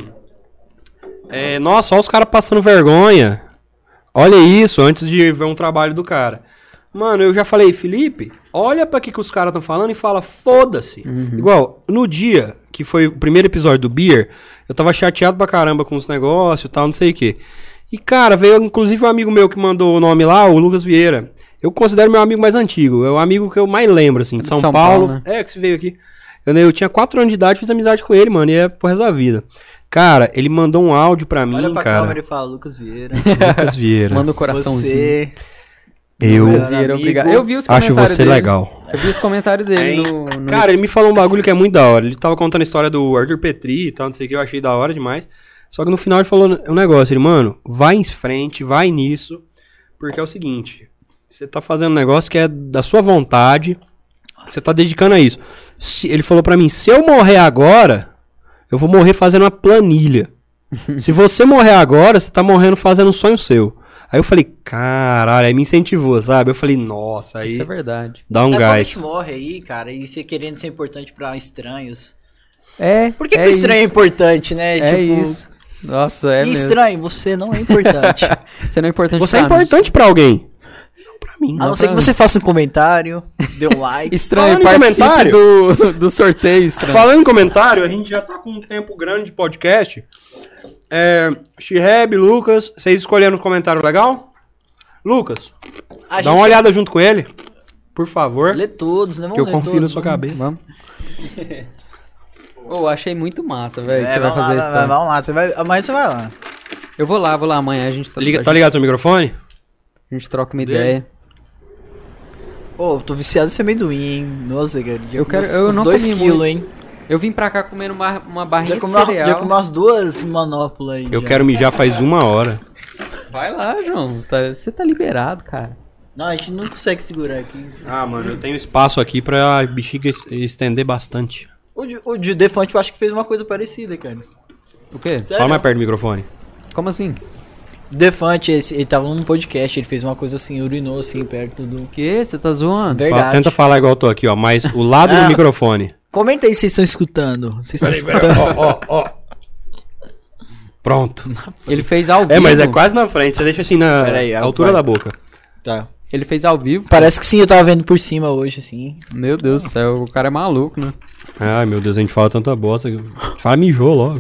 nossa, olha os caras passando vergonha. Olha isso, antes de ver um trabalho do cara. Mano, eu já falei, Felipe, olha pra que os caras estão falando e fala, foda-se. Igual, no dia que foi o primeiro episódio do Beer, eu tava chateado pra caramba com os negócios e tal, não sei o quê. E, cara, veio inclusive um amigo meu que mandou o nome lá, o Lucas Vieira. Eu considero meu amigo mais antigo. É o amigo que eu mais lembro, assim, de São Paulo. Né? Que se veio aqui. Eu tinha 4 anos de idade, fiz amizade com ele, mano, e é pro resto da vida. Cara, ele mandou um áudio pra mim, Olha pra cara. câmera e fala, Lucas Vieira. Lucas Vieira. Manda o coraçãozinho. Lucas Vieira, obrigado. Eu vi os acho comentários você dele. legal. Eu vi os comentários dele no... Cara, ele me falou um bagulho que é muito da hora. Ele tava contando a história do Arthur Petri e tal, não sei o que, eu achei da hora demais. Só que no final ele falou um negócio, ele, mano, vai em frente, vai nisso, porque é o seguinte, você tá fazendo um negócio que é da sua vontade, você tá dedicando a isso. Ele falou pra mim, se eu morrer agora, eu vou morrer fazendo uma planilha. Se você morrer agora, você tá morrendo fazendo um sonho seu. Aí eu falei, caralho, aí me incentivou, sabe? Eu falei, nossa, aí... Isso é verdade. Dá um Quando a gás. gente morre aí, cara, e você querendo ser importante pra estranhos. Por que o estranho é importante, né? É isso. Nossa, é e mesmo. estranho, você não é importante. Você não é importante Você é pra importante pra alguém. Não pra mim. A não ser que você faça um comentário, dê um like. Estranho, Falando em participe comentário. do sorteio, estranho. Falando em comentário, a gente já tá com um tempo grande de podcast. Shiheb, Lucas, vocês escolheram os comentários legal? Lucas, dá uma olhada junto com ele, por favor. Lê todos, né? Que eu confio na sua cabeça. Vamos. Achei muito massa, velho, que você vai fazer isso. Vamos lá, amanhã você vai lá. Eu vou lá amanhã, a gente Tá ligado seu microfone? A gente troca uma ideia. Tô viciado nesse amendoim, hein? Nossa, cara. Eu não 2 comi quilos, muito. hein? Eu vim pra cá comendo uma barrinha de cereal. Já comi umas 2 manoplas aí. Eu quero mijar faz 1 hora. Vai lá, João. Você tá liberado, cara. Não, a gente não consegue segurar aqui. Ah, mano, eu tenho espaço aqui pra bexiga estender bastante. O de Defante eu acho que fez uma coisa parecida, cara. O quê? Sério? Fala mais perto do microfone. Como assim? Defante, ele tava num podcast, ele fez uma coisa assim, urinou assim, perto do... O quê? Você tá zoando? Verdade. Tenta falar igual eu tô aqui, ó, mas o lado do microfone. Comenta aí se vocês estão escutando. Vocês estão escutando? Ó. Pronto. Ele fez ao vivo. É, mas é quase na frente, você deixa assim na Pera aí, altura vai. da boca. Tá. Ele fez ao vivo. Parece que sim, eu tava vendo por cima hoje, assim. Meu Deus do céu, o cara é maluco, né? Ai, meu Deus, a gente fala tanta bosta. Fala mijou logo.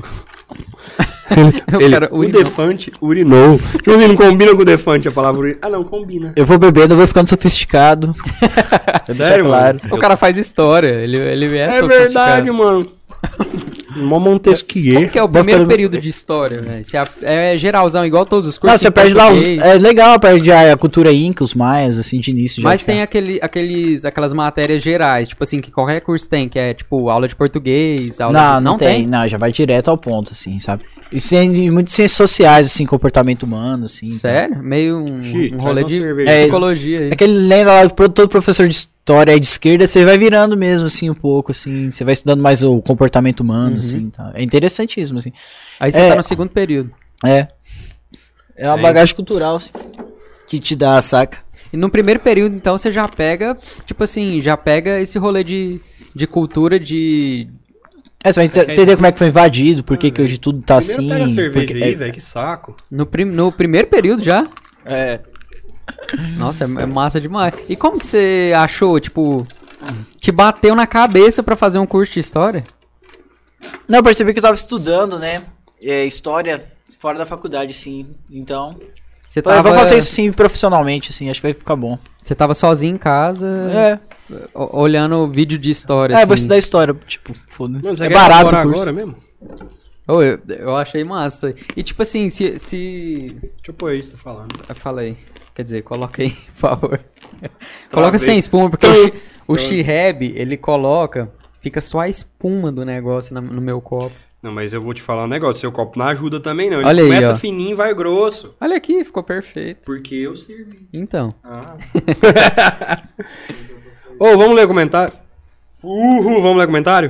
O cara o urinou. Defante urinou. Tipo assim, não combina com o Defante a palavra urinou. Ah, não, combina. Eu vou bebendo, eu vou ficando sofisticado. Sério, claro. mano? O cara faz história, ele é É sofisticado. verdade, mano. Mó Montesquieu. Como que é o primeiro período de história, velho? É geralzão, igual todos os cursos. Não, você em perde lá os... português. É legal, perde a cultura inca, os maias, assim, de início. Já Mas fica- tem aquelas matérias gerais, tipo assim, que qualquer curso tem, que é tipo aula de português, aula Não, de... tem. Não, já vai direto ao ponto, assim, sabe? Isso tem muitas ciências sociais, assim, comportamento humano, assim. Sério? Meio um Xi, rolê traz uma de cerveja. psicologia aí. É aquele lenda lá, todo professor de história é de esquerda, você vai virando mesmo, assim, um pouco, assim. Você vai estudando mais o comportamento humano, assim, tá? É interessantíssimo, assim. Aí você tá no segundo período. É. É uma bagagem cultural, assim, que te dá, saca? E no primeiro período, então, você já pega, tipo assim, já pega esse rolê de cultura de... É, você vai entender como é que foi invadido, por que que hoje tudo tá Primeiro assim. pega a cerveja porque- aí, velho, que saco. No primeiro período já? É. Nossa, é massa demais. E como que você achou, tipo, te bateu na cabeça pra fazer um curso de história? Não, eu percebi que eu tava estudando, né? História fora da faculdade, sim. Então. Você Vou fazer isso sim profissionalmente, assim, acho que vai ficar bom. Você tava sozinho em casa, olhando vídeo de história, vou assim. estudar história, tipo, foda-se. Mano, você É quer barato o elaborar curso. agora mesmo? Oh, eu achei massa. E tipo assim, se... Deixa eu pôr isso, tá falando. Eu falei. Quer dizer, coloca aí, por favor. Coloca Travei. sem espuma, porque o Shihab, ele coloca... Fica só a espuma do negócio no meu copo. Não, mas eu vou te falar um negócio, seu copo não ajuda também não. Ele Olha aí, começa ó. fininho e vai grosso. Olha aqui, ficou perfeito. Porque eu servi. Então. Ah. Ô, vamos ler comentário? Vamos ler comentário?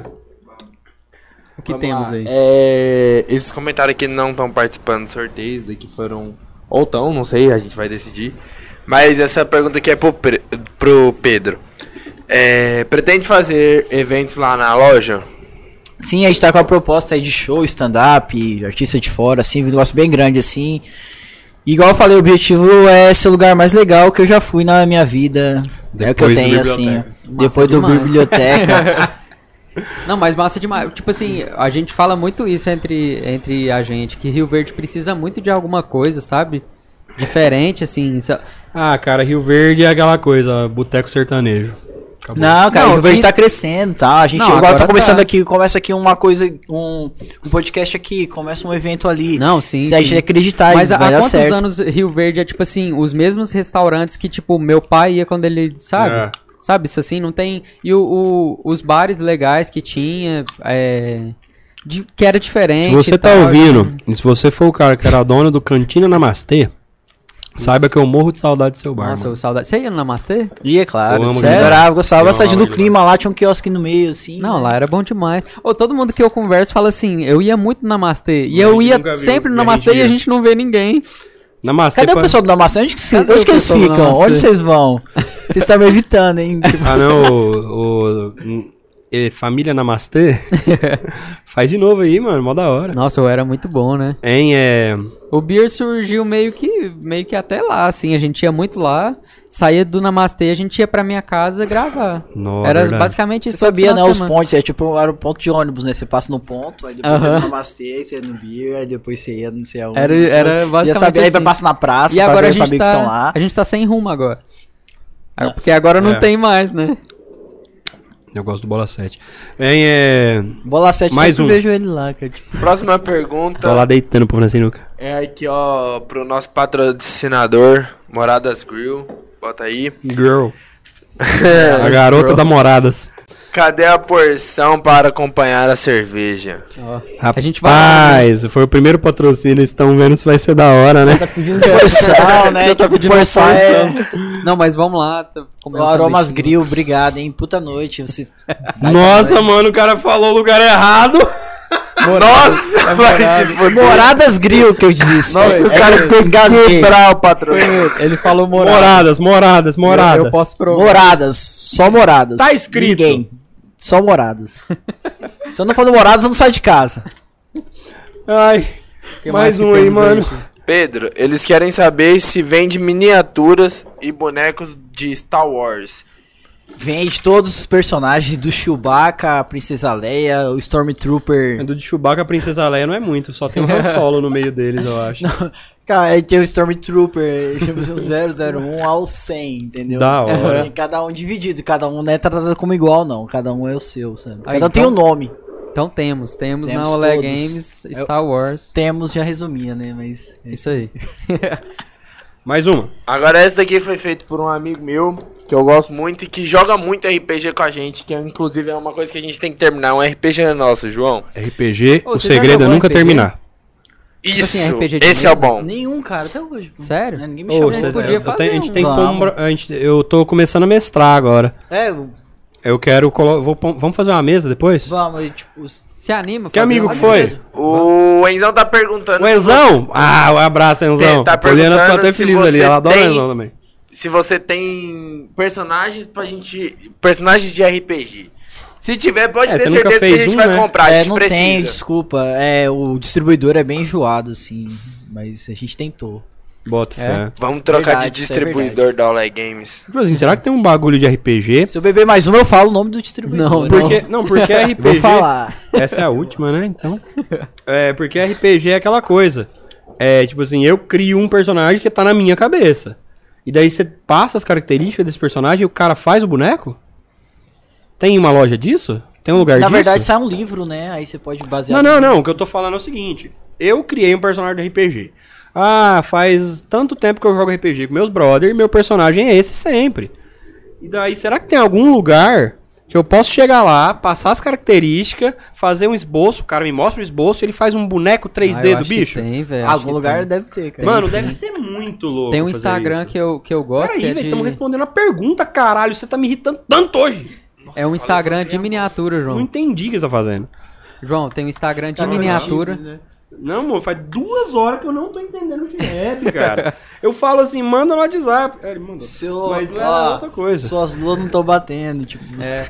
O que Vamos temos lá. aí? Esses comentários aqui não estão participando do sorteio, daqui foram... Ou estão, não sei, a gente vai decidir. Mas essa pergunta aqui é pro Pedro. Pretende fazer eventos lá na loja? Sim, a gente tá com a proposta aí de show, stand-up, artista de fora, assim, um negócio bem grande, assim. Igual eu falei, o objetivo é ser o lugar mais legal que eu já fui na minha vida. É o que eu Depois do tenho, assim. biblioteca. Depois do demais. biblioteca. Não, mas massa demais. Tipo assim, a gente fala muito isso entre a gente, que Rio Verde precisa muito de alguma coisa, sabe? Diferente, assim. Ah, cara, Rio Verde é aquela coisa, boteco sertanejo. Acabou. Não, cara, Não, o Rio Verde e- tá crescendo, tá? A gente Não, agora agora tá começando tá. aqui, começa aqui uma coisa, um podcast aqui, começa um evento ali. Não, sim, Se a gente sim. acreditar, Mas há vai dar quantos certo. anos Rio Verde é, tipo assim, os mesmos restaurantes que, tipo, meu pai ia quando ele, sabe? É. Sabe, isso assim, não tem... E os bares legais que tinha, que era diferente Se você e tá tal, ouvindo, e se você for o cara que era dono do Cantina Namastê, saiba que eu morro de saudade do seu bar, Nossa, mano. saudade. Você ia no Namastê? E é claro, Eu amo sério, demais. adorava, gostava Eu bastante amo do demais. clima lá, tinha um quiosque no meio, assim. Não, né? lá era bom demais. Ô, todo mundo que eu converso fala assim, eu ia muito no Namastê. E A eu gente ia nunca viu, sempre no e a Namastê gente e a ia. gente não vê ninguém. Namastê Cadê o pra- pessoal do Namastê? Onde que, Cadê onde o que eles pessoal do ficam? Namastê? Onde vocês vão? Vocês estão me evitando, hein? Ah, não, Família Namastê? Faz de novo aí, mano, mó da hora. Nossa, eu era muito bom, né? Hein, O Beer surgiu meio que até lá, assim. A gente ia muito lá, saía do Namastê, a gente ia pra minha casa gravar. Nossa, Era verdade. basicamente Você isso. todo sabia, final né? de Os semana. pontos, era o ponto de ônibus, né? Você passa no ponto, aí depois você Aham. ia no Namastê, aí você ia no Beer, aí depois você ia não sei aonde. Era Você basicamente ia saber, aí assim. passa na praça, E agora pra a ver, gente, saber que estão lá. a gente tá sem rumo agora. Porque agora não É. tem mais, né? eu gosto do Bola 7. Hein, Bola 7, Mais sempre um. vejo ele lá, cara. Tipo, Próxima tô pergunta lá deitando pro sinuca. é aqui, ó, pro nosso patrocinador, Moradas Grill. Bota aí. Girl. A garota da Moradas. Cadê a porção para acompanhar a cerveja? Ó, Rapaz, a gente vai. foi o primeiro patrocínio, eles estão vendo se vai ser da hora, né? porção, né? Já tá Tipo, pedindo porção uma é... porção. Não, mas vamos lá. Tá O comendo Aromas sanduichinho. Grill, obrigado, hein? Puta noite. Você... Nossa, mano, o cara falou o lugar errado. Nossa, vai se foder. Moradas Grill que eu disse. Nossa, o cara tem que quebrar o patrocínio. Ele falou moradas. Moradas. Eu posso provar. Moradas, só moradas. Tá escrito. Ninguém. Só moradas. Se eu não for no moradas, eu não saio de casa. Ai, Que mais que um aí, temos mano. Pedro, eles querem saber se vende miniaturas e bonecos de Star Wars. Vende todos os personagens do Chewbacca, a Princesa Leia, o Stormtrooper. Do de Chewbacca, a Princesa Leia não é muito, só tem um Han Solo no meio deles, eu acho. Cara, aí tem o Stormtrooper, tipo, o 001 ao 100, entendeu? Da hora. Tem cada um dividido, cada um não é tratado como igual, não. Cada um é o seu, sabe? Aí, Cada um tem um nome. Então temos Temos na Olé todos. Games Star Wars. Temos, já resumia, né? Mas. Isso aí. Mais uma. Agora essa daqui foi feita por um amigo meu, que eu gosto muito e que joga muito RPG com a gente, que inclusive é uma coisa que a gente tem que terminar, um RPG nosso, João. RPG, Ô, o você já segredo é jogou nunca RPG? terminar. Isso, assim, RPG de esse é o mesa? bom. Nenhum, cara, até hoje. Pô. Sério? Ninguém me Ô, chamou. cê- podia a fazer gente um. tem que pôr Vamos. eu tô começando a mestrar agora. Eu quero vamos fazer uma mesa depois? Vamos, tipo. Se anima. Que fazer amigo um- que foi? mesmo. O Enzão tá perguntando O Enzão? Ah, um abraço, Enzão. Tá A Poliana ficou perguntando até se feliz ali, você ela adora o tem- Enzão também. se você tem personagens pra gente... Personagens de RPG. Se tiver, pode ter você nunca certeza que a fez gente um, vai né? comprar, a gente não precisa. tem, desculpa. O distribuidor é bem enjoado, assim. Mas a gente tentou. Bota fé. Vamos trocar Verdade, de isso é distribuidor da Olé Games. Tipo assim, será que tem um bagulho de RPG? Se eu beber mais uma, eu falo o nome do distribuidor. Porque RPG... Vou falar. Essa é a última, né? Então. Porque RPG é aquela coisa. Tipo assim, eu crio um personagem que tá na minha cabeça. E daí você passa as características desse personagem e o cara faz o boneco? Tem uma loja disso? Tem um lugar Na disso? verdade, sai um livro, né? Aí você pode basear. Não. O que eu tô falando é o seguinte. Eu criei um personagem de RPG. Ah, faz tanto tempo que eu jogo RPG com meus brothers e meu personagem é esse sempre. E daí, será que tem algum lugar que eu posso chegar lá, passar as características, fazer um esboço, o cara me mostra o esboço e ele faz um boneco 3D do bicho? Tem, velho. Algum lugar deve ter, cara. Mano, sim. deve ser muito louco. Tem um fazer Instagram isso. que eu gosto. Peraí, que é velho, de... estamos respondendo a pergunta, caralho. Você tá me irritando tanto hoje. É um Instagram de miniatura, Não João. entendi o que você tá fazendo. João, tem um Instagram de miniatura. Não, amor, faz 2 horas que eu não tô entendendo o rap, cara. Eu falo assim, manda no WhatsApp. Ele mandou. Mas não é outra coisa. Suas luas não estão batendo, tipo.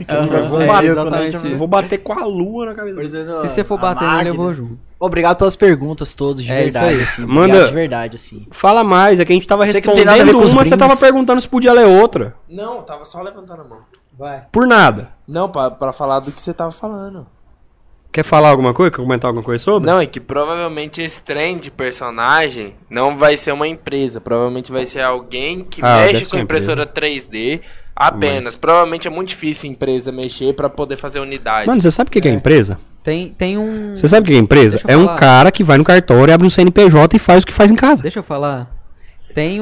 Exatamente Eu isso. vou bater com a lua na cabeça. Se você for bater nele, eu vou junto. Obrigado pelas perguntas todas, de É isso verdade, aí. assim. Manda- Obrigado de verdade, assim. Fala mais, é que a gente tava Você que não tem nada a ver respondendo com os uma, você tava brindes. perguntando se podia ler outra. Não, tava só levantando a mão. Vai. Por nada. Não, pra falar do que você tava falando. Quer falar alguma coisa? Quer comentar alguma coisa sobre? Não, é que provavelmente esse trem de personagem não vai ser uma empresa. Provavelmente vai ser alguém que Deve mexe ser com uma impressora 3D apenas. Provavelmente é muito difícil a empresa mexer pra poder fazer unidade. Mano, você sabe o que é empresa? Tem um... Você sabe o que é empresa? Deixa eu É um falar. cara que vai no cartório, abre um CNPJ e faz o que faz em casa. Deixa eu falar. Tem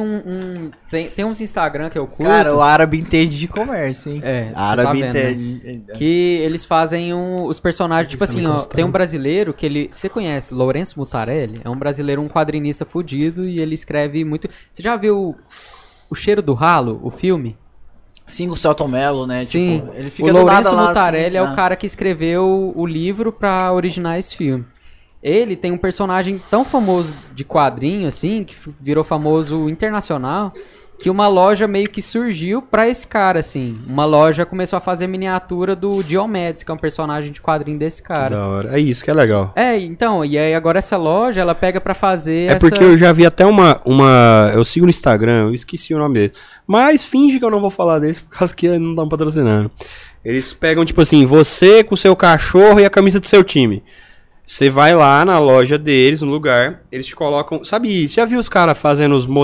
tem uns Instagram que eu curto. Cara, o árabe entende de comércio, hein? É, você árabe tá vendo, né? entende. Que eles fazem os personagens, tipo assim, ó, tem um brasileiro que ele, você conhece, Lourenço Mutarelli? É um brasileiro, um quadrinista fudido e ele escreve muito. Você já viu O Cheiro do Ralo, o filme? Sim, o Celton Mello, né? Sim. Tipo, ele fica O do nada Lourenço lá, Mutarelli assim, é o cara que escreveu o livro pra originar esse filme. Ele tem um personagem tão famoso de quadrinho, assim, que virou famoso internacional, que uma loja meio que surgiu pra esse cara, assim. Uma loja começou a fazer miniatura do Diomedes, que é um personagem de quadrinho desse cara. Da hora. É isso que é legal. Então, e aí agora essa loja, ela pega pra fazer É porque eu já vi até uma... Eu sigo no Instagram, eu esqueci o nome dele. Mas finge que eu não vou falar desse, por causa que não estão patrocinando. Eles pegam, tipo assim, você com o seu cachorro e a camisa do seu time. Você vai lá na loja deles, no lugar, eles te colocam... Sabe, você já viu os caras fazendo os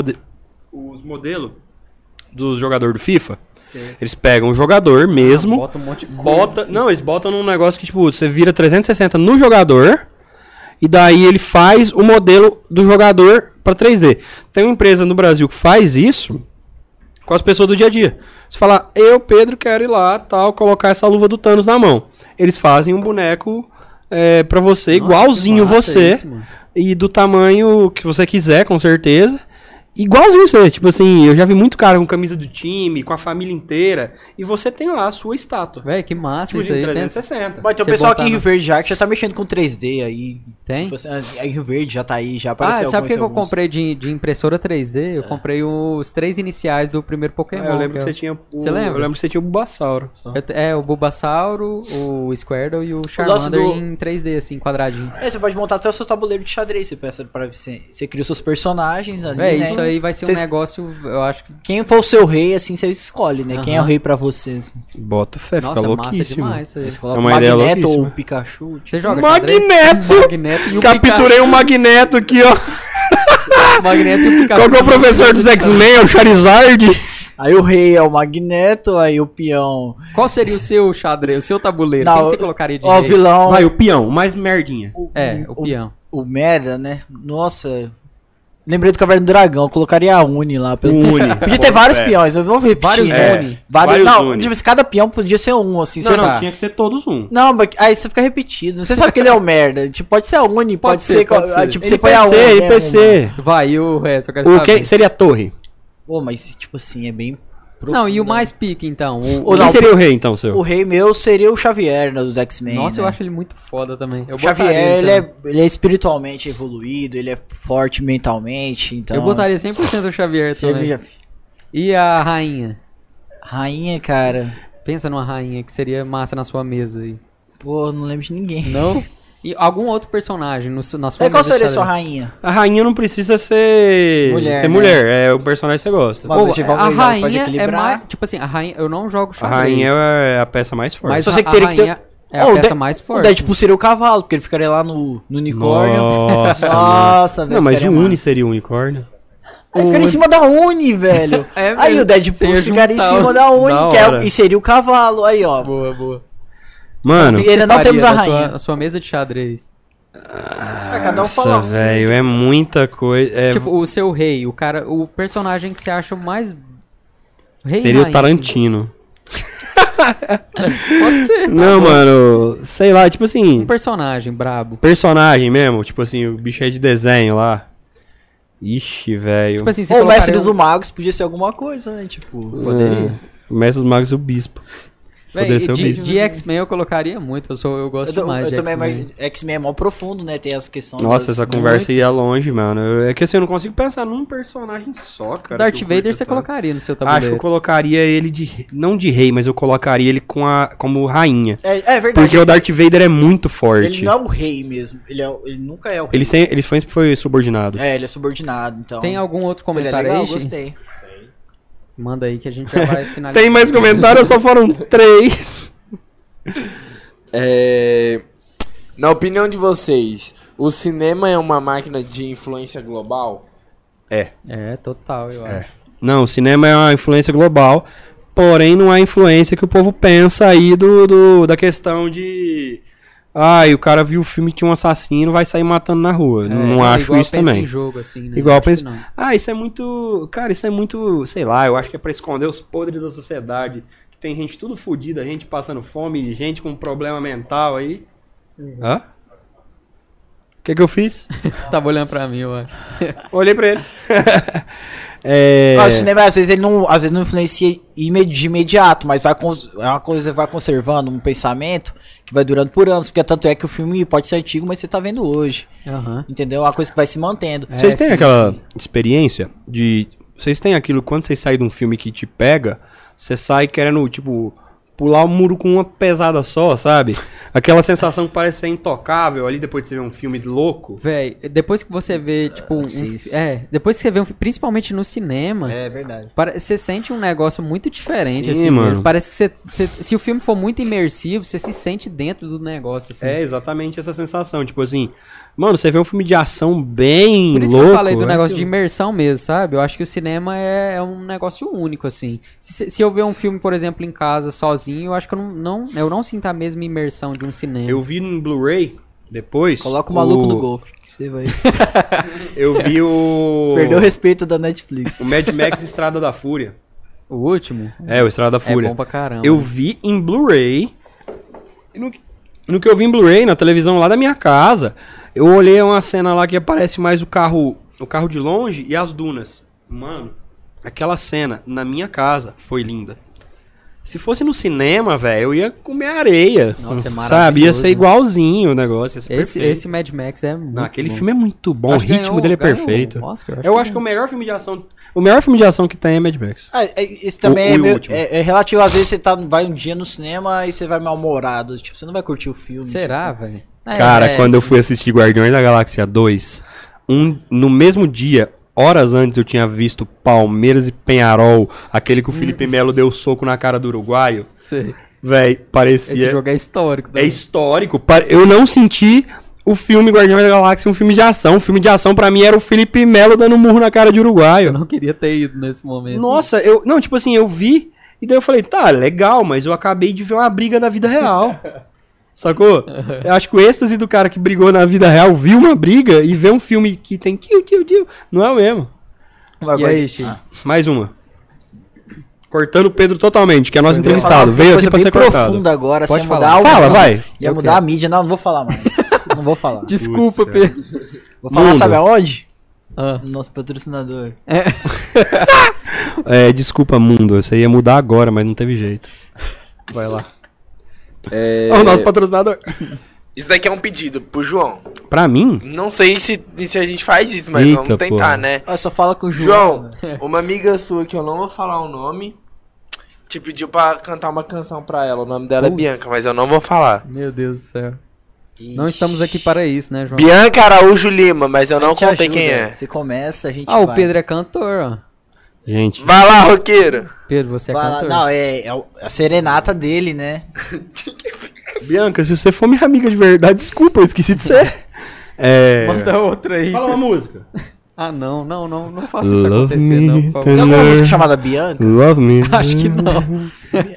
modelos dos jogadores do FIFA? Sim. Eles pegam o jogador mesmo... Bota um monte de coisa. Não, eles botam num negócio que, tipo, você vira 360 no jogador e daí ele faz o modelo do jogador pra 3D. Tem uma empresa no Brasil que faz isso com as pessoas do dia a dia. Você fala, eu, Pedro, quero ir lá, tal, colocar essa luva do Thanos na mão. Eles fazem um boneco pra você, Nossa, igualzinho que massa você, isso, mano. e do tamanho que você quiser, com certeza. igualzinho você, tipo assim, eu já vi muito cara com camisa do time, com a família inteira, e você tem lá a sua estátua. Véi, que massa Tipo, isso aí. 360. Mas tem o Você pessoal aqui botar em Rio no- Verde já que já tá mexendo com 3D aí. Tem? Tipo assim, aí Rio Verde já tá aí, já apareceu Sabe o que eu alguns. comprei de impressora 3D? Eu comprei os 3 iniciais do primeiro Pokémon. Eu lembro que é você o- tinha Você lembra? Eu lembro que você tinha o Bulbasauro. só. o Bulbasauro, o Squirtle e o Charmander do- em 3D, assim, quadradinho. Você pode montar até o seu tabuleiro de xadrez, você pensa para você cria os seus personagens ali, Véi, né? isso aí vai ser Vocês- um negócio, eu acho que... Quem for o seu rei, assim, você escolhe, né? Quem é o Aham. rei pra você, assim. Bota fé, Nossa, fica massa louquíssimo. demais isso aí. Você coloca É o uma ideia Magneto ou louquíssima. o Pikachu. Tipo, Você joga Magneto! Magneto e o Capturei um Magneto aqui, ó. Pikachu. Magneto e o Pikachu. Qual que é o professor dos X-Men? É o Charizard? aí o rei é o Magneto, aí o peão... Qual seria o seu xadrez, o seu tabuleiro? Não, Quem você colocaria de Ó, o rei? vilão... Vai, o peão, o mais merdinha. o peão. O merda, né? Nossa... Lembrei do Caverna do Dragão, eu colocaria a Uni lá. O Uni. Podia ter vários peões, eu vou repetir. Vários né? Uni. Vários Não, Uni. tipo, cada peão podia ser um, assim. Não, você não, tinha que ser todos um. Não, mas aí você fica repetido. Você sabe que ele é o merda. Tipo, pode ser a Uni, pode ser. pode ser. Tipo, você põe a Uni. NPC, mesmo, NPC. Vai, e o resto, eu quero O saber. que seria a torre? Pô, mas tipo assim, é bem profundo. Não, e o né? mais pique, então? Ou Quem não, seria o rei, então, seu? O rei meu seria o Xavier, né, dos X-Men. Nossa, né? eu acho ele muito foda também. Eu O Xavier, botaria ele também. é espiritualmente evoluído, ele é forte mentalmente, então... Eu botaria 100% o Xavier também. Xavier. E a rainha? Rainha, cara... Pensa numa rainha que seria massa na sua mesa aí. Pô, não lembro de ninguém. Não? E algum outro personagem na sua Aí mesa qual de seria a xadrez? sua rainha? A rainha não precisa ser Mulher, né? mulher, é o personagem que você gosta. Mas Pô, você vai a pode rainha é equilibrar. mais... Tipo assim, a rainha... Eu não jogo A xadrez. rainha é a peça mais forte. Mas Só sei que a teria que ter- rainha é a Oh, o peça De- mais O forte. Deadpool seria o cavalo, porque ele ficaria lá no unicórnio. Nossa, Nossa, velho. Não, mas o ficaria Uni massa. seria o unicórnio. Aí ficaria em cima da Uni, velho. É Aí mesmo. o Deadpool Você ia ficaria em juntar cima o- da Uni, Da que é, hora. e seria o cavalo. Aí, ó. Boa, boa. Mano, E ainda não Faria temos a da rainha. A sua mesa de xadrez. Cada um nossa, fala. velho, é muita coisa. É, Tipo, o seu rei, o cara, o personagem que você acha o mais... Rei e seria o rainha, Tarantino. assim. Pode ser. tá Não, bom. mano, sei lá, tipo assim, Um personagem brabo. personagem mesmo, tipo assim, o bicho é de desenho lá. Ixi, velho. Tipo assim, você Ou o colocaria Mestre dos um- Magos podia ser alguma coisa, né? Tipo. Poderia. O Mestre dos Magos e o Bispo. Véi, Poderia ser o de bispo. X-Men eu colocaria muito. Eu gosto demais de também, X-Men. mas X-Men é mó profundo, né? Tem as questões. Nossa, das- essa conversa ia longe, mano. É que assim, eu não consigo pensar num personagem só, cara. Darth que eu Vader curto você tanto. colocaria no seu Acho que tabuleiro. eu colocaria ele de. Não de rei, mas eu colocaria ele como rainha. É verdade. Porque o Darth Vader é muito forte. Ele não é o rei mesmo. Ele nunca é o rei. Ele sempre foi subordinado. É, ele é subordinado, então. Tem algum outro Seria comentário legal, aí, Xi? gostei. Manda aí que a gente já vai finalizar. Tem mais comentários, só foram 3. Na opinião de vocês, o cinema é uma máquina de influência global? É, total, eu acho. Não, o cinema é uma influência global, porém não é a influência que o povo pensa aí da questão de... o cara viu o filme que tinha um assassino, vai sair matando na rua. Não acho igual isso pensa também. em jogo, assim, né? Igual Acho pensa... que não. Isso é muito... Cara, isso é muito... Sei lá, eu acho que é pra esconder os podres da sociedade. Que tem gente tudo fodida, gente passando fome, gente com problema mental aí. Hã? O que eu fiz? Você tava olhando pra mim, eu acho. Olhei pra ele. O cinema, às vezes, ele não influencia de imediato, mas é uma coisa que vai conservando um pensamento que vai durando por anos, porque tanto é que o filme pode ser antigo, mas você tá vendo hoje. Aham. Entendeu? É uma coisa que vai se mantendo. Vocês têm sim. aquela experiência de... Vocês têm aquilo, quando vocês saem de um filme que te pega, você sai querendo, tipo, pular o muro com uma pesada só, sabe? Aquela sensação que parece ser intocável ali depois de você ver um filme louco. Véi, depois que você vê, tipo, depois que você vê um filme, principalmente no cinema, É verdade. você sente um negócio muito diferente, Sim, assim, mano. mesmo. Parece que se o filme for muito imersivo, você se sente dentro do negócio, assim. É exatamente essa sensação, tipo assim, mano, você vê um filme de ação bem Por isso louco. que eu falei do é negócio de aquilo. imersão mesmo, sabe? Eu acho que o cinema é um negócio único, assim. Se eu ver um filme, por exemplo, em casa, sozinho, eu acho que eu não sinto a mesma imersão de um cinema. Eu vi em Blu-ray, depois... Coloca o maluco no golfe, que você vai... Eu vi o... Perdeu o respeito da Netflix. o Mad Max Estrada da Fúria. O último É, o Estrada da Fúria. é bom pra caramba. Eu vi em Blu-ray. E no que eu vi em Blu-ray, na televisão lá da minha casa, eu olhei uma cena lá que aparece mais o carro de longe e as dunas. Mano, aquela cena na minha casa foi linda. Se fosse no cinema, velho, eu ia comer areia. Nossa, é sabe? Ia ser maravilhoso, igualzinho o negócio. Ia ser perfeito. Esse Mad Max é muito Não, aquele bom. filme é muito bom, Acho o que ritmo dele é ganhou perfeito. o Oscar, Eu acho que o melhor filme de ação. O melhor filme de ação que tem é Mad Max. Isso também O é último. relativo. Às vezes você vai um dia no cinema e você vai mal-humorado. Tipo, você não vai curtir o filme. Será, tipo. velho? Cara, quando eu fui assistir Guardiões da Galáxia 2, no mesmo dia, horas antes, eu tinha visto Palmeiras e Peñarol, aquele que o Felipe Melo deu soco na cara do uruguaio. Sei. Véi, parecia... Esse jogo é histórico. É histórico. Eu não senti o filme Guardiões da Galáxia um filme de ação. O filme de ação, pra mim, era o Felipe Melo dando murro na cara de uruguaio. Eu não queria ter ido nesse momento. Nossa, eu vi, e daí eu falei, tá, legal, mas eu acabei de ver uma briga da vida real. Sacou? Eu acho que o êxtase do cara que brigou na vida real, viu uma briga e vê um filme que tem não é o mesmo. E aí, Chico? Mais uma. Cortando o Pedro totalmente, que é nosso Eu vou falar entrevistado. uma Veio coisa aqui pra bem ser cortado. profunda agora, Pode sem falar. mudar algo. Fala, vai. Ia Eu mudar a mídia, não vou falar mais. Não vou falar. Desculpa, Putz, cara. Pedro. Vou falar, Mundo. sabe aonde? Ah. No nosso patrocinador. Desculpa, mundo. Isso aí ia mudar agora, mas não teve jeito. Vai lá. O nosso patrocinador. Isso daqui é um pedido pro João. Pra mim? Não sei se a gente faz isso, mas Eita, vamos tentar, porra. né? Só fala com o João. João, uma amiga sua que eu não vou falar o nome, te pediu pra cantar uma canção pra ela. O nome dela é Putz. Bianca, mas eu não vou falar. Meu Deus do céu. Não estamos aqui para isso, né, João? Bianca Araújo Lima, mas eu não A gente contei ajuda. quem é. Você começa, a gente Ah, o vai. Pedro é cantor, ó. Gente. Vai lá, roqueiro. Pedro, você é Vai lá. cantor? Não, é a serenata dele, né? Bianca, se você for minha amiga de verdade, desculpa, eu esqueci de ser. Manda outra aí. Fala uma música. Ah, não faça isso Love acontecer, me não, por favor. Tem alguma tender. música chamada Bianca? Love me. Acho que não.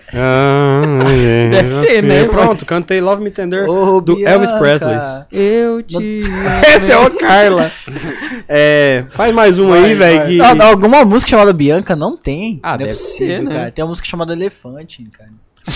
Deve ter, né? Pronto, cantei Love Me Tender Ô, do Bianca. Elvis Presley. Eu te... Esse é o Carla. Faz mais uma aí, velho. que- Não, alguma música chamada Bianca? Não tem. Ah, não é deve possível, ter, né? cara. Tem uma música chamada Elefante, cara.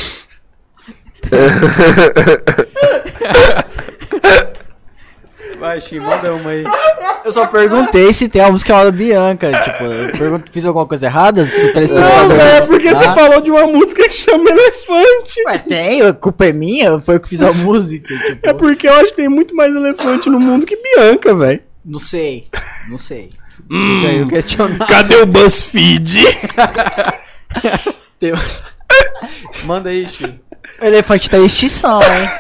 Vai, Chi, manda uma aí. Eu só perguntei se tem uma música chamada Bianca. Tipo, eu fiz alguma coisa errada? Se o Não, telespectador velho, é não porque você tá? falou de uma música que chama Elefante. Ué, tem, a culpa é minha, foi eu que fiz a música. Tipo, É porque eu acho que tem muito mais elefante no mundo que Bianca, velho. não sei, não sei. Fica aí o questionário. Cadê o BuzzFeed? Tem- Manda aí, Chi. O elefante tá em extinção, hein?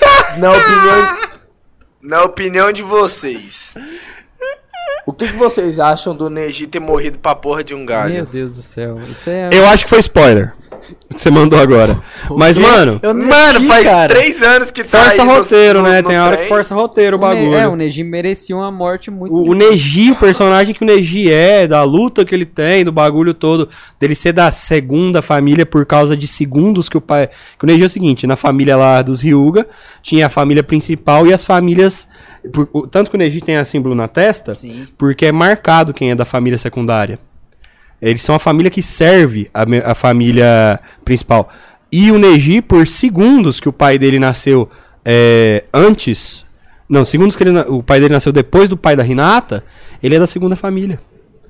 Na opinião de vocês, o que vocês acham do Neji ter morrido pra porra de um galho? Meu Deus do céu. Isso é... Eu acho que foi spoiler. Que você mandou agora. Mas, mano, Eu não Mano, assisti, faz cara. 3 anos que tá força aí no- roteiro, né? no Tem hora trem. que força roteiro o bagulho. O Neji merecia uma morte muito... O Neji, o personagem que o Neji é, da luta que ele tem, do bagulho todo, dele ser da segunda família por causa de segundos que o pai... Que o Neji é o seguinte, na família lá dos Hyuga, tinha a família principal e as famílias... Tanto que o Neji tem a símbolo na testa, Sim. porque é marcado quem é da família secundária. Eles são a família que serve a família principal. E o Neji, por segundos que o pai dele nasceu antes... Não, segundos que o pai dele nasceu depois do pai da Hinata, ele é da segunda família.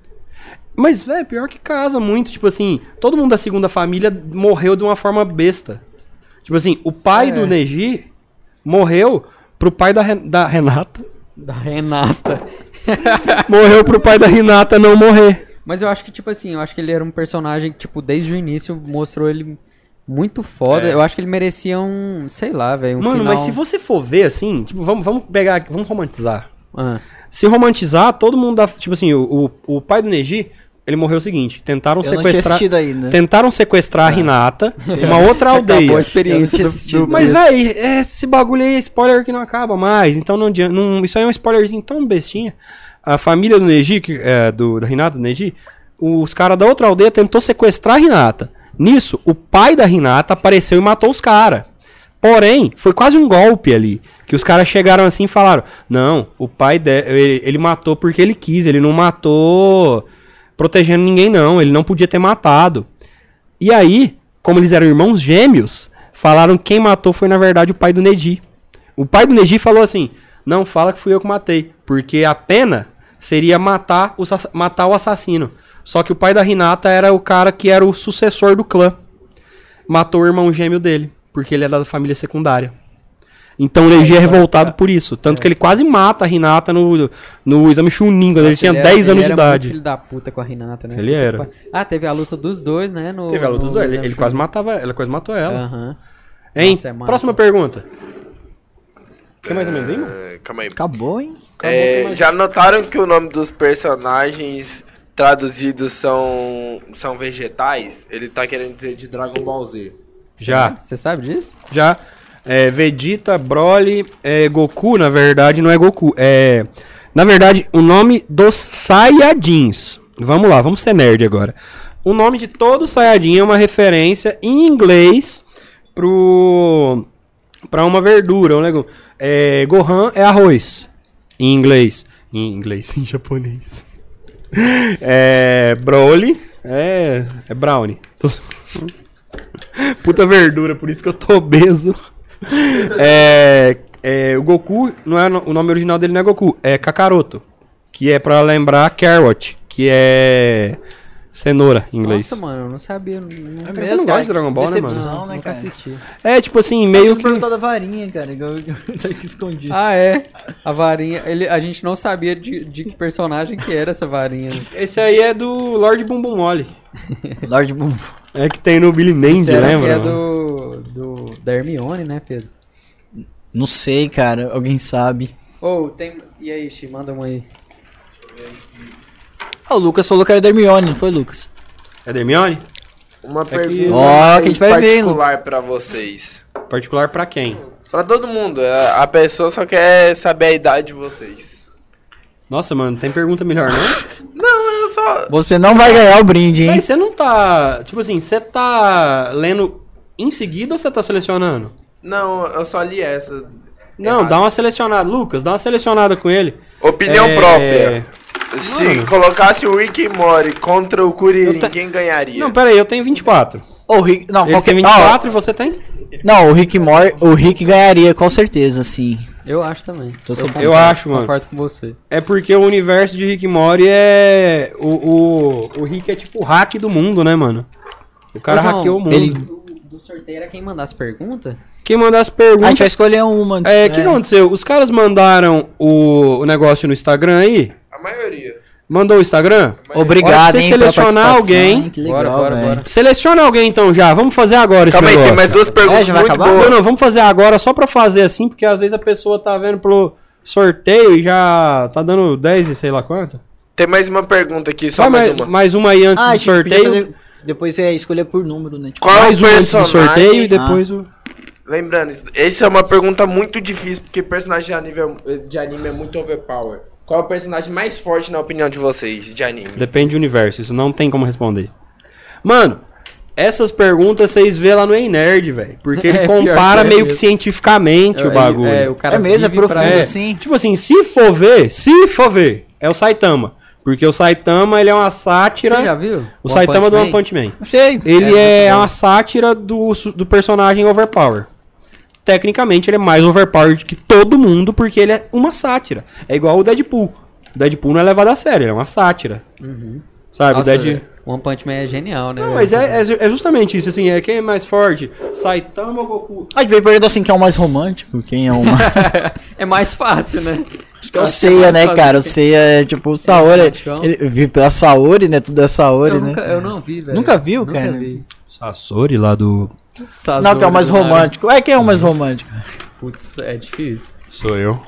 Mas, velho, pior que casa muito. Tipo assim, todo mundo da segunda família morreu de uma forma besta. Tipo assim, o pai do Neji morreu pro pai da Renata. Da Renata. Morreu pro pai da Hinata não morrer. Mas eu acho que, tipo assim, eu acho que ele era um personagem que, tipo, desde o início mostrou ele muito foda. Eu acho que ele merecia um, sei lá, velho, um Mano, final... mas se você for ver assim, tipo, vamos pegar, vamos romantizar. Ah, Se romantizar, todo mundo dá, tipo assim, o pai do Neji, ele morreu o seguinte, tentaram Eu não tinha sequestrar, assistido ainda. tentaram sequestrar a Hinata, uma outra aldeia. acabou a experiência Eu não tinha do... assistido. Mas, véi, esse bagulho aí é spoiler que não acaba mais. Então não adianta. Isso aí é um spoilerzinho tão bestinha. A família do Neji, da Hinata do Neji, os caras da outra aldeia tentou sequestrar a Hinata. Nisso, o pai da Hinata apareceu e matou os caras. Porém, foi quase um golpe ali. Que os caras chegaram assim e falaram: não, o pai dele, ele matou porque ele quis, ele não matou protegendo ninguém, não. Ele não podia ter matado. E aí, como eles eram irmãos gêmeos, falaram que quem matou foi, na verdade, o pai do Neji. O pai do Neji falou assim: não, fala que fui eu que matei, porque a pena seria matar o assassino. Só que o pai da Hinata era o cara que era o sucessor do clã. Matou o irmão gêmeo dele, porque ele era da família secundária. Então o Neji é revoltado por isso. Tanto que ele quase mata a Hinata no exame Chunin, quando ele tinha 10 anos de idade. Muito filho da puta com a Hinata, né? Ele era. Ah, teve a luta dos dois, né? Teve a luta dos dois. Ele quase matava ela, quase matou ela. Aham. Hein? Nossa, é massa. Próxima pergunta. Quer mais ou menos aí, mano? Calma aí. Acabou, hein? Já notaram que o nome dos personagens traduzidos são vegetais? Ele tá querendo dizer de Dragon Ball Z. Já. Você sabe disso? Já. Vegeta, Broly, Goku, na verdade, não é Goku. Na verdade, o nome dos Saiyajins. Vamos lá, vamos ser nerd agora. O nome de todo Saiyajin é uma referência em inglês pra uma verdura, um legume. Gohan é arroz. Em inglês. Em japonês. Broly é brownie. Puta verdura, por isso que eu tô obeso. O Goku, o nome original dele não é Goku, é Kakaroto. Que é pra lembrar Carrot, que é cenoura em inglês. Nossa, mano, eu não sabia. Você não gosta de Dragon Ball, né, mano? Decepção, né, Nunca cara? assisti. Tipo assim, meio que... perguntou da varinha, cara. Tá aqui escondido. Ah, é. A varinha. A gente não sabia de que personagem que era essa varinha. Né? Esse aí é do Lord Bumbum Mole. Lord Boom. É que tem no Billy Mandy, Será lembra? que é da Hermione, né, Pedro? Não sei, cara. Alguém sabe. E aí, Xi, manda uma aí. O Lucas falou que era da Hermione, não foi, Lucas? É da Hermione? Uma que- pergunta Ó, que a gente vai ver, particular pra vocês. Particular pra quem? Pra todo mundo. A pessoa só quer saber a idade de vocês. Nossa, mano, tem pergunta melhor, não? Não, eu só... Você não vai ganhar o brinde, hein? Mas você não tá... Tipo assim, você tá lendo em seguida ou você tá selecionando? Não, eu só li essa. Não, dá uma selecionada. Lucas, dá uma selecionada com ele. Opinião própria. Se Mano. colocasse o Rick e Morty contra o Kuririn, Eu quem ganharia? Não, pera aí, eu tenho 24. O Rick... Não, Ele qualquer... tem 24 e você tem? Não, o Rick ganharia, com certeza, sim. Eu acho também. Eu acho, mano. Concordo com você. É porque o universo de Rick e Morty é... O Rick é tipo o hack do mundo, né, mano? O cara Ô, João, hackeou o mundo. ele- Do sorteio era quem mandar as perguntas? Quem mandar as A gente perguntas... vai escolher uma. O que aconteceu? Os caras mandaram o negócio no Instagram aí? A maioria. Mandou o Instagram? Obrigado, Hora de você hein, pela selecionar participação, alguém. hein, que legal, velho. Seleciona alguém então já. Vamos fazer agora esse Calma aí, negócio. tem mais duas perguntas já vai muito acabar? boas. Não, vamos fazer agora só pra fazer assim, porque às vezes a pessoa tá vendo pelo sorteio e já tá dando 10 e sei lá quanto. Tem mais uma pergunta aqui, só Vai mais uma. mais uma aí antes Ah, do sorteio. Depois você escolher por número, né? Qual é Mais o uma antes do personagem... sorteio e depois o... Lembrando, essa é uma pergunta muito difícil, porque personagem de anime é muito overpower. Qual é o personagem mais forte na opinião de vocês, de anime? Depende do universo, isso não tem como responder. Mano, essas perguntas vocês vê lá no Ei Nerd, velho. Porque ele Pior compara que é meio que mesmo. cientificamente o bagulho. O cara É mesmo, é vive pra- profundo, assim. Tipo assim, se for ver, é o Saitama. Porque o Saitama, ele é uma sátira... Você já viu? O Saitama do One Punch Man. Não sei. Ele é muito bom. uma sátira do personagem Overpower. Tecnicamente, ele é mais overpowered que todo mundo, porque ele é uma sátira. É igual o Deadpool. O Deadpool não é levado a sério, ele é uma sátira. Sabe, Nossa, o Dead... o One Punch Man é genial, né? Não, velho? mas é justamente isso, assim, quem é mais forte? Saitama ou Goku? A gente veio perguntar assim, quem é o mais romântico, quem é o mais... É mais fácil, né? Acho que é o Acho que é Seiya, mais né, fácil cara? O que- Seiya é tipo o Saori. romântico. Ele vive pela Saori, né? Tudo é Saori, né? Eu não vi, velho. Nunca viu, Nunca cara? vi. Sasori lá do... Não, que é o mais do Naruto. romântico. Quem é o mais romântico? Putz, é difícil. Sou eu.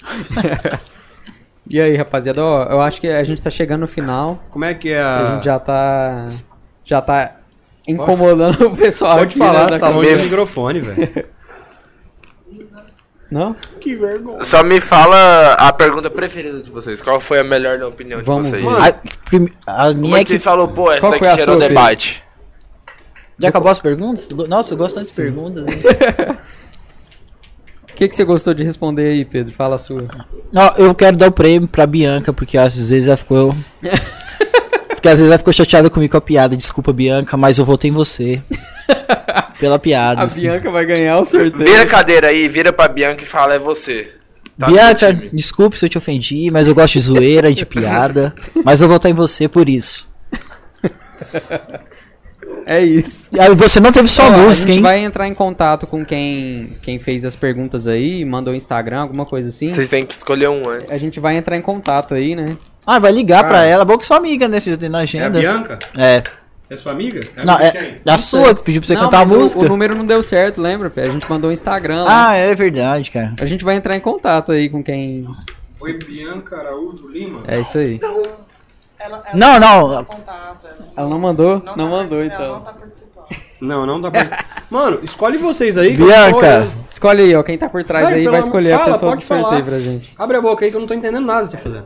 E aí, rapaziada, ó, eu acho que a gente tá chegando no final. Como é que é A gente já tá incomodando o pessoal Pode aqui, falar, né, você da tá longe do cabeça. microfone, velho. Não? Que vergonha. Só me fala a pergunta preferida de vocês. Qual foi a melhor na opinião Vamos de vocês? ver. A minha Como é é que que... vocês falaram, pô, essa Qual daqui foi a gerou sua, debate? Já acabou as perguntas? Nossa, eu gosto tanto de perguntas. Hein? O que você gostou de responder aí, Pedro? Fala a sua. Não, eu quero dar o prêmio pra Bianca, porque às vezes ela ficou... Porque às vezes ela ficou chateada comigo com a piada. Desculpa, Bianca, mas eu votei em você. Pela piada. A assim. Bianca vai ganhar o sorteio. Vira a cadeira aí, vira pra Bianca e fala, é você. Tá no Bianca, time. desculpe se eu te ofendi, mas eu gosto de zoeira e de piada. Mas eu vou votar em você por isso. É isso. E aí você não teve só Ó, música, a gente hein? vai entrar em contato com quem fez as perguntas aí, mandou Instagram, alguma coisa assim. Vocês têm que escolher um antes. A gente vai entrar em contato aí, né? Ah, vai ligar pra Cara. ela. Bom que sua amiga, né? Você já tem na É a agenda. Bianca? É. É sua amiga? Não, amiga de é quem? a sua que pediu pra você Não, cantar a mas música. o número não deu certo, lembra? Pê? A gente mandou o Instagram lá. Ah, é verdade, cara. A gente vai entrar em contato aí com quem... Oi, Bianca Araújo Lima? É isso aí. Não. Contato, Ela não mandou? Não mandou, Ela não então. tá participando. Não tá bem. Mano, escolhe vocês aí. que eu Bianca. tô- Escolhe aí, ó. Quem tá por trás Vai, aí pelo vai amor- escolher a fala, pessoa do pode falar. sorteio pra gente. Abre a boca aí que eu não tô entendendo nada que você tá fazendo.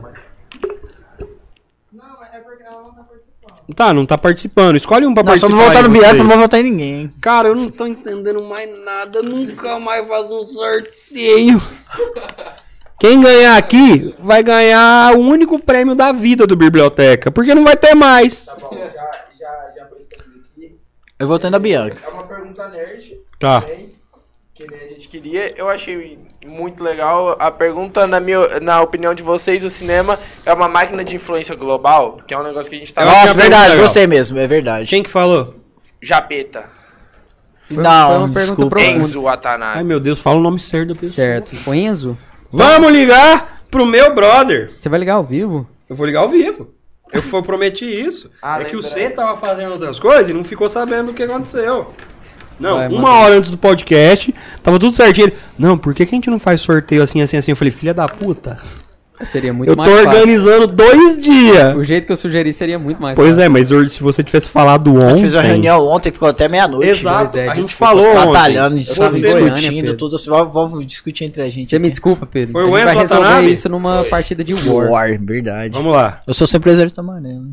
Não, é porque ela não tá participando. Tá, não tá participando. Escolhe um pra Nós só participar. não votar aí, no Bianca, vocês. não vou votar em ninguém. Cara, eu não tô entendendo mais nada. Nunca mais faço um sorteio. Quem ganhar aqui vai ganhar o único prêmio da vida do Biblioteca. Porque não vai ter mais. Tá bom, já foi escolhido aqui. Eu votei na Bianca. É uma pergunta nerd. Tá. Também. Que nem a gente queria. Eu achei muito legal. A pergunta, na opinião de vocês, o cinema é uma máquina de influência global? Que é um negócio que a gente Eu tava... acho Nossa, que é muito verdade, legal. gostei mesmo, é verdade. Quem que falou? Japeta. Foi Não, uma pergunta desculpa. profunda. Enzo Watanabe. Ai, meu Deus, fala o nome certo da pessoa. Certo. O Enzo? Vamos ligar pro meu brother. Você vai ligar ao vivo? Eu vou ligar ao vivo. Eu prometi isso. Ah, é que o lembrei. C tava fazendo outras coisas e não ficou sabendo o que aconteceu. Não, Vai, uma manda. hora antes do podcast, tava tudo certinho. Ele, não, por que a gente não faz sorteio assim? Eu falei, filha da puta. Seria muito Eu mais tô fácil. organizando 2 dias. O jeito que eu sugeri seria muito mais Pois fácil. é, mas se você tivesse falado A ontem... gente fez uma reunião ontem, ficou até meia-noite. Exato, Pois é, a gente desculpa. falou ontem. Batalhando, a gente tava Você- discutindo, Goiânia, Pedro. tudo. Assim, vamos discutir entre a gente. Você me aqui. desculpa, Pedro. Foi a o gente vai Enzo resolver Watanabe? isso numa partida de War. War, verdade. Vamos lá. Eu sou sempre exército amarelo.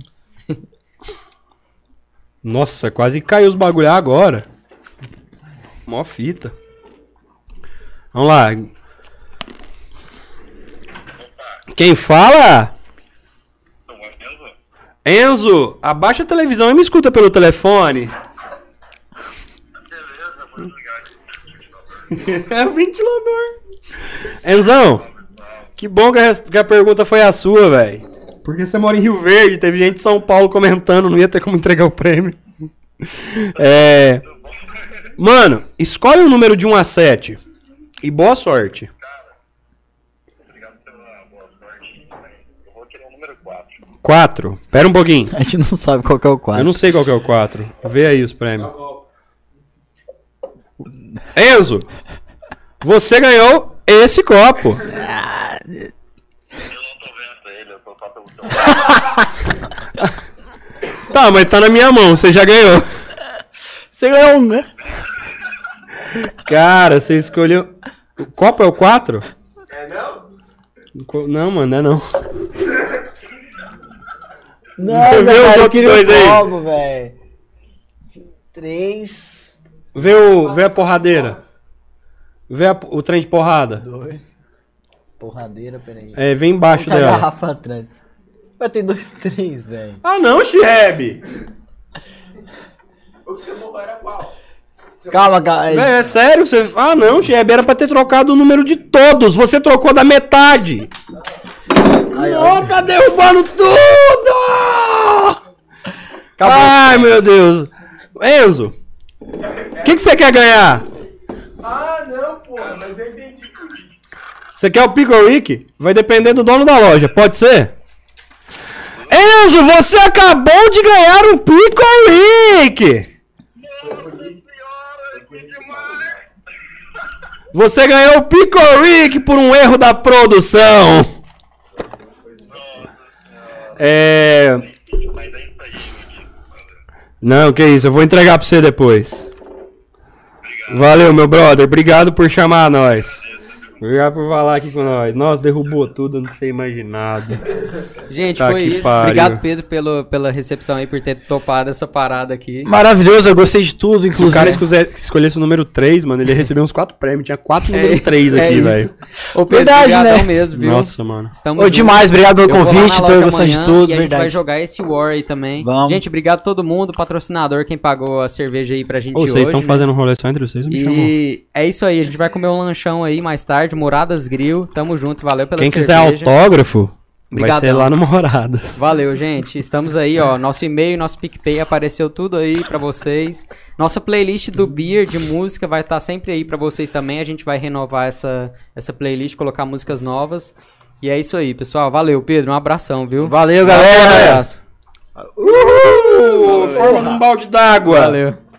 Nossa, quase caiu os bagulho agora. Mó fita. Vamos lá. Quem fala? Enzo, abaixa a televisão e me escuta pelo telefone. É o ventilador. Enzão, que bom que a pergunta foi a sua, velho. Porque você mora em Rio Verde, teve gente de São Paulo comentando, não ia ter como entregar o prêmio. Mano, escolhe um número de 1 a 7. E boa sorte. Obrigado pela boa sorte. Eu vou querer o número 4. 4. Pera um pouquinho. A gente não sabe qual que é o Eu quadro. não sei qual que é o 4. Vê aí os prêmios. Enzo, você ganhou esse copo. Eu não tô vendo ele, eu tô só pelo celular. Tá, mas tá na minha mão, você já ganhou. Você ganhou um, né? Cara, você escolheu... O copo é o 4? É não? Não, mano, não é não. Não, Vê os outros dois aí. velho. 3, Vê a porradeira. Vê o trem de porrada. 2. Porradeira, peraí. É, vem embaixo Tá a dela. garrafa atrás. Vai ter 2, 3, velho. Ah não, Cheb! O que você morreu era qual? Calma, calma. Véi, é sério que você... Ah não, Cheb, era pra ter trocado o número de todos. Você trocou da metade. Aí, ó. Tá derrubando tudo! Acabou Ai, meu Deus. Enzo, o que você quer ganhar? Ah, não, porra, mas eu entendi tudo. Você quer o Pickle Rick? Vai depender do dono da loja, pode ser? Enzo, você acabou de ganhar um Pickle Rick! Você ganhou o Pickle Rick por um erro da produção. Mas é isso aí, Não, que isso, eu vou entregar pra você depois. Valeu, meu brother. Obrigado por chamar nós. Obrigado por falar aqui com nós. Nossa, derrubou tudo, eu não sei mais nada. Gente, Tá foi que isso. pariu. Obrigado, Pedro, pela recepção aí, por ter topado essa parada aqui. Maravilhoso, eu gostei de tudo, Se o inclusive. cara escolhesse o número 3, mano, ele ia receber uns 4 prêmios. Tinha 4 número 3 aqui, isso. velho. Ô, Pedro, Verdade, obrigadão né? mesmo, viu? Nossa, mano. Estamos Ô, juntos. demais, obrigado pelo Eu vou lá convite, na tô loja gostando de amanhã tudo, e a gente vai verdade. jogar esse War aí também. Vamos. Gente, obrigado a todo mundo, patrocinador, quem pagou a cerveja aí pra gente Ô, hoje. vocês estão né? fazendo um rolê só entre vocês, me chamou. E é isso aí, a gente vai comer um lanchão aí mais tarde, Moradas Grill. Tamo junto, valeu pela Quem cerveja. quiser autógrafo, Obrigadão. Vai ser lá no Moradas. Valeu, gente. Estamos aí, ó. Nosso e-mail, nosso PicPay apareceu tudo aí pra vocês. Nossa playlist do Beer de música vai estar sempre aí pra vocês também. A gente vai renovar essa playlist, colocar músicas novas. E é isso aí, pessoal. Valeu, Pedro. Um abração, viu? Valeu, galera. Um abraço. Forma num balde d'água. Valeu.